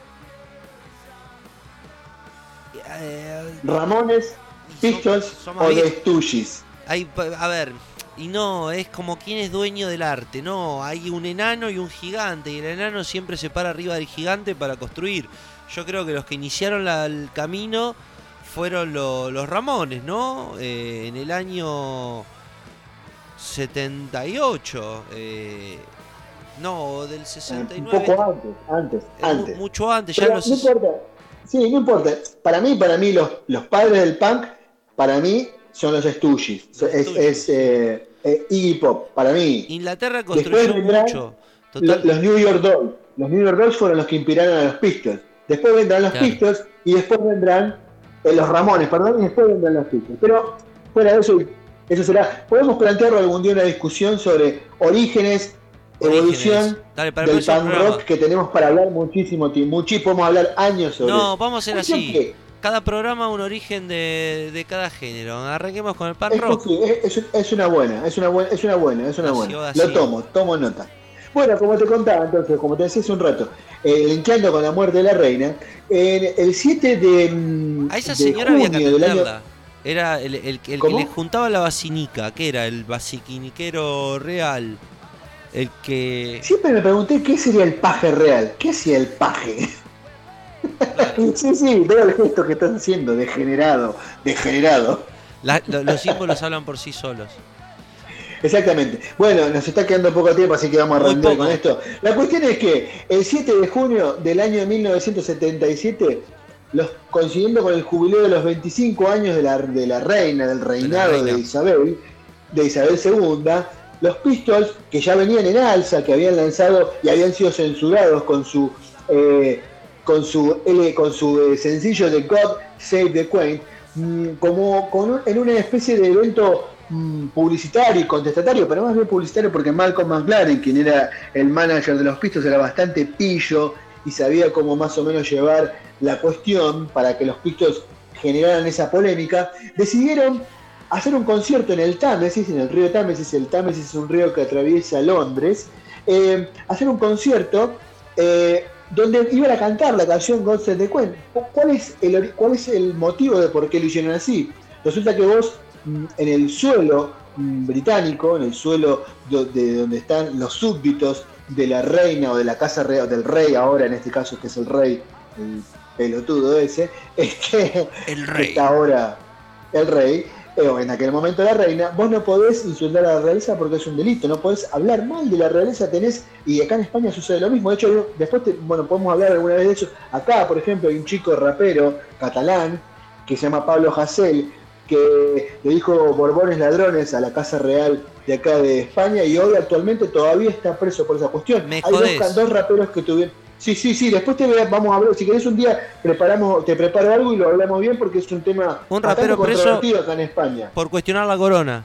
eh, ¿Ramones, Pistols son- son más o bien- The Stooges? hay, a ver, y no, es como quién es dueño del arte, no, hay un enano y un gigante, y el enano siempre se para arriba del gigante para construir. Yo creo que los que iniciaron la- el camino fueron lo- los Ramones, ¿no? Eh, en el año setenta y ocho, eh, no, del sesenta y Un nueve. poco antes, antes, eh, mu- antes. Mucho antes, ya Pero los... no importa. Sí, no importa. Para mí, para mí, los, los padres del punk, para mí, son los Stooges. Los Es, Stooges. es eh, eh, Iggy Pop, para mí. Inglaterra Después construyó vendrán mucho. Lo- Total, Los New York Dolls. Los New York Dolls fueron los que inspiraron a los Pistols. Después vendrán los Claro. Pistols y después vendrán eh, los Ramones, perdón, y después vendrán los Pistols. Pero fuera de eso, eso será. Podemos plantearlo algún día una discusión sobre orígenes, Orígenes. evolución Dale, para el del próximo punk programa. rock, que tenemos para hablar muchísimo tiempo. Muchi, podemos hablar años sobre No, eso. vamos a hacer Cuestión así. que- Cada programa un origen de, de cada género. Arranquemos con el punk Es, rock. sí, es, es- es una buena, es una buena, es una buena, es una Así buena. va, así. Lo tomo, tomo nota. Bueno, como te contaba entonces, como te decía hace un rato, eh, linkeando con la muerte de la reina, en el siete de, mm, A esa de señora había que junio del año- atenderla. Era el, el- el que ¿Cómo? le juntaba la basinica, que era el basiquiniquero real. El que. Siempre me pregunté qué sería el paje real. ¿Qué hacía el paje? Sí, sí, veo el gesto que estás haciendo, degenerado, degenerado. la- lo- los símbolos hablan por sí solos. Exactamente. Bueno, nos está quedando poco tiempo, así que vamos a Muy arrancar poco. con esto. La cuestión es que el siete de junio del año mil novecientos setenta y siete, los, coincidiendo con el jubileo de los veinticinco años de la, de la reina, del reinado de, reina. Isabel, de Isabel segunda, los Pistols, que ya venían en alza, que habían lanzado y habían sido censurados con su eh, con su L- con su eh, sencillo de God Save the Queen, mm, como con un- en una especie de evento mm, publicitario y contestatario, pero más bien publicitario porque Malcolm McLaren, quien era el manager de los Pistols, era bastante pillo y sabía cómo más o menos llevar la cuestión para que los Pistols generaran esa polémica. Decidieron hacer un concierto en el Támesis, en el río Támesis. El Támesis es un río que atraviesa Londres. eh, hacer un concierto eh, donde iban a cantar la canción God Save the Queen. ¿Cuál es, el, ori- ¿Cuál es el motivo de por qué lo hicieron así? Resulta que vos, mm, en el suelo mm, británico, en el suelo do- de donde están los súbditos de la reina o de la casa real, del rey ahora, en este caso que es el rey, el pelotudo ese, este, El que rey. está ahora el rey, eh, o en aquel momento la reina, vos no podés insultar a la realeza porque es un delito, no podés hablar mal de la realeza, tenés, y acá en España sucede lo mismo. De hecho, yo- después, te- bueno, podemos hablar alguna vez de eso. Acá, por ejemplo, hay un chico rapero catalán que se llama Pablo Hasél, que le dijo Borbones ladrones a la Casa Real de acá de España y hoy actualmente todavía está preso por esa cuestión. Me hay dos, jodés. ca- dos raperos que tuvieron... Sí, sí, sí, después te voy a- vamos a hablar, si querés un día preparamos, te preparo algo y lo hablamos bien porque es un tema Un bastante rapero preso controvertido acá en España. por cuestionar la corona.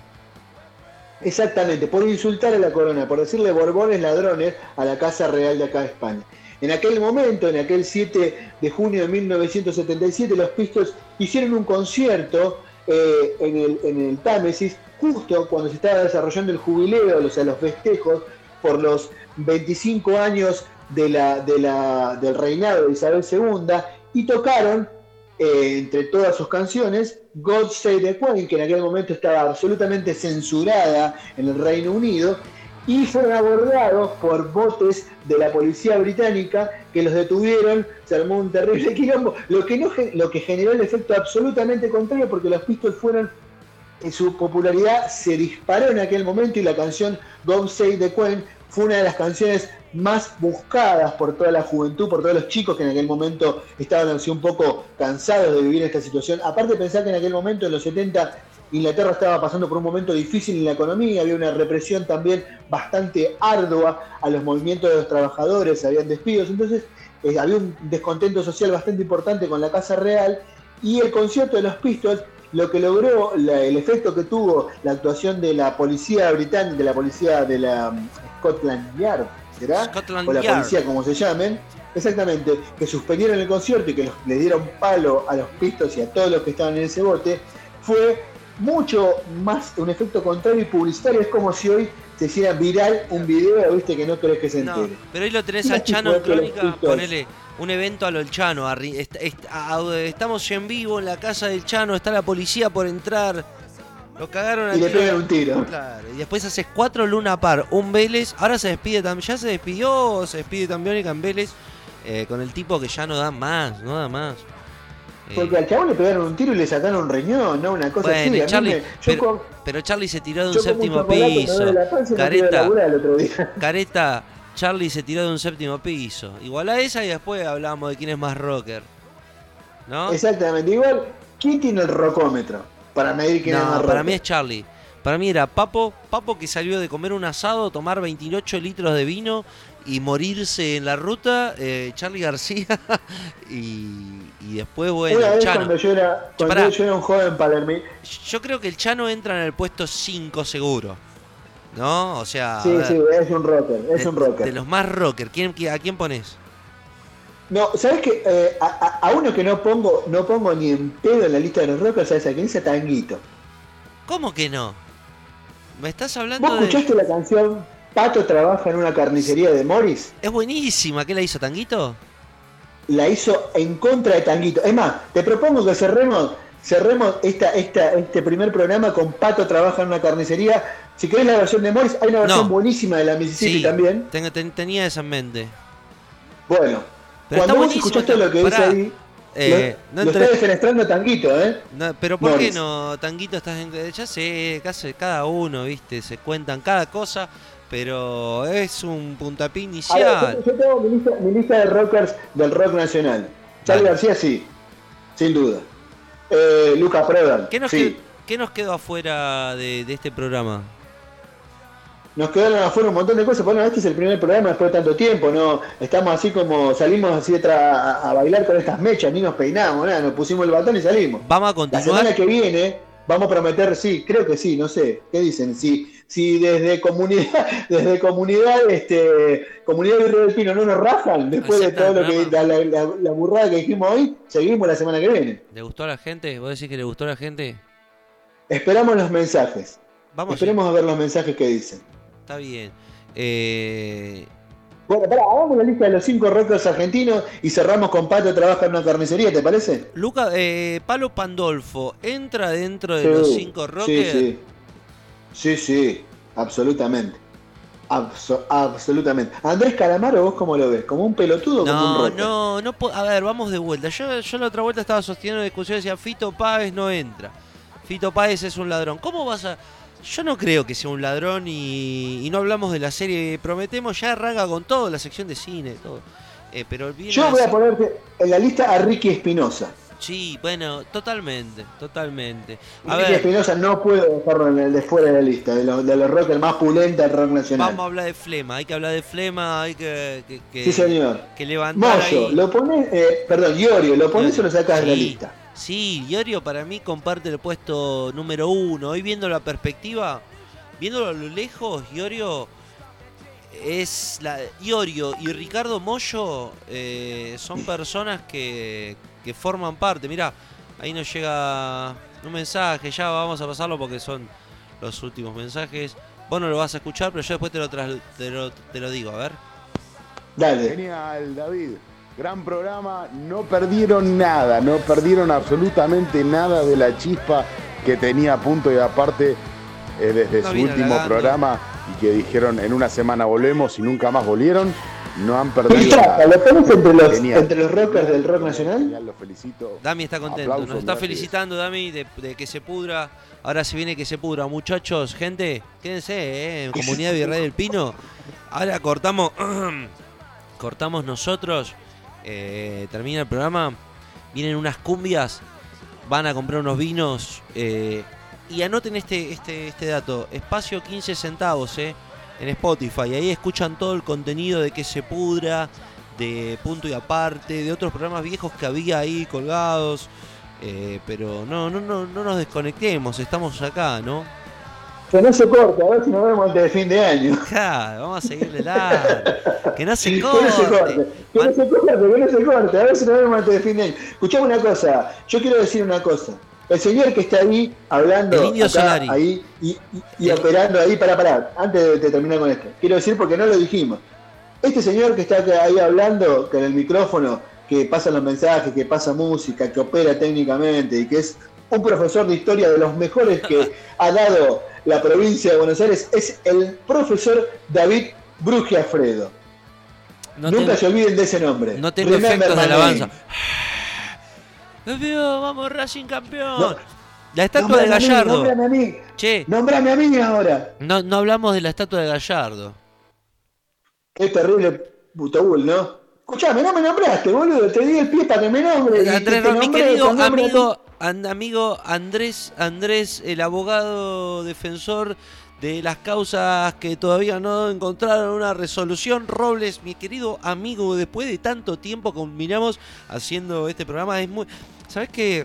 Exactamente, por insultar a la corona, por decirle borbones ladrones a la Casa Real de acá de España. En aquel momento, en aquel siete de junio de mil novecientos setenta y siete, los Pistols hicieron un concierto eh, en, el, en el Támesis, justo cuando se estaba desarrollando el jubileo, o sea, los festejos por los veinticinco años de la, de la, del reinado de Isabel segunda, y tocaron, eh, entre todas sus canciones, God Save the Queen, que en aquel momento estaba absolutamente censurada en el Reino Unido, y fueron abordados por botes de la policía británica que los detuvieron. Se armó un terrible quilombo, lo que, no, gen- lo que generó el efecto absolutamente contrario, porque los Pistols fueron, en su popularidad se disparó en aquel momento, y la canción God Save the Queen fue una de las canciones más buscadas por toda la juventud, por todos los chicos que en aquel momento estaban así un poco cansados de vivir esta situación. Aparte, pensar que en aquel momento, en los setenta, Inglaterra estaba pasando por un momento difícil en la economía, había una represión también bastante ardua a los movimientos de los trabajadores, habían despidos, entonces eh, había un descontento social bastante importante con la Casa Real, Y el concierto de los Pistols, lo que logró, la, el efecto que tuvo la actuación de la policía británica, de la policía de la um, Scotland Yard, ¿será? Scotland o la Yard. policía, como se llamen, exactamente, que suspendieron el concierto y que los, le dieron palo a los Pistols y a todos los que estaban en ese bote, fue mucho más un efecto contrario y publicitario. Es como si hoy se hiciera viral un video, viste, que no querés que se No, entere. pero ahí lo tenés Mira al qué Chano en fuerte los Crónica, Pistols. ponele un evento a lo del Chano. arri- est- est- a- Estamos en vivo en la casa del Chano, está la policía por entrar. Lo cagaron a Y le tiro. pegan un tiro. Claro, y después haces cuatro Luna Par, un Vélez. Ahora se despide también, ya se despidió, se despide también en Vélez eh, con el tipo que ya no da más, no da más. Eh, Porque al chabón le pegaron un tiro y le sacaron un riñón, ¿no? Una cosa bueno, así. A mí Charlie, me- yo pero, con- pero Charlie se tiró de un yo como séptimo chocolate me piso. duele la panza y no pude Careta, laburar el otro día. Careta, Charlie se tiró de un séptimo piso. Igual a esa y después hablamos de quién es más rocker. ¿No? Exactamente. Igual, ¿quién tiene el rocómetro para medir quién es más No, rocker? para mí es Charlie. Para mí era Papo, Papo que salió de comer un asado, tomar veintiocho litros de vino y morirse en la ruta. eh, Charlie García y, y después, bueno, Una vez Chano. cuando yo era, cuando Pará. yo era un joven palermi, Yo creo que el Chano entra en el puesto cinco seguro. ¿No? O sea, sí, a ver, sí, es un rocker, es de, un rocker. de los más rocker. ¿Quién, ¿A quién pones? No, ¿sabes qué? Eh, a, a- a uno que no pongo no pongo ni en pedo en la lista de los rockers, ¿sabes a quién? Dice Tanguito. ¿Cómo que no? ¿Me estás hablando ¿Vos de...? escuchaste la canción Pato trabaja en una carnicería de Morris? Es buenísima. ¿Qué la hizo Tanguito? La hizo en contra de Tanguito. Es más, te propongo que cerremos cerremos esta, esta, este primer programa con Pato trabaja en una carnicería. Si querés la versión de Morris, hay una versión No. buenísima de la Mississippi Sí, también. ten- ten- tenía esa en mente. Bueno, Pero cuando está vos buenísimo escuchaste esta- lo que pará, dice ahí, eh, lo, no lo entré- está defenestrando Tanguito, ¿eh? No, pero ¿por Morris. qué no, Tanguito, estás en... Ya sé, casi cada uno, viste, se cuentan cada cosa, pero es un puntapié A ver, inicial. yo, yo tengo mi lista, mi lista de rockers del rock nacional. Charlie Dale. García, sí, sin duda. Eh, Luca Prodan, ¿Qué nos, sí. qued- qué nos quedó afuera de, de este programa? Nos quedaron afuera un montón de cosas. Bueno, este es el primer programa después de tanto tiempo, ¿no? Estamos así como, salimos así de tra- a, a bailar con estas mechas, ni nos peinamos, nada, nos pusimos el batón y salimos. Vamos a La continuar. semana que viene vamos a prometer, sí, creo que sí, no sé, ¿qué dicen? Si, si desde comunidad, desde comunidad, este, comunidad Virrey del Pino no nos rajan después de Aceptan todo el lo que, la, programa. la, la- la burrada que dijimos hoy, seguimos la semana que viene. ¿Le gustó a la gente? ¿Vos decís que le gustó a la gente? Esperamos los mensajes. Vamos, Esperemos a ver los mensajes que dicen. está bien. Eh, Bueno, pará, hagamos la lista de los cinco rockers argentinos y cerramos con Pato trabaja en una carnicería, ¿te parece? Luca, eh, Palo Pandolfo, ¿entra dentro de Sí, los cinco rockers? Sí, sí. Sí, sí, absolutamente. Abso- absolutamente. Andrés Calamaro, ¿vos cómo lo ves? ¿Como un pelotudo o como un No, rocker? no, no. po- A ver, vamos de vuelta. Yo, yo la otra vuelta estaba sosteniendo la discusión y decía, Fito Páez no entra. Fito Páez es un ladrón. ¿Cómo vas a...? Yo no creo que sea un ladrón y, y no hablamos de la serie Prometemos, ya arranca con todo, la sección de cine, todo. Eh, pero viene Yo voy a así. ponerte en la lista a Ricky Espinosa. Sí, bueno, totalmente, totalmente. A Ricky ver, Espinosa no puedo dejarlo en el de fuera de la lista, de los, de los rockers más pulenta del rock nacional. vamos a hablar de flema, hay que hablar de flema, hay que, que, que- Sí, señor. que levantar Moyo, ahí. lo pones, eh, perdón, Iorio, ¿lo pones o lo sacas de la Sí, lista? Sí, Iorio para mí comparte el puesto número uno. Hoy viendo la perspectiva, viéndolo a lo lejos, Iorio es la Iorio y Ricardo Mollo eh, son personas que, que forman parte. Mirá, ahí nos llega un mensaje, ya vamos a pasarlo porque son los últimos mensajes. Vos no lo vas a escuchar, pero yo después te lo, tras- te lo, te lo digo, a ver. Dale. Genial, David. Gran programa. No perdieron nada, no perdieron absolutamente nada de la chispa que tenía a punto y aparte eh, desde No su viene último halagando. programa y que dijeron en una semana volvemos y nunca más volvieron. No han ¿Qué perdido trata? nada. ¿Lo pones entre los, Genial. entre los rockers del rock nacional? Genial, los felicito. Dami está contento, Aplausos, nos está gracias. felicitando Dami de, de que se pudra. Ahora se viene que se pudra. Muchachos, gente, quédense, ¿eh? En Comunidad Virrey del Pino. Ahora cortamos, cortamos nosotros. eh, termina el programa. Vienen unas cumbias. Van a comprar unos vinos. eh, y anoten este, este, este dato. Espacio quince centavos, ¿eh? En Spotify. Ahí escuchan todo el contenido de que se pudra, de Punto y Aparte, de otros programas viejos que había ahí colgados. Eh, pero no, no, no, no nos desconectemos, estamos acá, ¿no? Que no se corte, a ver si nos vemos antes de fin de año. Claro, vamos a seguirle largo. Que no se Que no se corte. corte, que no se corte, que no se corte, a ver si nos vemos antes de fin de año. Escuchame una cosa, yo quiero decir una cosa. El señor que está ahí hablando, El Indio acá, Solari. ahí y, y, y operando ahí, pará, pará, antes de, de terminar con esto. Quiero decir porque no lo dijimos. Este señor que está acá, ahí hablando con el micrófono, que pasa los mensajes, que pasa música, que opera técnicamente y que es un profesor de historia de los mejores que ha dado la provincia de Buenos Aires, es el profesor David Brugiafredo. No Nunca tengo- se olviden de ese nombre. No tengo Remember efectos de my alabanza. name. Campeón, vamos Racing campeón. No. La estatua de Nombrame a mí, Gallardo. Nombrame a mí. Che, Nombrame a mí ahora. no, no hablamos de la estatua de Gallardo. Qué terrible puto bull, ¿no? Escuchame, no me nombraste, boludo. Te di el pie para que me nombres. y Andrés, te- te mi nombré querido con nombre a ti. amigo, an- amigo Andrés, Andrés, el abogado defensor de las causas que todavía no encontraron una resolución. Robles, mi querido amigo, después de tanto tiempo combinamos haciendo este programa, es muy... ¿Sabes qué?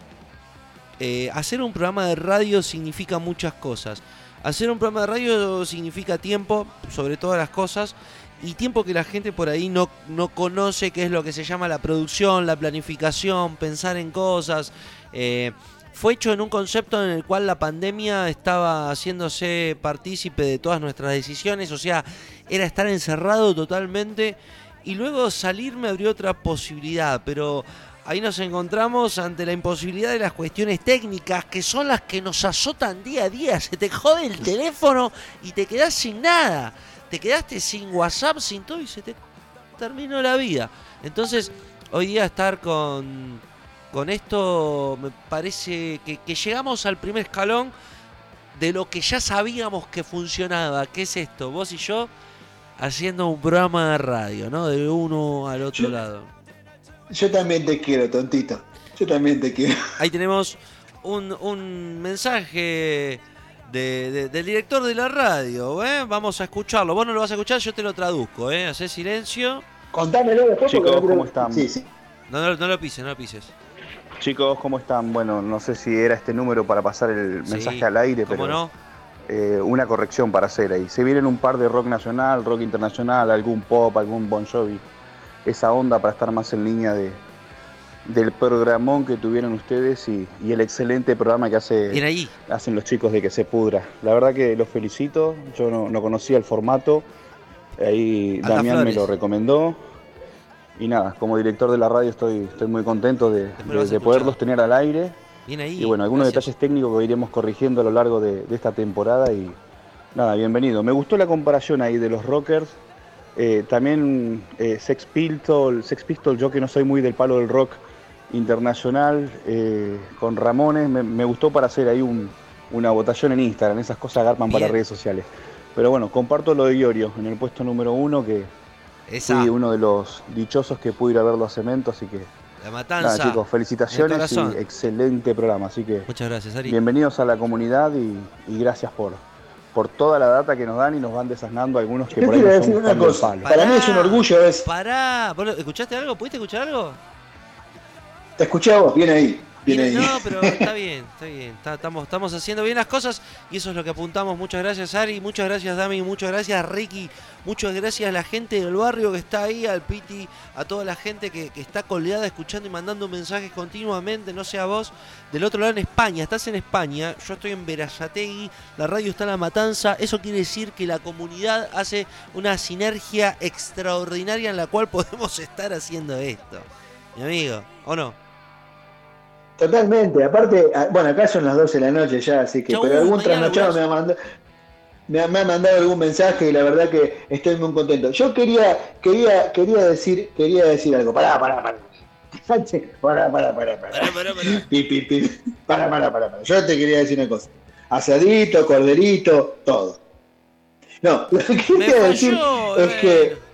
Eh, hacer un programa de radio significa muchas cosas. Hacer un programa de radio significa tiempo, sobre todas las cosas, y tiempo que la gente por ahí no, no conoce, que es lo que se llama la producción, la planificación, pensar en cosas. Eh, fue hecho en un concepto en el cual la pandemia estaba haciéndose partícipe de todas nuestras decisiones, o sea, era estar encerrado totalmente, y luego salir me abrió otra posibilidad, pero ahí nos encontramos ante la imposibilidad de las cuestiones técnicas, que son las que nos azotan día a día. Se te jode el teléfono y te quedás sin nada. Te quedaste sin WhatsApp, sin todo, y se te terminó la vida. Entonces, hoy día estar con, con esto, me parece que, que llegamos al primer escalón de lo que ya sabíamos que funcionaba. ¿Qué es esto? Vos y yo haciendo un programa de radio, ¿no? De uno al otro Yo- lado. Yo también te quiero, tontito. Yo también te quiero. Ahí tenemos un, un mensaje de, de- del director de la radio, ¿eh? Vamos a escucharlo. Vos no lo vas a escuchar, yo te lo traduzco, ¿eh? Hacé silencio. Contámelo después. Chicos, porque no quiero- ¿cómo están? Sí, sí. No, no, no lo pises, no lo pises. Chicos, ¿cómo están? Bueno, no sé si era este número para pasar el Sí, mensaje al aire, ¿cómo pero no? eh, una corrección para hacer ahí. Se vienen un par de rock nacional, rock internacional, algún pop, algún Bon Jovi. Esa onda para estar más en línea de, del programón que tuvieron ustedes y, y el excelente programa que hace, Bien ahí. hacen los chicos de Que Se Pudra. La verdad que los felicito, yo no, no conocía el formato, ahí Alta Damián me Flores. lo recomendó. Y nada, como director de la radio estoy, estoy muy contento de, Después lo de- vas a de poderlos tener al aire. Bien ahí. Y bueno, algunos Gracias. detalles técnicos que iremos corrigiendo a lo largo de, de esta temporada. Y nada, bienvenido. Me gustó la comparación ahí de los rockers. Eh, también eh, Sex Pistol, Sex Pistol, yo que no soy muy del palo del rock internacional, eh, con Ramones, me, me gustó para hacer ahí un- una votación en Instagram. Esas cosas garpan para Bien. redes sociales. Pero bueno, comparto lo de Iorio en el puesto número uno, que Esa, fui uno de los dichosos que pude ir a verlo a Cemento, así que la matanza. nada, chicos, felicitaciones del corazón. y excelente programa, así que Muchas gracias, Ari. bienvenidos a la comunidad y, y gracias por, por toda la data que nos dan y nos van desasnando algunos que Yo por ahí quiero no decir somos una tan del cosa. palo. Para mí es un orgullo, es. Pará. ¿Vos lo- ¿Escuchaste algo? ¿Pudiste escuchar algo? Te escuché a vos, bien ahí. Bien Bien, ahí. no, pero está bien, está bien. Está- estamos, estamos haciendo bien las cosas y eso es lo que apuntamos. Muchas gracias, Ari. Muchas gracias, Dami. Muchas gracias, Ricky. Muchas gracias a la gente del barrio que está ahí, al Piti, a toda la gente que, que está colgada escuchando y mandando mensajes continuamente. No sé a vos, del otro lado en España. Estás en España, yo estoy en Berazategui, la radio está en La Matanza. Eso quiere decir que la comunidad hace una sinergia extraordinaria en la cual podemos estar haciendo esto. Mi amigo, ¿o no? Totalmente, aparte, a- bueno, acá son las doce de la noche ya, así que, Chau, pero algún mañana trasnochado me ha, mandado, me, ha, me ha mandado algún mensaje y la verdad que estoy muy contento. Yo quería, quería, quería decir, quería decir algo. Pará, pará, pará. Sánchez, Pará, pará, pará, pará. Pará, pará, pará. Pi, pi, pi. Pará, pará, pará, pará. Yo te quería decir una cosa. Asadito, corderito, todo. No, lo que Me quería decir falló, es eh. que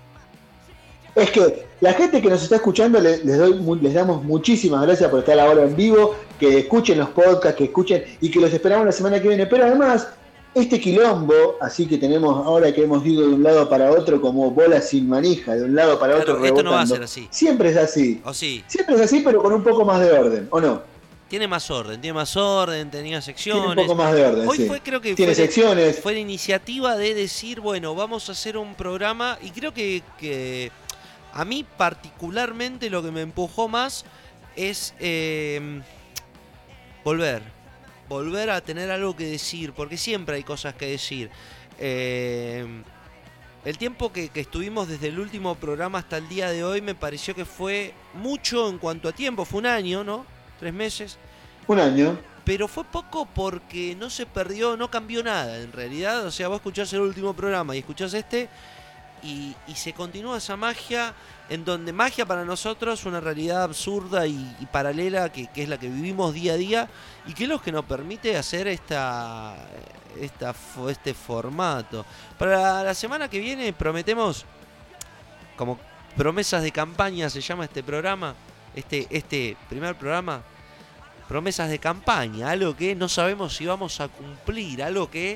es que la gente que nos está escuchando le- les doy mu- les damos muchísimas gracias por estar ahora en vivo, que escuchen los podcasts, que escuchen y que los esperamos la semana que viene. Pero además, este quilombo, así que tenemos ahora que hemos ido de un lado para otro como bolas sin manija, de un lado para Claro, otro esto rebotando. no va a ser así. Siempre es así. ¿O sí? Siempre es así, pero con un poco más de orden, ¿o no? Tiene más orden, tiene más orden, tenía secciones. Tiene un poco más de orden, Hoy sí. fue, creo que Tiene fue, secciones. fue la iniciativa de decir, bueno, vamos a hacer un programa, y creo que, que a mí particularmente lo que me empujó más es eh, volver, volver a tener algo que decir, porque siempre hay cosas que decir. Eh, el tiempo que, que estuvimos desde el último programa hasta el día de hoy me pareció que fue mucho en cuanto a tiempo, fue un año, ¿no? Tres meses. Un año. Pero fue poco porque no se perdió, no cambió nada en realidad. O sea, vos escuchás el último programa y escuchás este y, y se continúa esa magia, en donde magia para nosotros una realidad absurda y, y paralela que, que es la que vivimos día a día y que es lo que nos permite hacer esta, esta este formato. Para la semana que viene prometemos, como promesas de campaña se llama este programa, este, este primer programa, promesas de campaña, algo que no sabemos si vamos a cumplir, algo que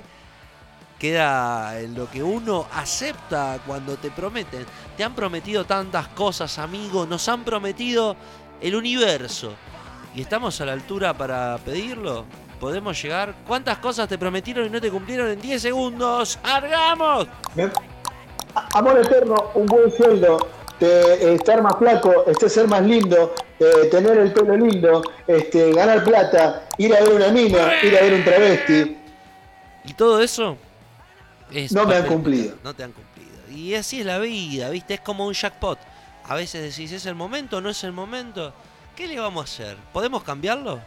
queda en lo que uno acepta cuando te prometen. Te han prometido tantas cosas, amigo, nos han prometido el universo. ¿Y estamos a la altura para pedirlo? ¿Podemos llegar? ¿Cuántas cosas te prometieron y no te cumplieron en diez segundos? ¡Argamos! Amor eterno, un buen sueldo, eh, estar más flaco, este, ser más lindo, eh, tener el pelo lindo, este, ganar plata, ir a ver una mina, ir a ver un travesti. ¿Y todo eso? Es no me han papel, cumplido. No te han cumplido. Y así es la vida, ¿viste? Es como un jackpot. A veces decís, ¿es el momento o no es el momento? ¿Qué le vamos a hacer? ¿Podemos cambiarlo?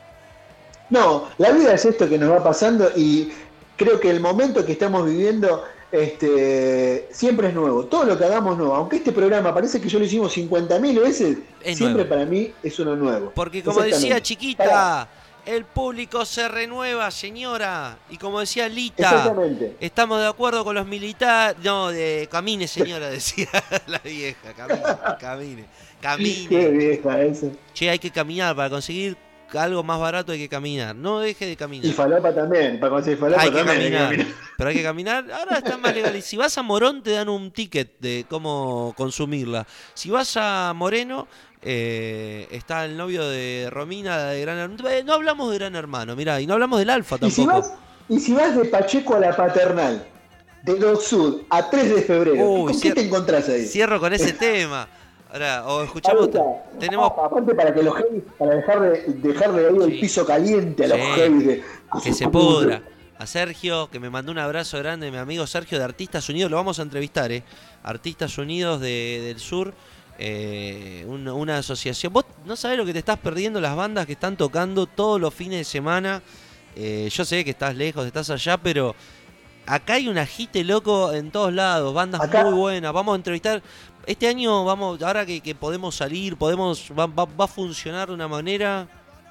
No, la vida es esto que nos va pasando y creo que el momento que estamos viviendo este, siempre es nuevo. Todo lo que hagamos nuevo. Aunque este programa parece que yo lo hicimos cincuenta mil veces, es siempre nuevo. para mí es uno nuevo. Porque como decía Chiquita, para. el público se renueva, señora. Y como decía Lita, estamos de acuerdo con los militares. No, de camine, señora, decía la vieja. Camine, camine. Camine. Qué vieja esa. Che, hay que caminar para conseguir algo más barato, hay que caminar. No deje de caminar. Y falopa también, para conseguir falopa hay que también. Caminar, hay que caminar. Pero hay que caminar. Ahora está más legal. Y si vas a Morón te dan un ticket de cómo consumirla. Si vas a Moreno, eh, está el novio de Romina de Gran Hermano. No hablamos de Gran Hermano, mirá, y no hablamos del Alfa tampoco. Y si vas, y si vas de Pacheco a la Paternal, de Dock Sud a tres de febrero, Uy, ¿con qué te encontrás ahí? Cierro con ese tema. Ahora, o escuchamos. Tenemos. Ah, aparte, para que los heavies, para dejar de, dejar de ahí sí. el piso caliente a los sí. heavies. De, que se pudra. A Sergio, que me mandó un abrazo grande, mi amigo Sergio de Artistas Unidos, lo vamos a entrevistar, ¿eh? Artistas Unidos de, del Sur, eh, una, una asociación. Vos no sabés lo que te estás perdiendo, las bandas que están tocando todos los fines de semana. Eh, yo sé que estás lejos, estás allá, pero acá hay un agite loco en todos lados, bandas acá. muy buenas. Vamos a entrevistar. Este año, vamos, ahora que, que podemos salir, podemos va, va, va a funcionar de una manera.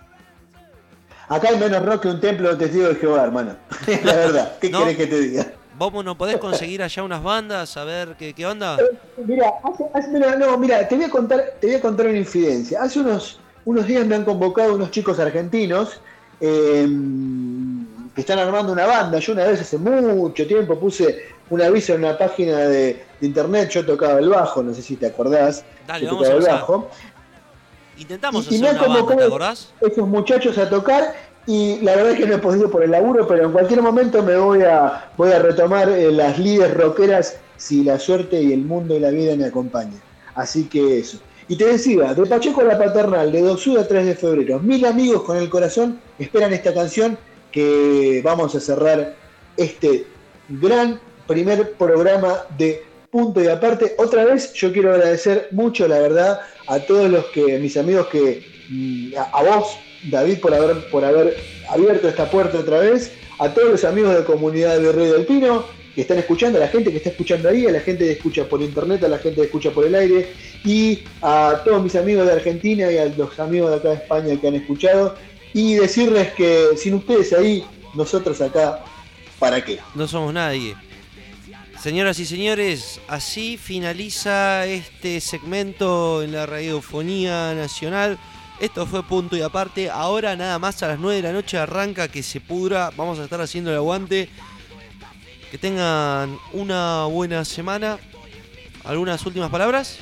Acá hay menos rock que un templo de testigos de Jehová, hermano. La verdad, ¿qué ¿No? querés que te diga? ¿Vos no podés conseguir allá unas bandas? A ver qué, qué onda. Eh, mira, hace, hace, mira, no, mira, te voy a contar, te voy a contar una infidencia. Hace unos, unos días me han convocado unos chicos argentinos eh, que están armando una banda. Yo una vez hace mucho tiempo puse un aviso en una página de, de internet. Yo tocaba el bajo, no sé si te acordás. Dale, yo vamos tocaba a el bajo. Intentamos y, hacer y me una banda, ¿te acordás? Esos muchachos a tocar y la verdad es que no he podido por el laburo, pero en cualquier momento me voy a voy a retomar eh, las lides rockeras si la suerte y el mundo y la vida me acompañan. Así que eso. Y te decía, de Pacheco a la Paternal, de Dock Sud a tres de febrero, mil amigos con el corazón esperan esta canción que vamos a cerrar este gran primer programa de Punto y Aparte. Otra vez yo quiero agradecer mucho, la verdad, a todos los que, mis amigos que, a, a vos, David, por haber, por haber abierto esta puerta otra vez, a todos los amigos de Comunidad de Río del Pino que están escuchando, a la gente que está escuchando ahí, a la gente que escucha por internet, a la gente que escucha por el aire, y a todos mis amigos de Argentina y a los amigos de acá de España que han escuchado, y decirles que sin ustedes ahí, nosotros acá, ¿para qué? No somos nadie. Señoras y señores, así finaliza este segmento en la Radiofonía Nacional. Esto fue Punto y Aparte. Ahora nada más a las nueve de la noche arranca Que se pudra. Vamos a estar haciendo el aguante. Que tengan una buena semana. ¿Algunas últimas palabras?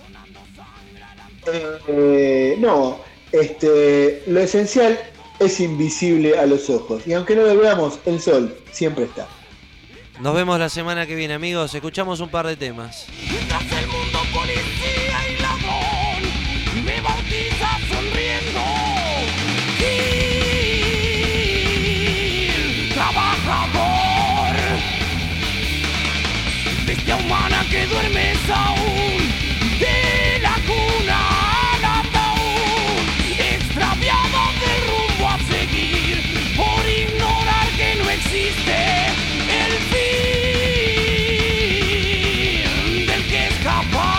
Eh, no, este, lo esencial es invisible a los ojos. Y aunque no lo veamos, el sol siempre está. Nos vemos la semana que viene, amigos. Escuchamos un par de temas. Mientras el mundo policía y ladrón me bautiza sonriendo. Gil, trabajador, bestia humana que duermes aún, de la cuna al ataúd, extraviado del rumbo a seguir, por ignorar que no existe el fin del que es capaz.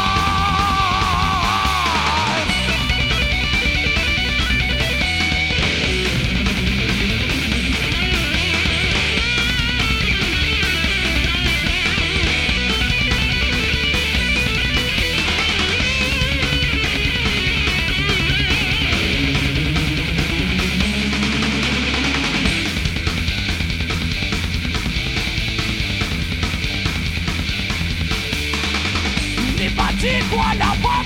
De Pacheco a la paz.